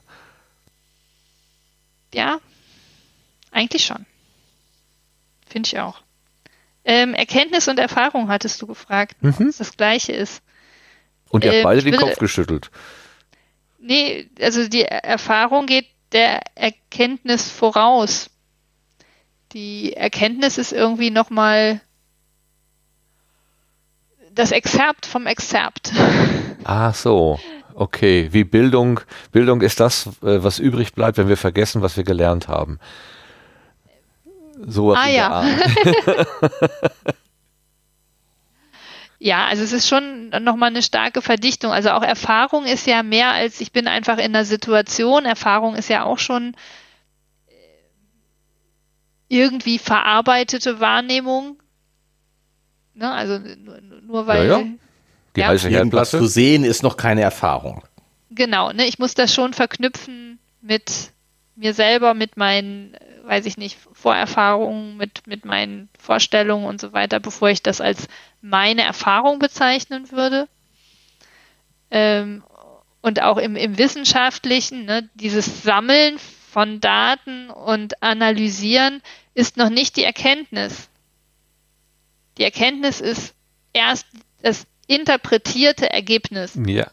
S3: Ja, eigentlich schon. Finde ich auch. Erkenntnis und Erfahrung hattest du gefragt, was das Gleiche ist.
S1: Und ihr habt beide den Kopf geschüttelt.
S3: Nee, also die Erfahrung geht der Erkenntnis voraus. Die Erkenntnis ist irgendwie nochmal das Exerpt vom Exerpt.
S1: Ach so, okay. Wie Bildung. Bildung ist das, was übrig bleibt, wenn wir vergessen, was wir gelernt haben. Sowas in der Art.
S3: Ja, also es ist schon nochmal eine starke Verdichtung. Also auch Erfahrung ist ja mehr als ich bin einfach in einer Situation. Erfahrung ist ja auch schon irgendwie verarbeitete Wahrnehmung. Ne? Also nur weil...
S1: Ja. Die heiße
S4: Irgendwas
S1: Herdplatte.
S4: zu sehen ist noch keine Erfahrung.
S3: Genau, ne? Ich muss das schon verknüpfen mit mir selber, mit meinen, weiß ich nicht, Vorerfahrungen, mit meinen Vorstellungen und so weiter, bevor ich das als meine Erfahrung bezeichnen würde. Und auch im Wissenschaftlichen, ne, dieses Sammeln von Daten und Analysieren ist noch nicht die Erkenntnis. Die Erkenntnis ist erst das interpretierte Ergebnis.
S1: Ja.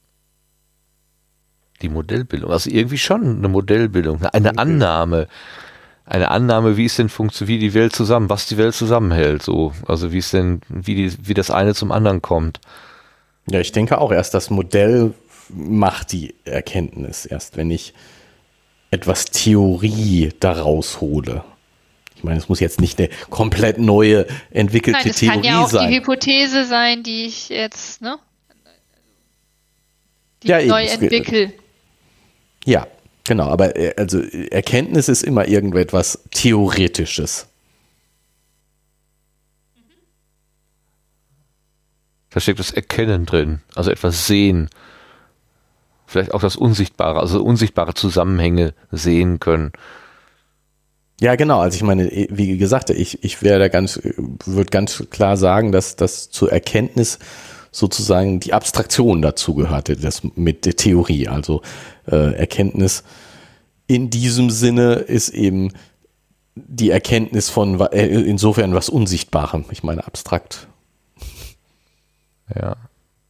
S1: Die Modellbildung, also irgendwie schon eine Modellbildung, eine Annahme, wie es denn funktioniert, wie die Welt was die Welt zusammenhält, so, also wie es denn, wie das eine zum anderen kommt.
S4: Ja, ich denke auch, erst das Modell macht die Erkenntnis, erst wenn ich etwas Theorie daraus hole. Ich meine, es muss jetzt nicht eine komplett neue entwickelte Theorie sein.
S3: Nein, es kann ja auch die Hypothese sein, die ich jetzt, ne, die ich neu entwickle.
S4: Ja, genau, aber also Erkenntnis ist immer irgendetwas Theoretisches.
S1: Da steckt das Erkennen drin, also etwas sehen. Vielleicht auch das Unsichtbare, also unsichtbare Zusammenhänge sehen können.
S4: Ja, genau, also ich meine, wie gesagt, ich würde ganz klar sagen, dass das zur Erkenntnis sozusagen die Abstraktion dazu gehörte, das mit der Theorie. Also Erkenntnis in diesem Sinne ist eben die Erkenntnis von insofern was Unsichtbarem. Ich meine abstrakt.
S1: Ja.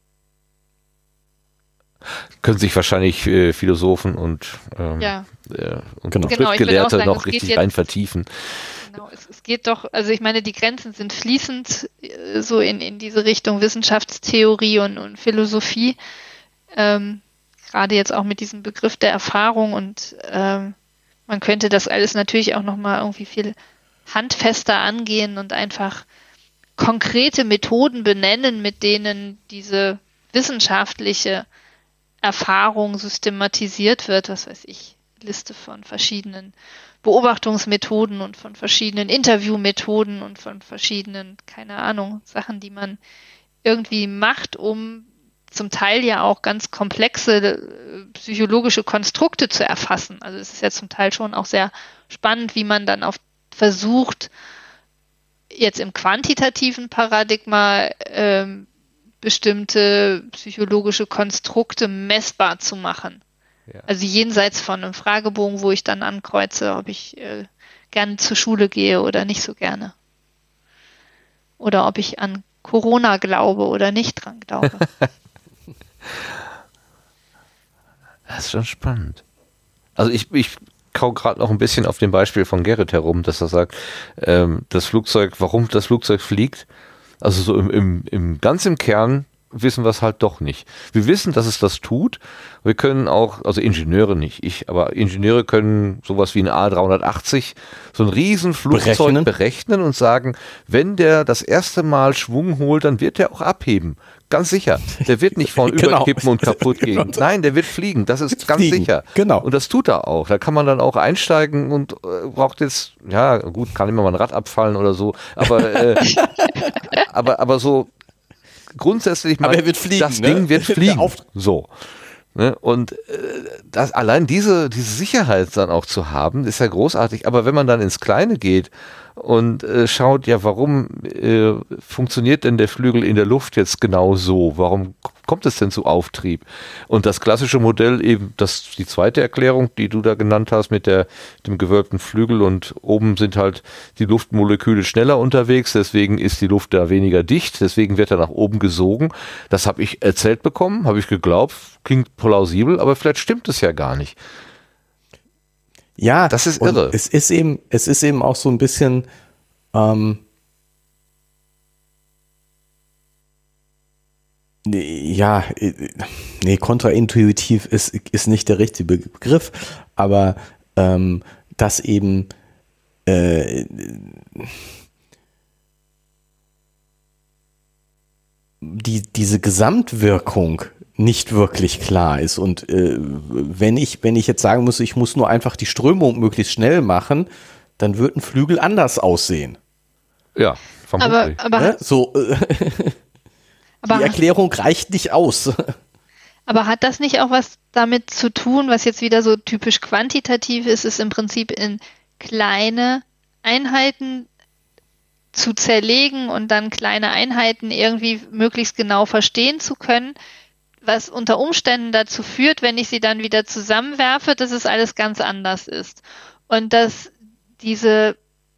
S1: Können sich wahrscheinlich Philosophen und Schriftgelehrte noch richtig rein vertiefen.
S3: Genau, es geht doch, also ich meine, die Grenzen sind fließend so in diese Richtung Wissenschaftstheorie und Philosophie. Gerade jetzt auch mit diesem Begriff der Erfahrung und man könnte das alles natürlich auch nochmal irgendwie viel handfester angehen und einfach konkrete Methoden benennen, mit denen diese wissenschaftliche Erfahrung systematisiert wird, was weiß ich, Liste von verschiedenen Beobachtungsmethoden und von verschiedenen Interviewmethoden und von verschiedenen, keine Ahnung, Sachen, die man irgendwie macht, um zum Teil ja auch ganz komplexe psychologische Konstrukte zu erfassen. Also es ist ja zum Teil schon auch sehr spannend, wie man dann versucht, jetzt im quantitativen Paradigma bestimmte psychologische Konstrukte messbar zu machen. Ja. Also jenseits von einem Fragebogen, wo ich dann ankreuze, ob ich gerne zur Schule gehe oder nicht so gerne. Oder ob ich an Corona glaube oder nicht dran glaube.
S1: Das ist schon spannend. Also ich kau gerade noch ein bisschen auf dem Beispiel von Gerrit herum, dass er sagt, warum das Flugzeug fliegt, also so ganz im Kern wissen wir es halt doch nicht. Wir wissen, dass es das tut. Wir können auch, also Ingenieure nicht, aber Ingenieure können sowas wie ein A380, so ein Riesenflugzeug berechnen und sagen, wenn der das erste Mal Schwung holt, dann wird der auch abheben. Ganz sicher. Der wird nicht vorn überkippen und kaputt gehen. Nein, der wird fliegen. Das ist ganz sicher.
S4: Genau.
S1: Und das tut er auch. Da kann man dann auch einsteigen und braucht jetzt, ja gut, kann immer mal ein Rad abfallen oder so, aber so grundsätzlich mal,
S4: aber er wird fliegen,
S1: das Ding wird fliegen. So. Ne? Und allein diese Sicherheit dann auch zu haben, ist ja großartig. Aber wenn man dann ins Kleine geht und schaut, ja, warum funktioniert denn der Flügel in der Luft jetzt genau so? Warum kommt es denn zu Auftrieb? Und das klassische Modell eben, die zweite Erklärung, die du da genannt hast mit dem gewölbten Flügel, und oben sind halt die Luftmoleküle schneller unterwegs, deswegen ist die Luft da weniger dicht, deswegen wird er nach oben gesogen. Das habe ich erzählt bekommen, habe ich geglaubt, klingt plausibel, aber vielleicht stimmt es ja gar nicht.
S4: Ja,
S1: das ist irre.
S4: Es ist eben auch so ein bisschen kontraintuitiv ist nicht der richtige Begriff, aber dass eben diese Gesamtwirkung nicht wirklich klar ist. Und wenn ich jetzt sagen muss, ich muss nur einfach die Strömung möglichst schnell machen, dann wird ein Flügel anders aussehen.
S1: Ja, vermutlich.
S3: Aber
S4: ne? So, die Erklärung reicht nicht aus.
S3: Aber hat das nicht auch was damit zu tun, was jetzt wieder so typisch quantitativ ist, ist im Prinzip in kleine Einheiten zu zerlegen und dann kleine Einheiten irgendwie möglichst genau verstehen zu können, was unter Umständen dazu führt, wenn ich sie dann wieder zusammenwerfe, dass es alles ganz anders ist. Und dass dieses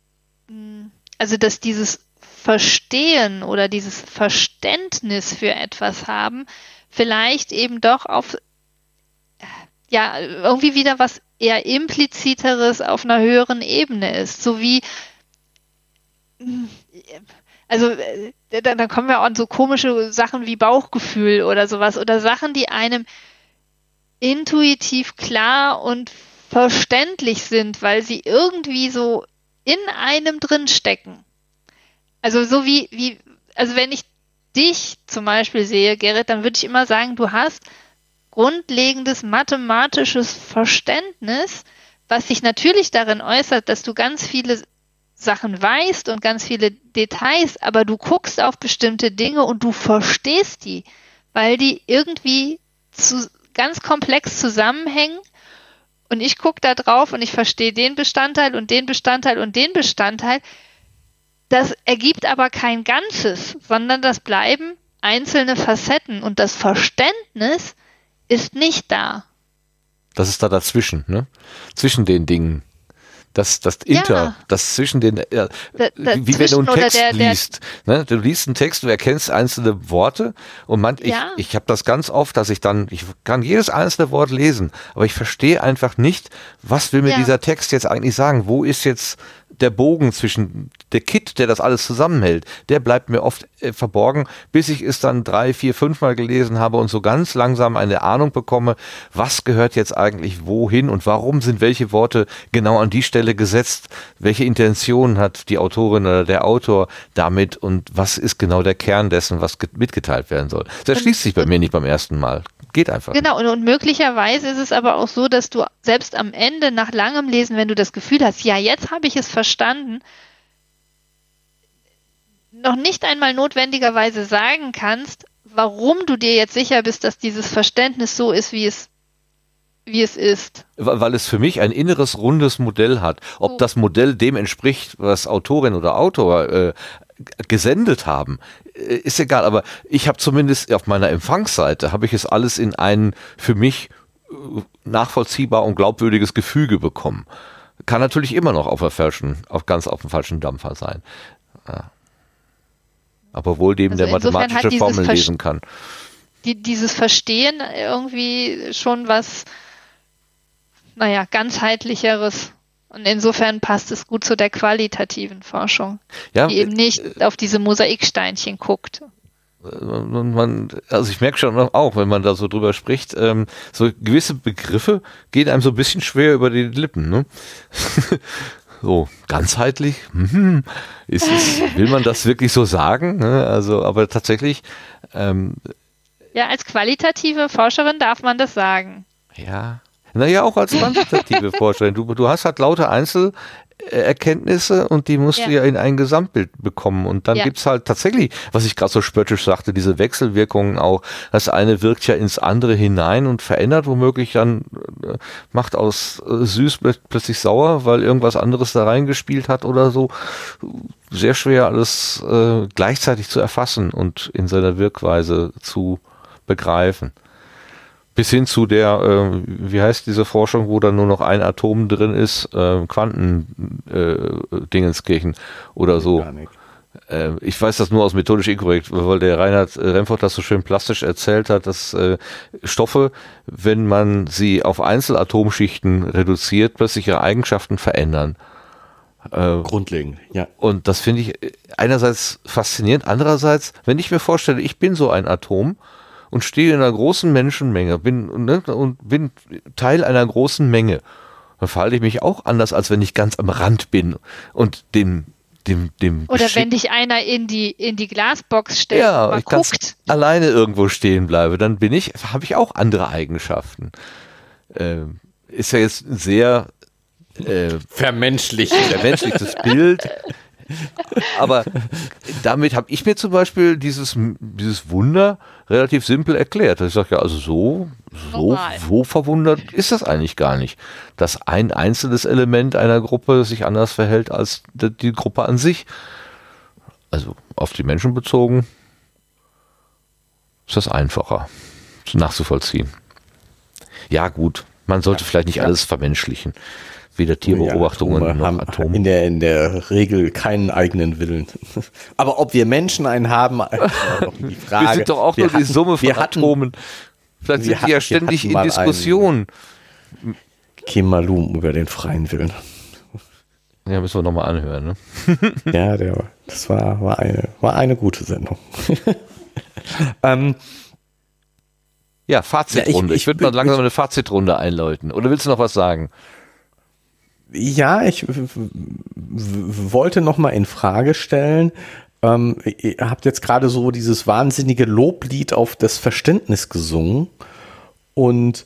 S3: Verstehen oder dieses Verständnis für etwas haben, vielleicht eben doch auf, ja, irgendwie wieder was eher Impliziteres auf einer höheren Ebene ist. So wie, also da kommen wir auch an so komische Sachen wie Bauchgefühl oder sowas oder Sachen, die einem intuitiv klar und verständlich sind, weil sie irgendwie so in einem drin stecken. Also so also wenn ich dich zum Beispiel sehe, Gerrit, dann würde ich immer sagen, du hast grundlegendes mathematisches Verständnis, was sich natürlich darin äußert, dass du ganz viele Sachen weißt und ganz viele Details, aber du guckst auf bestimmte Dinge und du verstehst die, weil die irgendwie ganz komplex zusammenhängen. Und ich gucke da drauf und ich verstehe den Bestandteil und den Bestandteil und den Bestandteil. Das ergibt aber kein Ganzes, sondern das bleiben einzelne Facetten und das Verständnis ist nicht da.
S1: Das ist da dazwischen, ne? Zwischen den Dingen. Das zwischen den, wie wenn du einen Text liest. Ne? Du liest einen Text, du erkennst einzelne Worte und ich habe das ganz oft, dass ich kann jedes einzelne Wort lesen, aber ich verstehe einfach nicht, was will mir dieser Text jetzt eigentlich sagen? Wo ist jetzt der Bogen zwischen der Kit, der das alles zusammenhält, der bleibt mir oft verborgen, bis ich es dann 3, 4, 5 Mal gelesen habe und so ganz langsam eine Ahnung bekomme, was gehört jetzt eigentlich wohin und warum sind welche Worte genau an die Stelle gesetzt, welche Intention hat die Autorin oder der Autor damit und was ist genau der Kern dessen, was mitgeteilt werden soll. Das erschließt sich bei mir nicht beim ersten Mal. Geht einfach.
S3: Genau, und möglicherweise ist es aber auch so, dass du selbst am Ende nach langem Lesen, wenn du das Gefühl hast, ja, jetzt habe ich es verstanden, noch nicht einmal notwendigerweise sagen kannst, warum du dir jetzt sicher bist, dass dieses Verständnis so ist, wie es ist.
S1: Weil es für mich ein inneres, rundes Modell hat. Ob das Modell dem entspricht, was Autorin oder Autor gesendet haben, ist egal. Aber ich habe zumindest auf meiner Empfangsseite, habe ich es alles in ein für mich nachvollziehbar und glaubwürdiges Gefüge bekommen. Kann natürlich immer noch auf dem falschen Dampfer sein. Ja. Aber wohl dem, der mathematische Formeln lesen kann.
S3: Dieses Verstehen irgendwie schon was, ganzheitlicheres. Und insofern passt es gut zu der qualitativen Forschung, die eben nicht auf diese Mosaiksteinchen guckt.
S1: Also ich merke schon auch, wenn man da so drüber spricht, so gewisse Begriffe gehen einem so ein bisschen schwer über die Lippen, ne? So, ganzheitlich, will man das wirklich so sagen? Ne? Also, aber tatsächlich.
S3: Ja, als qualitative Forscherin darf man das sagen.
S1: Ja. Naja, auch als quantitative Forscherin. Du hast halt lauter Erkenntnisse und die musst du ja in ein Gesamtbild bekommen. Und dann gibt's halt tatsächlich, was ich gerade so spöttisch sagte, diese Wechselwirkungen auch. Das eine wirkt ja ins andere hinein und verändert womöglich dann, macht aus süß plötzlich sauer, weil irgendwas anderes da reingespielt hat oder so. Sehr schwer alles gleichzeitig zu erfassen und in seiner Wirkweise zu begreifen. Bis hin zu der, wie heißt diese Forschung, wo dann nur noch ein Atom drin ist, Quantendingenskirchen oder so. Ich weiß das nur aus methodisch inkorrekt, weil der Reinhard Remford das so schön plastisch erzählt hat, dass Stoffe, wenn man sie auf Einzelatomschichten reduziert, plötzlich ihre Eigenschaften verändern.
S4: Grundlegend, ja.
S1: Und das finde ich einerseits faszinierend, andererseits, wenn ich mir vorstelle, ich bin so ein Atom und stehe in einer großen Menschenmenge, bin Teil einer großen Menge, dann verhalte ich mich auch anders, als wenn ich ganz am Rand bin und dem
S5: oder wenn dich einer in die Glasbox stellt
S1: und
S5: mal
S1: ich guckt, alleine irgendwo stehen bleibe, dann habe ich auch andere Eigenschaften. Ist ja jetzt ein sehr vermenschlichtes Bild. Aber damit habe ich mir zum Beispiel dieses Wunder relativ simpel erklärt. Ich sage ja, also so verwundert ist das eigentlich gar nicht, dass ein einzelnes Element einer Gruppe sich anders verhält als die Gruppe an sich. Also auf die Menschen bezogen ist das einfacher nachzuvollziehen. Ja gut, man sollte vielleicht nicht alles vermenschlichen. Weder Tierbeobachtungen noch Atome.
S4: In der Regel keinen eigenen Willen. Aber ob wir Menschen einen haben, die Frage.
S1: Wir sind doch auch nur die Summe von Atomen. Vielleicht sind die ja ständig in Diskussion.
S4: Kemalum über den freien Willen.
S1: Ja, müssen wir nochmal anhören. Ne?
S4: Ja, das war eine gute Sendung.
S1: Ja, Fazitrunde. Ich würde mal langsam eine Fazitrunde einläuten. Oder willst du noch was sagen?
S4: Ja, ich wollte noch mal in Frage stellen, ihr habt jetzt gerade so dieses wahnsinnige Loblied auf das Verständnis gesungen und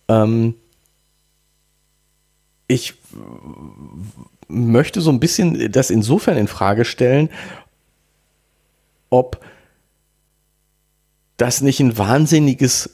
S4: ich möchte so ein bisschen das insofern in Frage stellen, ob das nicht ein wahnsinniges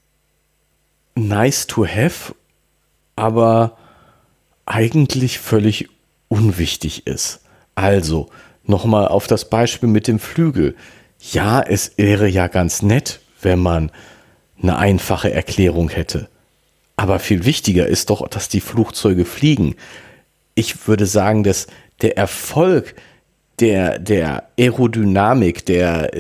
S4: nice to have, aber eigentlich völlig unwichtig ist. Also, nochmal auf das Beispiel mit dem Flügel. Ja, es wäre ja ganz nett, wenn man eine einfache Erklärung hätte. Aber viel wichtiger ist doch, dass die Flugzeuge fliegen. Ich würde sagen, dass der Erfolg der Aerodynamik, der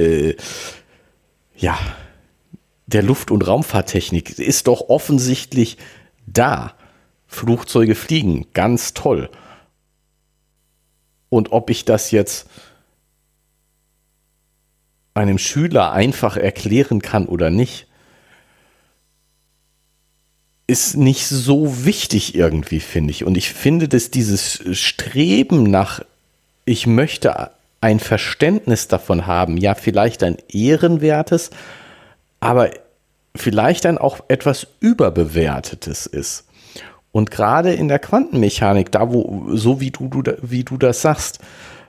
S4: Luft- und Raumfahrttechnik ist doch offensichtlich da. Flugzeuge fliegen, ganz toll. Und ob ich das jetzt einem Schüler einfach erklären kann oder nicht, ist nicht so wichtig irgendwie, finde ich. Und ich finde, dass dieses Streben nach, ich möchte ein Verständnis davon haben, ja, vielleicht ein ehrenwertes, aber vielleicht ein auch etwas überbewertetes ist. Und gerade in der Quantenmechanik, da wo, so wie du das sagst,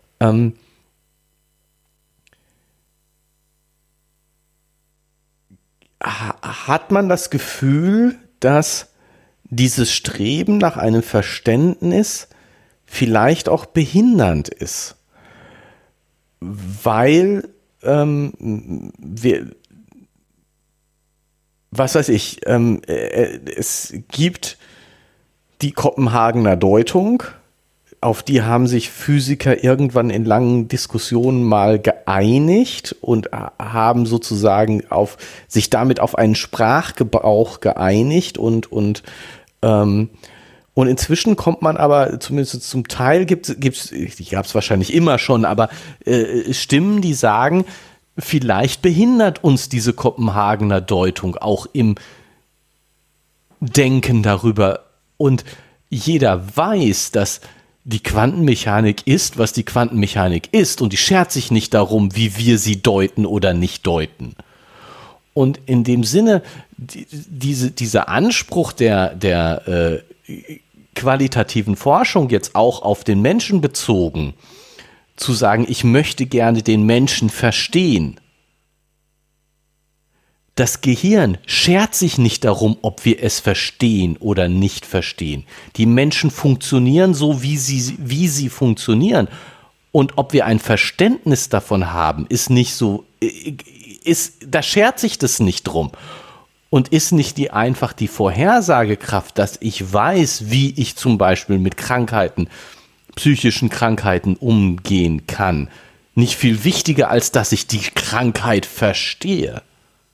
S4: hat man das Gefühl, dass dieses Streben nach einem Verständnis vielleicht auch behindernd ist. Weil es gibt die Kopenhagener Deutung, auf die haben sich Physiker irgendwann in langen Diskussionen mal geeinigt und haben sozusagen sich damit auf einen Sprachgebrauch geeinigt und inzwischen kommt man aber, zumindest zum Teil die gab es wahrscheinlich immer schon, aber Stimmen, die sagen, vielleicht behindert uns diese Kopenhagener Deutung auch im Denken darüber. Und jeder weiß, dass die Quantenmechanik ist, was die Quantenmechanik ist, und die schert sich nicht darum, wie wir sie deuten oder nicht deuten. Und in dem Sinne, dieser Anspruch der qualitativen Forschung jetzt auch auf den Menschen bezogen, zu sagen, ich möchte gerne den Menschen verstehen. Das Gehirn schert sich nicht darum, ob wir es verstehen oder nicht verstehen. Die Menschen funktionieren so, wie sie funktionieren. Und ob wir ein Verständnis davon haben, ist nicht so, da schert sich das nicht drum. Und ist nicht einfach die Vorhersagekraft, dass ich weiß, wie ich zum Beispiel mit Krankheiten, psychischen Krankheiten umgehen kann, nicht viel wichtiger, als dass ich die Krankheit verstehe?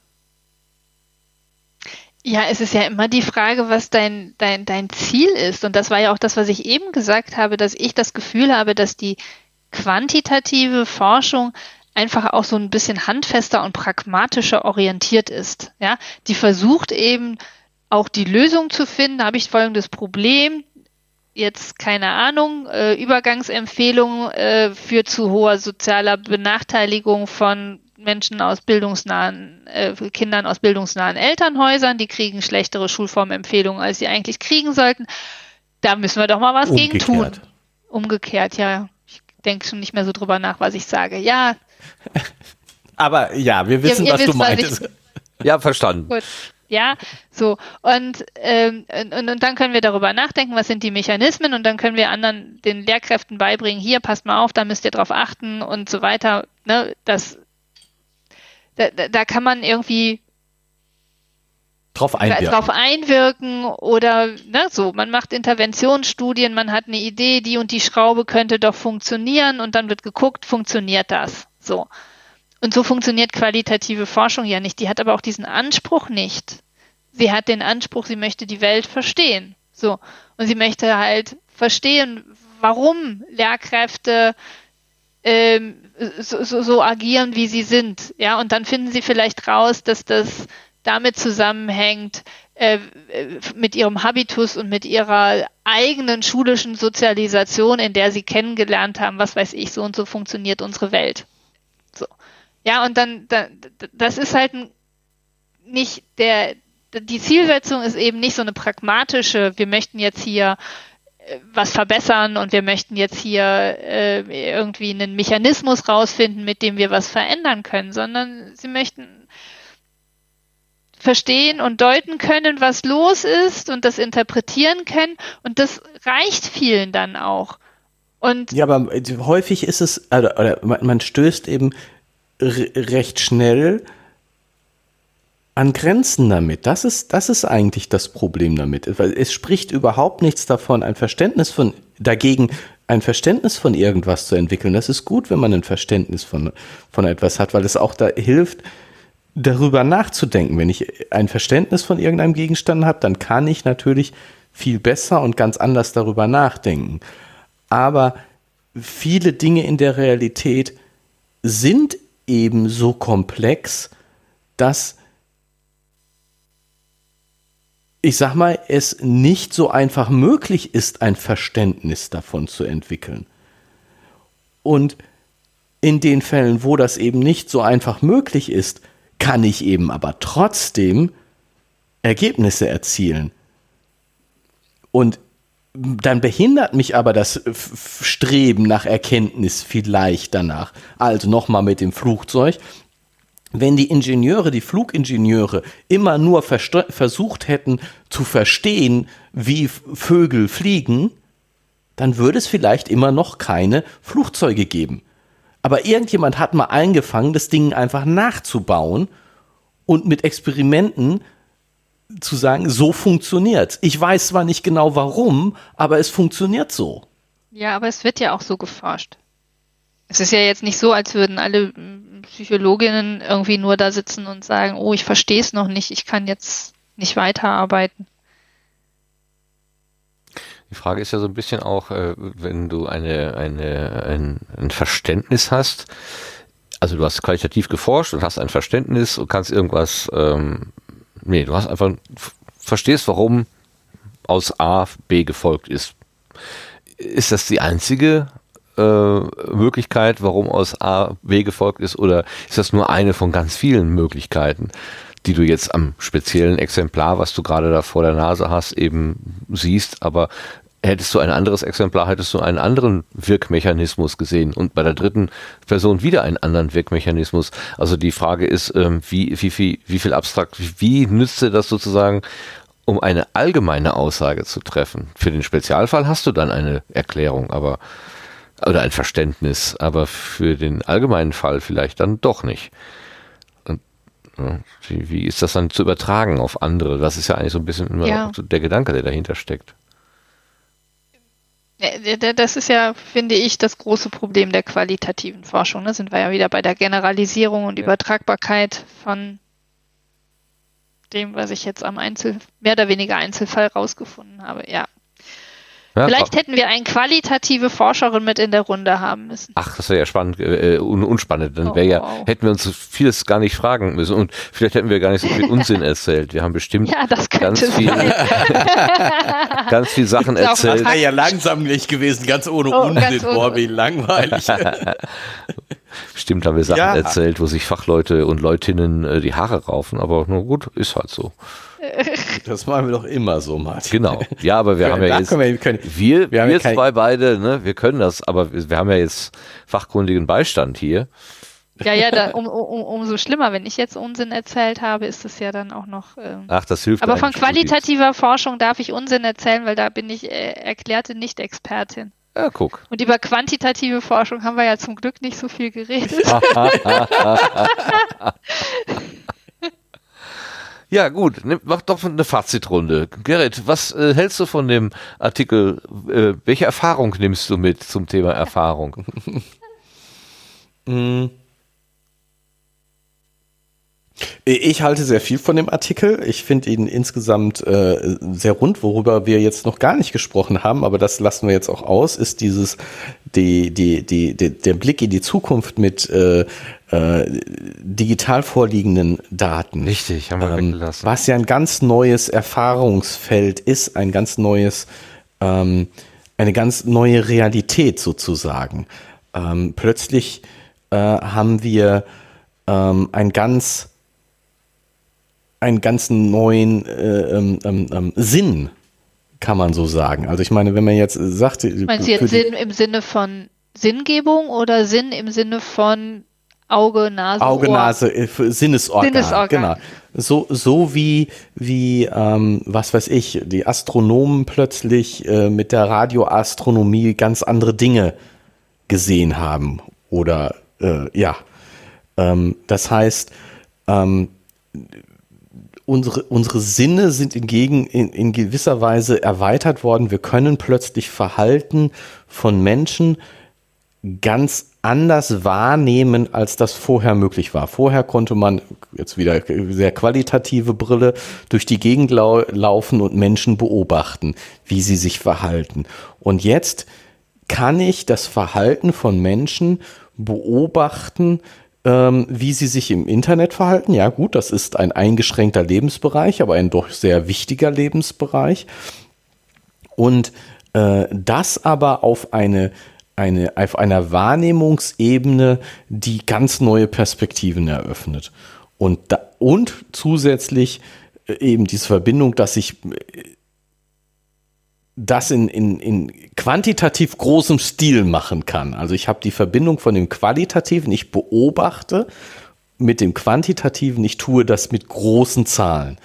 S5: Ja, es ist ja immer die Frage, was dein Ziel ist. Und das war ja auch das, was ich eben gesagt habe, dass ich das Gefühl habe, dass die quantitative Forschung einfach auch so ein bisschen handfester und pragmatischer orientiert ist. Ja, die versucht eben auch die Lösung zu finden. Da habe ich folgendes Problem. Jetzt, keine Ahnung, Übergangsempfehlung für zu hoher sozialer Benachteiligung von Menschen aus Kindern aus bildungsnahen Elternhäusern, die kriegen schlechtere Schulformempfehlungen, als sie eigentlich kriegen sollten. Da müssen wir doch mal was gegen tun. Umgekehrt, ja. Ich denke schon nicht mehr so drüber nach, was ich sage. Ja.
S4: Aber ja, wir wissen, was du meintest.
S1: Ja, verstanden.
S5: Gut. Ja, so. Und dann können wir darüber nachdenken, was sind die Mechanismen, und dann können wir den Lehrkräften beibringen, hier, passt mal auf, da müsst ihr drauf achten und so weiter. Ne? Da kann man irgendwie
S4: drauf
S5: einwirken oder so. Man macht Interventionsstudien, man hat eine Idee, die und die Schraube könnte doch funktionieren, und dann wird geguckt, funktioniert das? So. Und so funktioniert qualitative Forschung ja nicht. Die hat aber auch diesen Anspruch nicht. Sie hat den Anspruch, sie möchte die Welt verstehen. So. Und sie möchte halt verstehen, warum Lehrkräfte so agieren, wie sie sind. Ja, und dann finden sie vielleicht raus, dass das damit zusammenhängt, mit ihrem Habitus und mit ihrer eigenen schulischen Sozialisation, in der sie kennengelernt haben, was weiß ich, so und so funktioniert unsere Welt. So. Ja, und dann das ist halt nicht die Zielsetzung ist eben nicht so eine pragmatische, wir möchten jetzt hier was verbessern und wir möchten jetzt hier irgendwie einen Mechanismus rausfinden, mit dem wir was verändern können, sondern sie möchten verstehen und deuten können, was los ist, und das interpretieren können, und das reicht vielen dann auch. Und
S4: ja, aber häufig ist es, oder man stößt eben recht schnell an Grenzen damit. Das ist eigentlich das Problem damit. Weil es spricht überhaupt nichts davon, ein Verständnis von irgendwas zu entwickeln. Das ist gut, wenn man ein Verständnis von etwas hat, weil es auch da hilft, darüber nachzudenken. Wenn ich ein Verständnis von irgendeinem Gegenstand habe, dann kann ich natürlich viel besser und ganz anders darüber nachdenken. Aber viele Dinge in der Realität sind eben so komplex, dass, ich sag mal, es nicht so einfach möglich ist, ein Verständnis davon zu entwickeln. Und in den Fällen, wo das eben nicht so einfach möglich ist, kann ich eben aber trotzdem Ergebnisse erzielen. Und dann behindert mich aber das Streben nach Erkenntnis vielleicht danach. Also nochmal mit dem Flugzeug. Wenn die Flugingenieure immer nur versucht hätten zu verstehen, wie Vögel fliegen, dann würde es vielleicht immer noch keine Flugzeuge geben. Aber irgendjemand hat mal angefangen, das Ding einfach nachzubauen und mit Experimenten zu sagen, so funktioniert's. Ich weiß zwar nicht genau warum, aber es funktioniert so.
S5: Ja, aber es wird ja auch so geforscht. Es ist ja jetzt nicht so, als würden alle Psychologinnen irgendwie nur da sitzen und sagen, oh, ich verstehe es noch nicht, ich kann jetzt nicht weiterarbeiten.
S1: Die Frage ist ja so ein bisschen auch, wenn du ein Verständnis hast, also du hast qualitativ geforscht und hast ein Verständnis und kannst irgendwas, du hast einfach, verstehst, warum aus A B gefolgt ist. Ist das die einzige Möglichkeit, warum aus A B gefolgt ist, oder ist das nur eine von ganz vielen Möglichkeiten, die du jetzt am speziellen Exemplar, was du gerade da vor der Nase hast, eben siehst, aber hättest du ein anderes Exemplar, hättest du einen anderen Wirkmechanismus gesehen und bei der dritten Person wieder einen anderen Wirkmechanismus. Also die Frage ist, wie viel abstrakt, wie nützt dir das sozusagen, um eine allgemeine Aussage zu treffen? Für den Spezialfall hast du dann eine Erklärung, oder ein Verständnis, aber für den allgemeinen Fall vielleicht dann doch nicht. Und wie ist das dann zu übertragen auf andere? Das ist ja eigentlich so ein bisschen immer der Gedanke, der dahinter steckt.
S5: Das ist ja, finde ich, das große Problem der qualitativen Forschung. Da sind wir ja wieder bei der Generalisierung und Übertragbarkeit von dem, was ich jetzt am mehr oder weniger Einzelfall rausgefunden habe. Ja. Vielleicht hätten wir eine qualitative Forscherin mit in der Runde haben müssen.
S1: Ach, das wäre ja spannend, unspannend. Dann hätten wir uns vieles gar nicht fragen müssen und vielleicht hätten wir gar nicht so viel Unsinn erzählt. Wir haben bestimmt ganz viel Sachen erzählt.
S4: Das wäre ja langsamlich gewesen, ganz ohne Unsinn. Boah, wie langweilig.
S1: Bestimmt haben wir Sachen erzählt, wo sich Fachleute und Leutinnen die Haare raufen, aber nur gut, ist halt so.
S4: Das machen wir doch immer so, Martin.
S1: Genau. Ja, aber wir haben ja jetzt, wir zwei beide, ne, wir können das, aber wir haben ja jetzt fachkundigen Beistand hier.
S5: Ja, umso schlimmer, wenn ich jetzt Unsinn erzählt habe, ist es ja dann auch noch.
S1: Ach, das hilft.
S5: Aber von qualitativer Forschung darf ich Unsinn erzählen, weil da bin ich erklärte Nicht-Expertin.
S1: Ja, guck.
S5: Und über quantitative Forschung haben wir ja zum Glück nicht so viel geredet.
S1: Ja, gut, mach doch eine Fazitrunde. Gerrit, was hältst du von dem Artikel? Welche Erfahrung nimmst du mit zum Thema Erfahrung?
S4: Ich halte sehr viel von dem Artikel. Ich finde ihn insgesamt sehr rund. Worüber wir jetzt noch gar nicht gesprochen haben, aber das lassen wir jetzt auch aus, ist der Blick in die Zukunft mit digital vorliegenden Daten.
S1: Richtig, haben wir weggelassen.
S4: Was ja ein ganz neues Erfahrungsfeld ist, ein ganz neues, eine ganz neue Realität sozusagen. Plötzlich haben wir einen ganz neuen Sinn, kann man so sagen. Also ich meine, wenn man jetzt sagt...
S5: Meinst du jetzt Sinn im Sinne von Sinngebung oder Sinn im Sinne von Auge, Nase,
S4: Auge,
S5: Ohr?
S4: Nase, Sinnesorgan. Genau. So wie was weiß ich, die Astronomen plötzlich mit der Radioastronomie ganz andere Dinge gesehen haben. Oder das heißt, unsere Sinne sind in gewisser Weise erweitert worden. Wir können plötzlich Verhalten von Menschen ganz anders wahrnehmen, als das vorher möglich war. Vorher konnte man, jetzt wieder sehr qualitative Brille, durch die Gegend laufen und Menschen beobachten, wie sie sich verhalten. Und jetzt kann ich das Verhalten von Menschen beobachten, wie sie sich im Internet verhalten. Ja gut, das ist ein eingeschränkter Lebensbereich, aber ein doch sehr wichtiger Lebensbereich. Und das aber auf einer Wahrnehmungsebene, die ganz neue Perspektiven eröffnet. Und zusätzlich eben diese Verbindung, dass ich das in quantitativ großem Stil machen kann. Also ich habe die Verbindung von dem Qualitativen, ich beobachte, mit dem Quantitativen, ich tue das mit großen Zahlen.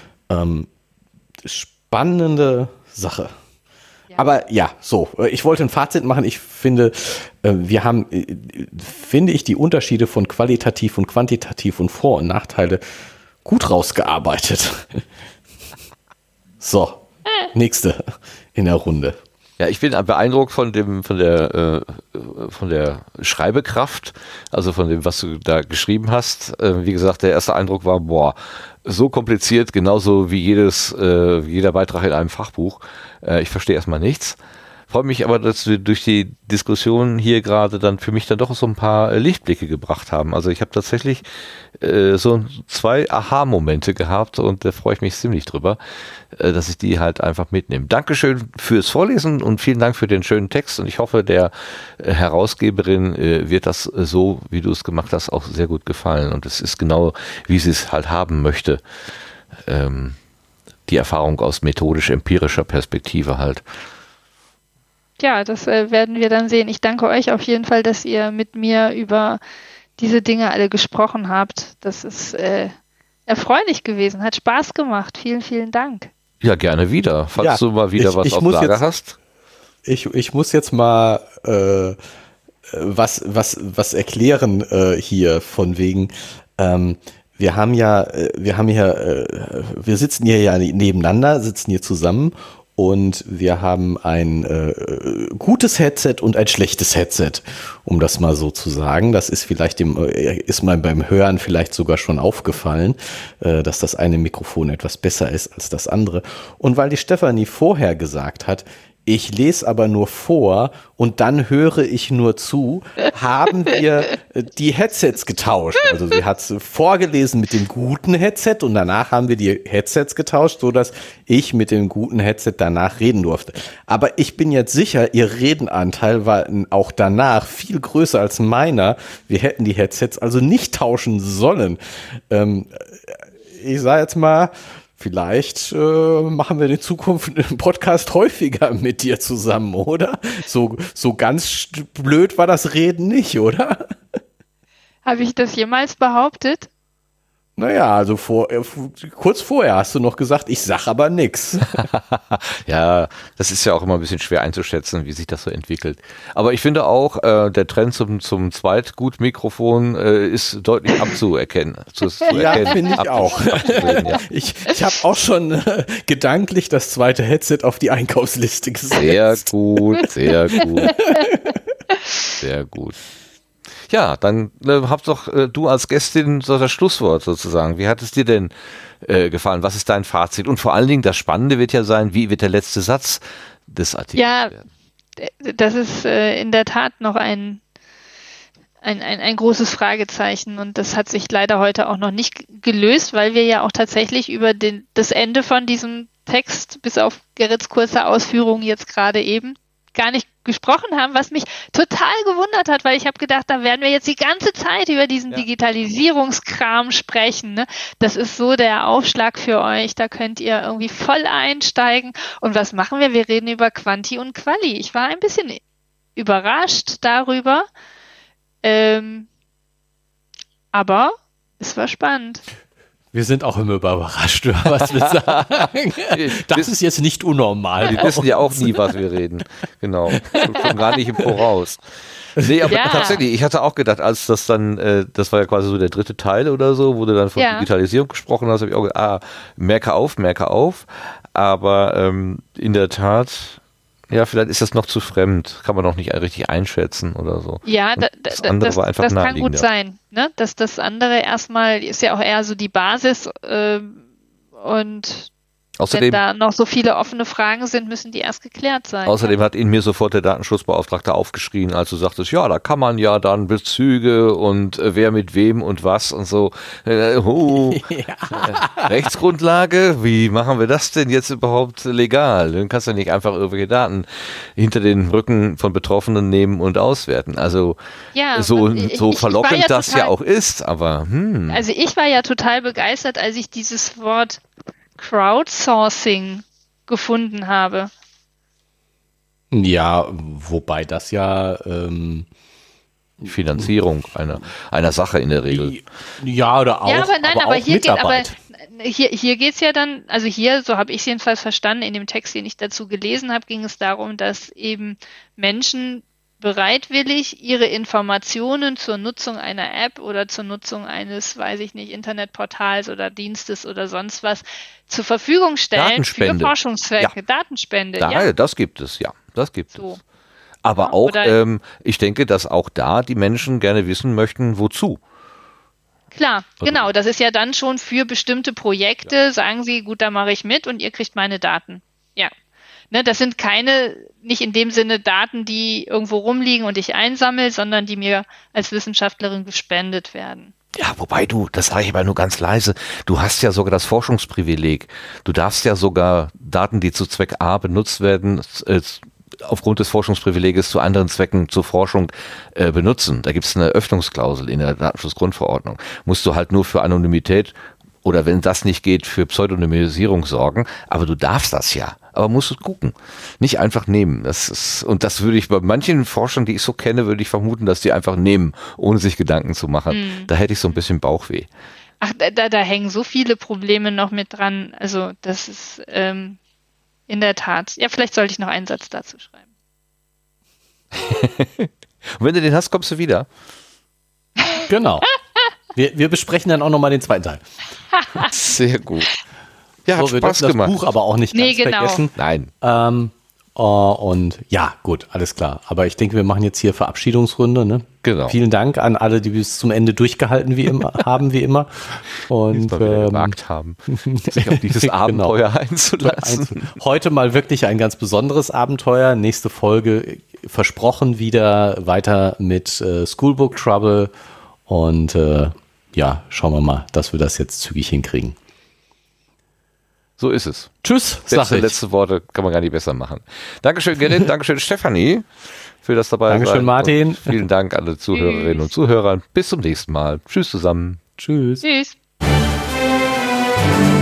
S4: Spannende Sache. Ja. Aber ja, ich wollte ein Fazit machen. Ich finde, wir haben, die Unterschiede von qualitativ und quantitativ und Vor- und Nachteile gut rausgearbeitet. So, nächste in der Runde.
S1: Ja, ich bin beeindruckt von der Schreibekraft, also von dem, was du da geschrieben hast. Wie gesagt, der erste Eindruck war, so kompliziert, genauso wie jeder Beitrag in einem Fachbuch. Ich verstehe erstmal nichts. Freue mich aber, dass wir durch die Diskussion hier gerade dann für mich dann doch so ein paar Lichtblicke gebracht haben. Also ich habe tatsächlich so 2 Aha-Momente gehabt und da freue ich mich ziemlich drüber, dass ich die halt einfach mitnehme. Dankeschön fürs Vorlesen und vielen Dank für den schönen Text und ich hoffe, der Herausgeberin wird das so, wie du es gemacht hast, auch sehr gut gefallen und es ist genau, wie sie es halt haben möchte. Die Erfahrung aus methodisch-empirischer Perspektive halt.
S5: ja, das werden wir dann sehen. Ich danke euch auf jeden Fall, dass ihr mit mir über diese Dinge alle gesprochen habt. Das ist erfreulich gewesen, hat Spaß gemacht. Vielen, vielen Dank.
S1: Ja, gerne wieder. Falls du mal wieder was auf Lager hast.
S4: Ich muss jetzt mal was erklären hier von wegen. Wir sitzen hier ja nebeneinander, sitzen hier zusammen und wir haben ein gutes Headset und ein schlechtes Headset, um das mal so zu sagen. Das ist vielleicht ist mir beim Hören vielleicht sogar schon aufgefallen, dass das eine Mikrofon etwas besser ist als das andere. Und weil die Stefanie vorher gesagt hat, ich lese aber nur vor und dann höre ich nur zu, haben wir die Headsets getauscht. Also sie hat vorgelesen mit dem guten Headset und danach haben wir die Headsets getauscht, sodass ich mit dem guten Headset danach reden durfte. Aber ich bin jetzt sicher, ihr Redenanteil war auch danach viel größer als meiner. Wir hätten die Headsets also nicht tauschen sollen. Ich sage jetzt mal, vielleicht machen wir in Zukunft einen Podcast häufiger mit dir zusammen, oder? So ganz blöd war das Reden nicht, oder?
S5: Habe ich das jemals behauptet?
S4: Naja, also kurz vorher hast du noch gesagt, ich sag aber nix.
S1: Ja, das ist ja auch immer ein bisschen schwer einzuschätzen, wie sich das so entwickelt. Aber ich finde auch, der Trend zum Zweitgutmikrofon ist deutlich abzuerkennen.
S4: Ja, finde ich auch.
S1: Ja.
S4: Ich habe auch schon gedanklich das zweite Headset auf die Einkaufsliste gesetzt.
S1: Sehr gut, sehr gut. Sehr gut. Ja, dann hab doch du als Gästin so das Schlusswort sozusagen. Wie hat es dir denn gefallen? Was ist dein Fazit? Und vor allen Dingen, das Spannende wird ja sein, wie wird der letzte Satz des Artikels werden?
S5: Das ist in der Tat noch ein großes Fragezeichen und das hat sich leider heute auch noch nicht gelöst, weil wir ja auch tatsächlich über das Ende von diesem Text, bis auf Gerrits kurze Ausführungen jetzt gerade eben, gar nicht gesprochen haben, was mich total gewundert hat, weil ich habe gedacht, da werden wir jetzt die ganze Zeit über diesen Digitalisierungskram sprechen. Ne? Das ist so der Aufschlag für euch, da könnt ihr irgendwie voll einsteigen. Und was machen wir? Wir reden über Quanti und Quali. Ich war ein bisschen überrascht darüber, aber es war spannend.
S4: Wir sind auch immer überrascht, was wir sagen. Das ist jetzt nicht unnormal.
S1: Wir wissen ja auch nie, was wir reden. Genau. Schon gar nicht im Voraus. Nee, aber tatsächlich, ich hatte auch gedacht, als das dann, das war ja quasi so der dritte Teil oder so, wo du dann von Digitalisierung gesprochen hast, habe ich auch gedacht, merke auf. Aber in der Tat, ja, vielleicht ist das noch zu fremd, kann man noch nicht richtig einschätzen oder so.
S5: Ja,
S1: das andere war einfach
S5: das kann
S1: naheliegender.
S5: gut sein, ne? Dass das andere erstmal ist ja auch eher so die Basis und
S1: Außerdem,
S5: wenn da noch so viele offene Fragen sind, müssen die erst geklärt sein.
S1: Außerdem hat in mir sofort der Datenschutzbeauftragte aufgeschrien, als du sagtest, ja, da kann man ja dann Bezüge und wer mit wem und was und so. Rechtsgrundlage, wie machen wir das denn jetzt überhaupt legal? Dann kannst du nicht einfach irgendwelche Daten hinter den Rücken von Betroffenen nehmen und auswerten. Also so verlockend das ja auch ist, aber
S5: Also ich war ja total begeistert, als ich dieses Wort Crowdsourcing gefunden habe.
S4: Ja, wobei das ja
S1: Finanzierung einer Sache in der Regel.
S4: Ja, oder auch,
S5: aber hier
S4: Mitarbeit.
S5: Hier geht es ja dann, also hier, so habe ich es jedenfalls verstanden, in dem Text, den ich dazu gelesen habe, ging es darum, dass eben Menschen bereitwillig ihre Informationen zur Nutzung einer App oder zur Nutzung eines, weiß ich nicht, Internetportals oder Dienstes oder sonst was zur Verfügung stellen für Forschungszwecke. Ja. Datenspende.
S1: Ja, das gibt es, ja. Das gibt
S5: so.
S1: es. Aber auch, ich denke, dass auch da die Menschen gerne wissen möchten, wozu.
S5: Klar, genau. Das ist ja dann schon für bestimmte Projekte, sagen sie, gut, da mache ich mit und ihr kriegt meine Daten. Ja. Ne, das sind nicht in dem Sinne Daten, die irgendwo rumliegen und ich einsammle, sondern die mir als Wissenschaftlerin gespendet werden.
S1: Ja, wobei das sage ich aber nur ganz leise, du hast ja sogar das Forschungsprivileg. Du darfst ja sogar Daten, die zu Zweck A benutzt werden, aufgrund des Forschungsprivileges zu anderen Zwecken zur Forschung benutzen. Da gibt es eine Öffnungsklausel in der Datenschutzgrundverordnung. Musst du halt nur für Anonymität Oder wenn das nicht geht, für Pseudonymisierung sorgen. Aber du darfst das ja. Aber musst du gucken. Nicht einfach nehmen. Und das würde ich bei manchen Forschern, die ich so kenne, würde ich vermuten, dass die einfach nehmen, ohne sich Gedanken zu machen. Da hätte ich so ein bisschen Bauchweh.
S5: Ach, da hängen so viele Probleme noch mit dran. Also das ist in der Tat. Ja, vielleicht sollte ich noch einen Satz dazu schreiben.
S1: Und wenn du den hast, kommst du wieder.
S6: Genau. Wir besprechen dann auch nochmal den zweiten Teil.
S1: Sehr gut. Ja, hat
S6: So, wir
S1: Spaß
S6: dürfen
S1: gemacht.
S6: das Buch aber auch nicht ganz vergessen.
S1: Nein.
S6: Und ja, gut, alles klar. Aber ich denke, wir machen jetzt hier Verabschiedungsrunde. Ne?
S1: Genau.
S6: Vielen Dank an alle, die bis zum Ende durchgehalten haben, wie immer. Und
S1: gewagt haben, sich auf dieses Abenteuer einzulassen.
S6: Heute mal wirklich ein ganz besonderes Abenteuer. Nächste Folge versprochen wieder weiter mit Schoolbook Trouble. Und ja, schauen wir mal, dass wir das jetzt zügig hinkriegen.
S1: So ist es.
S6: Tschüss, sag ich.
S1: Letzte Worte kann man gar nicht besser machen. Dankeschön, Gerrit. Dankeschön, Stefanie, für das dabei sein.
S6: Dankeschön, Martin.
S1: Und vielen Dank alle Zuhörerinnen und Zuhörer. Bis zum nächsten Mal. Tschüss zusammen.
S6: Tschüss.
S5: Tschüss.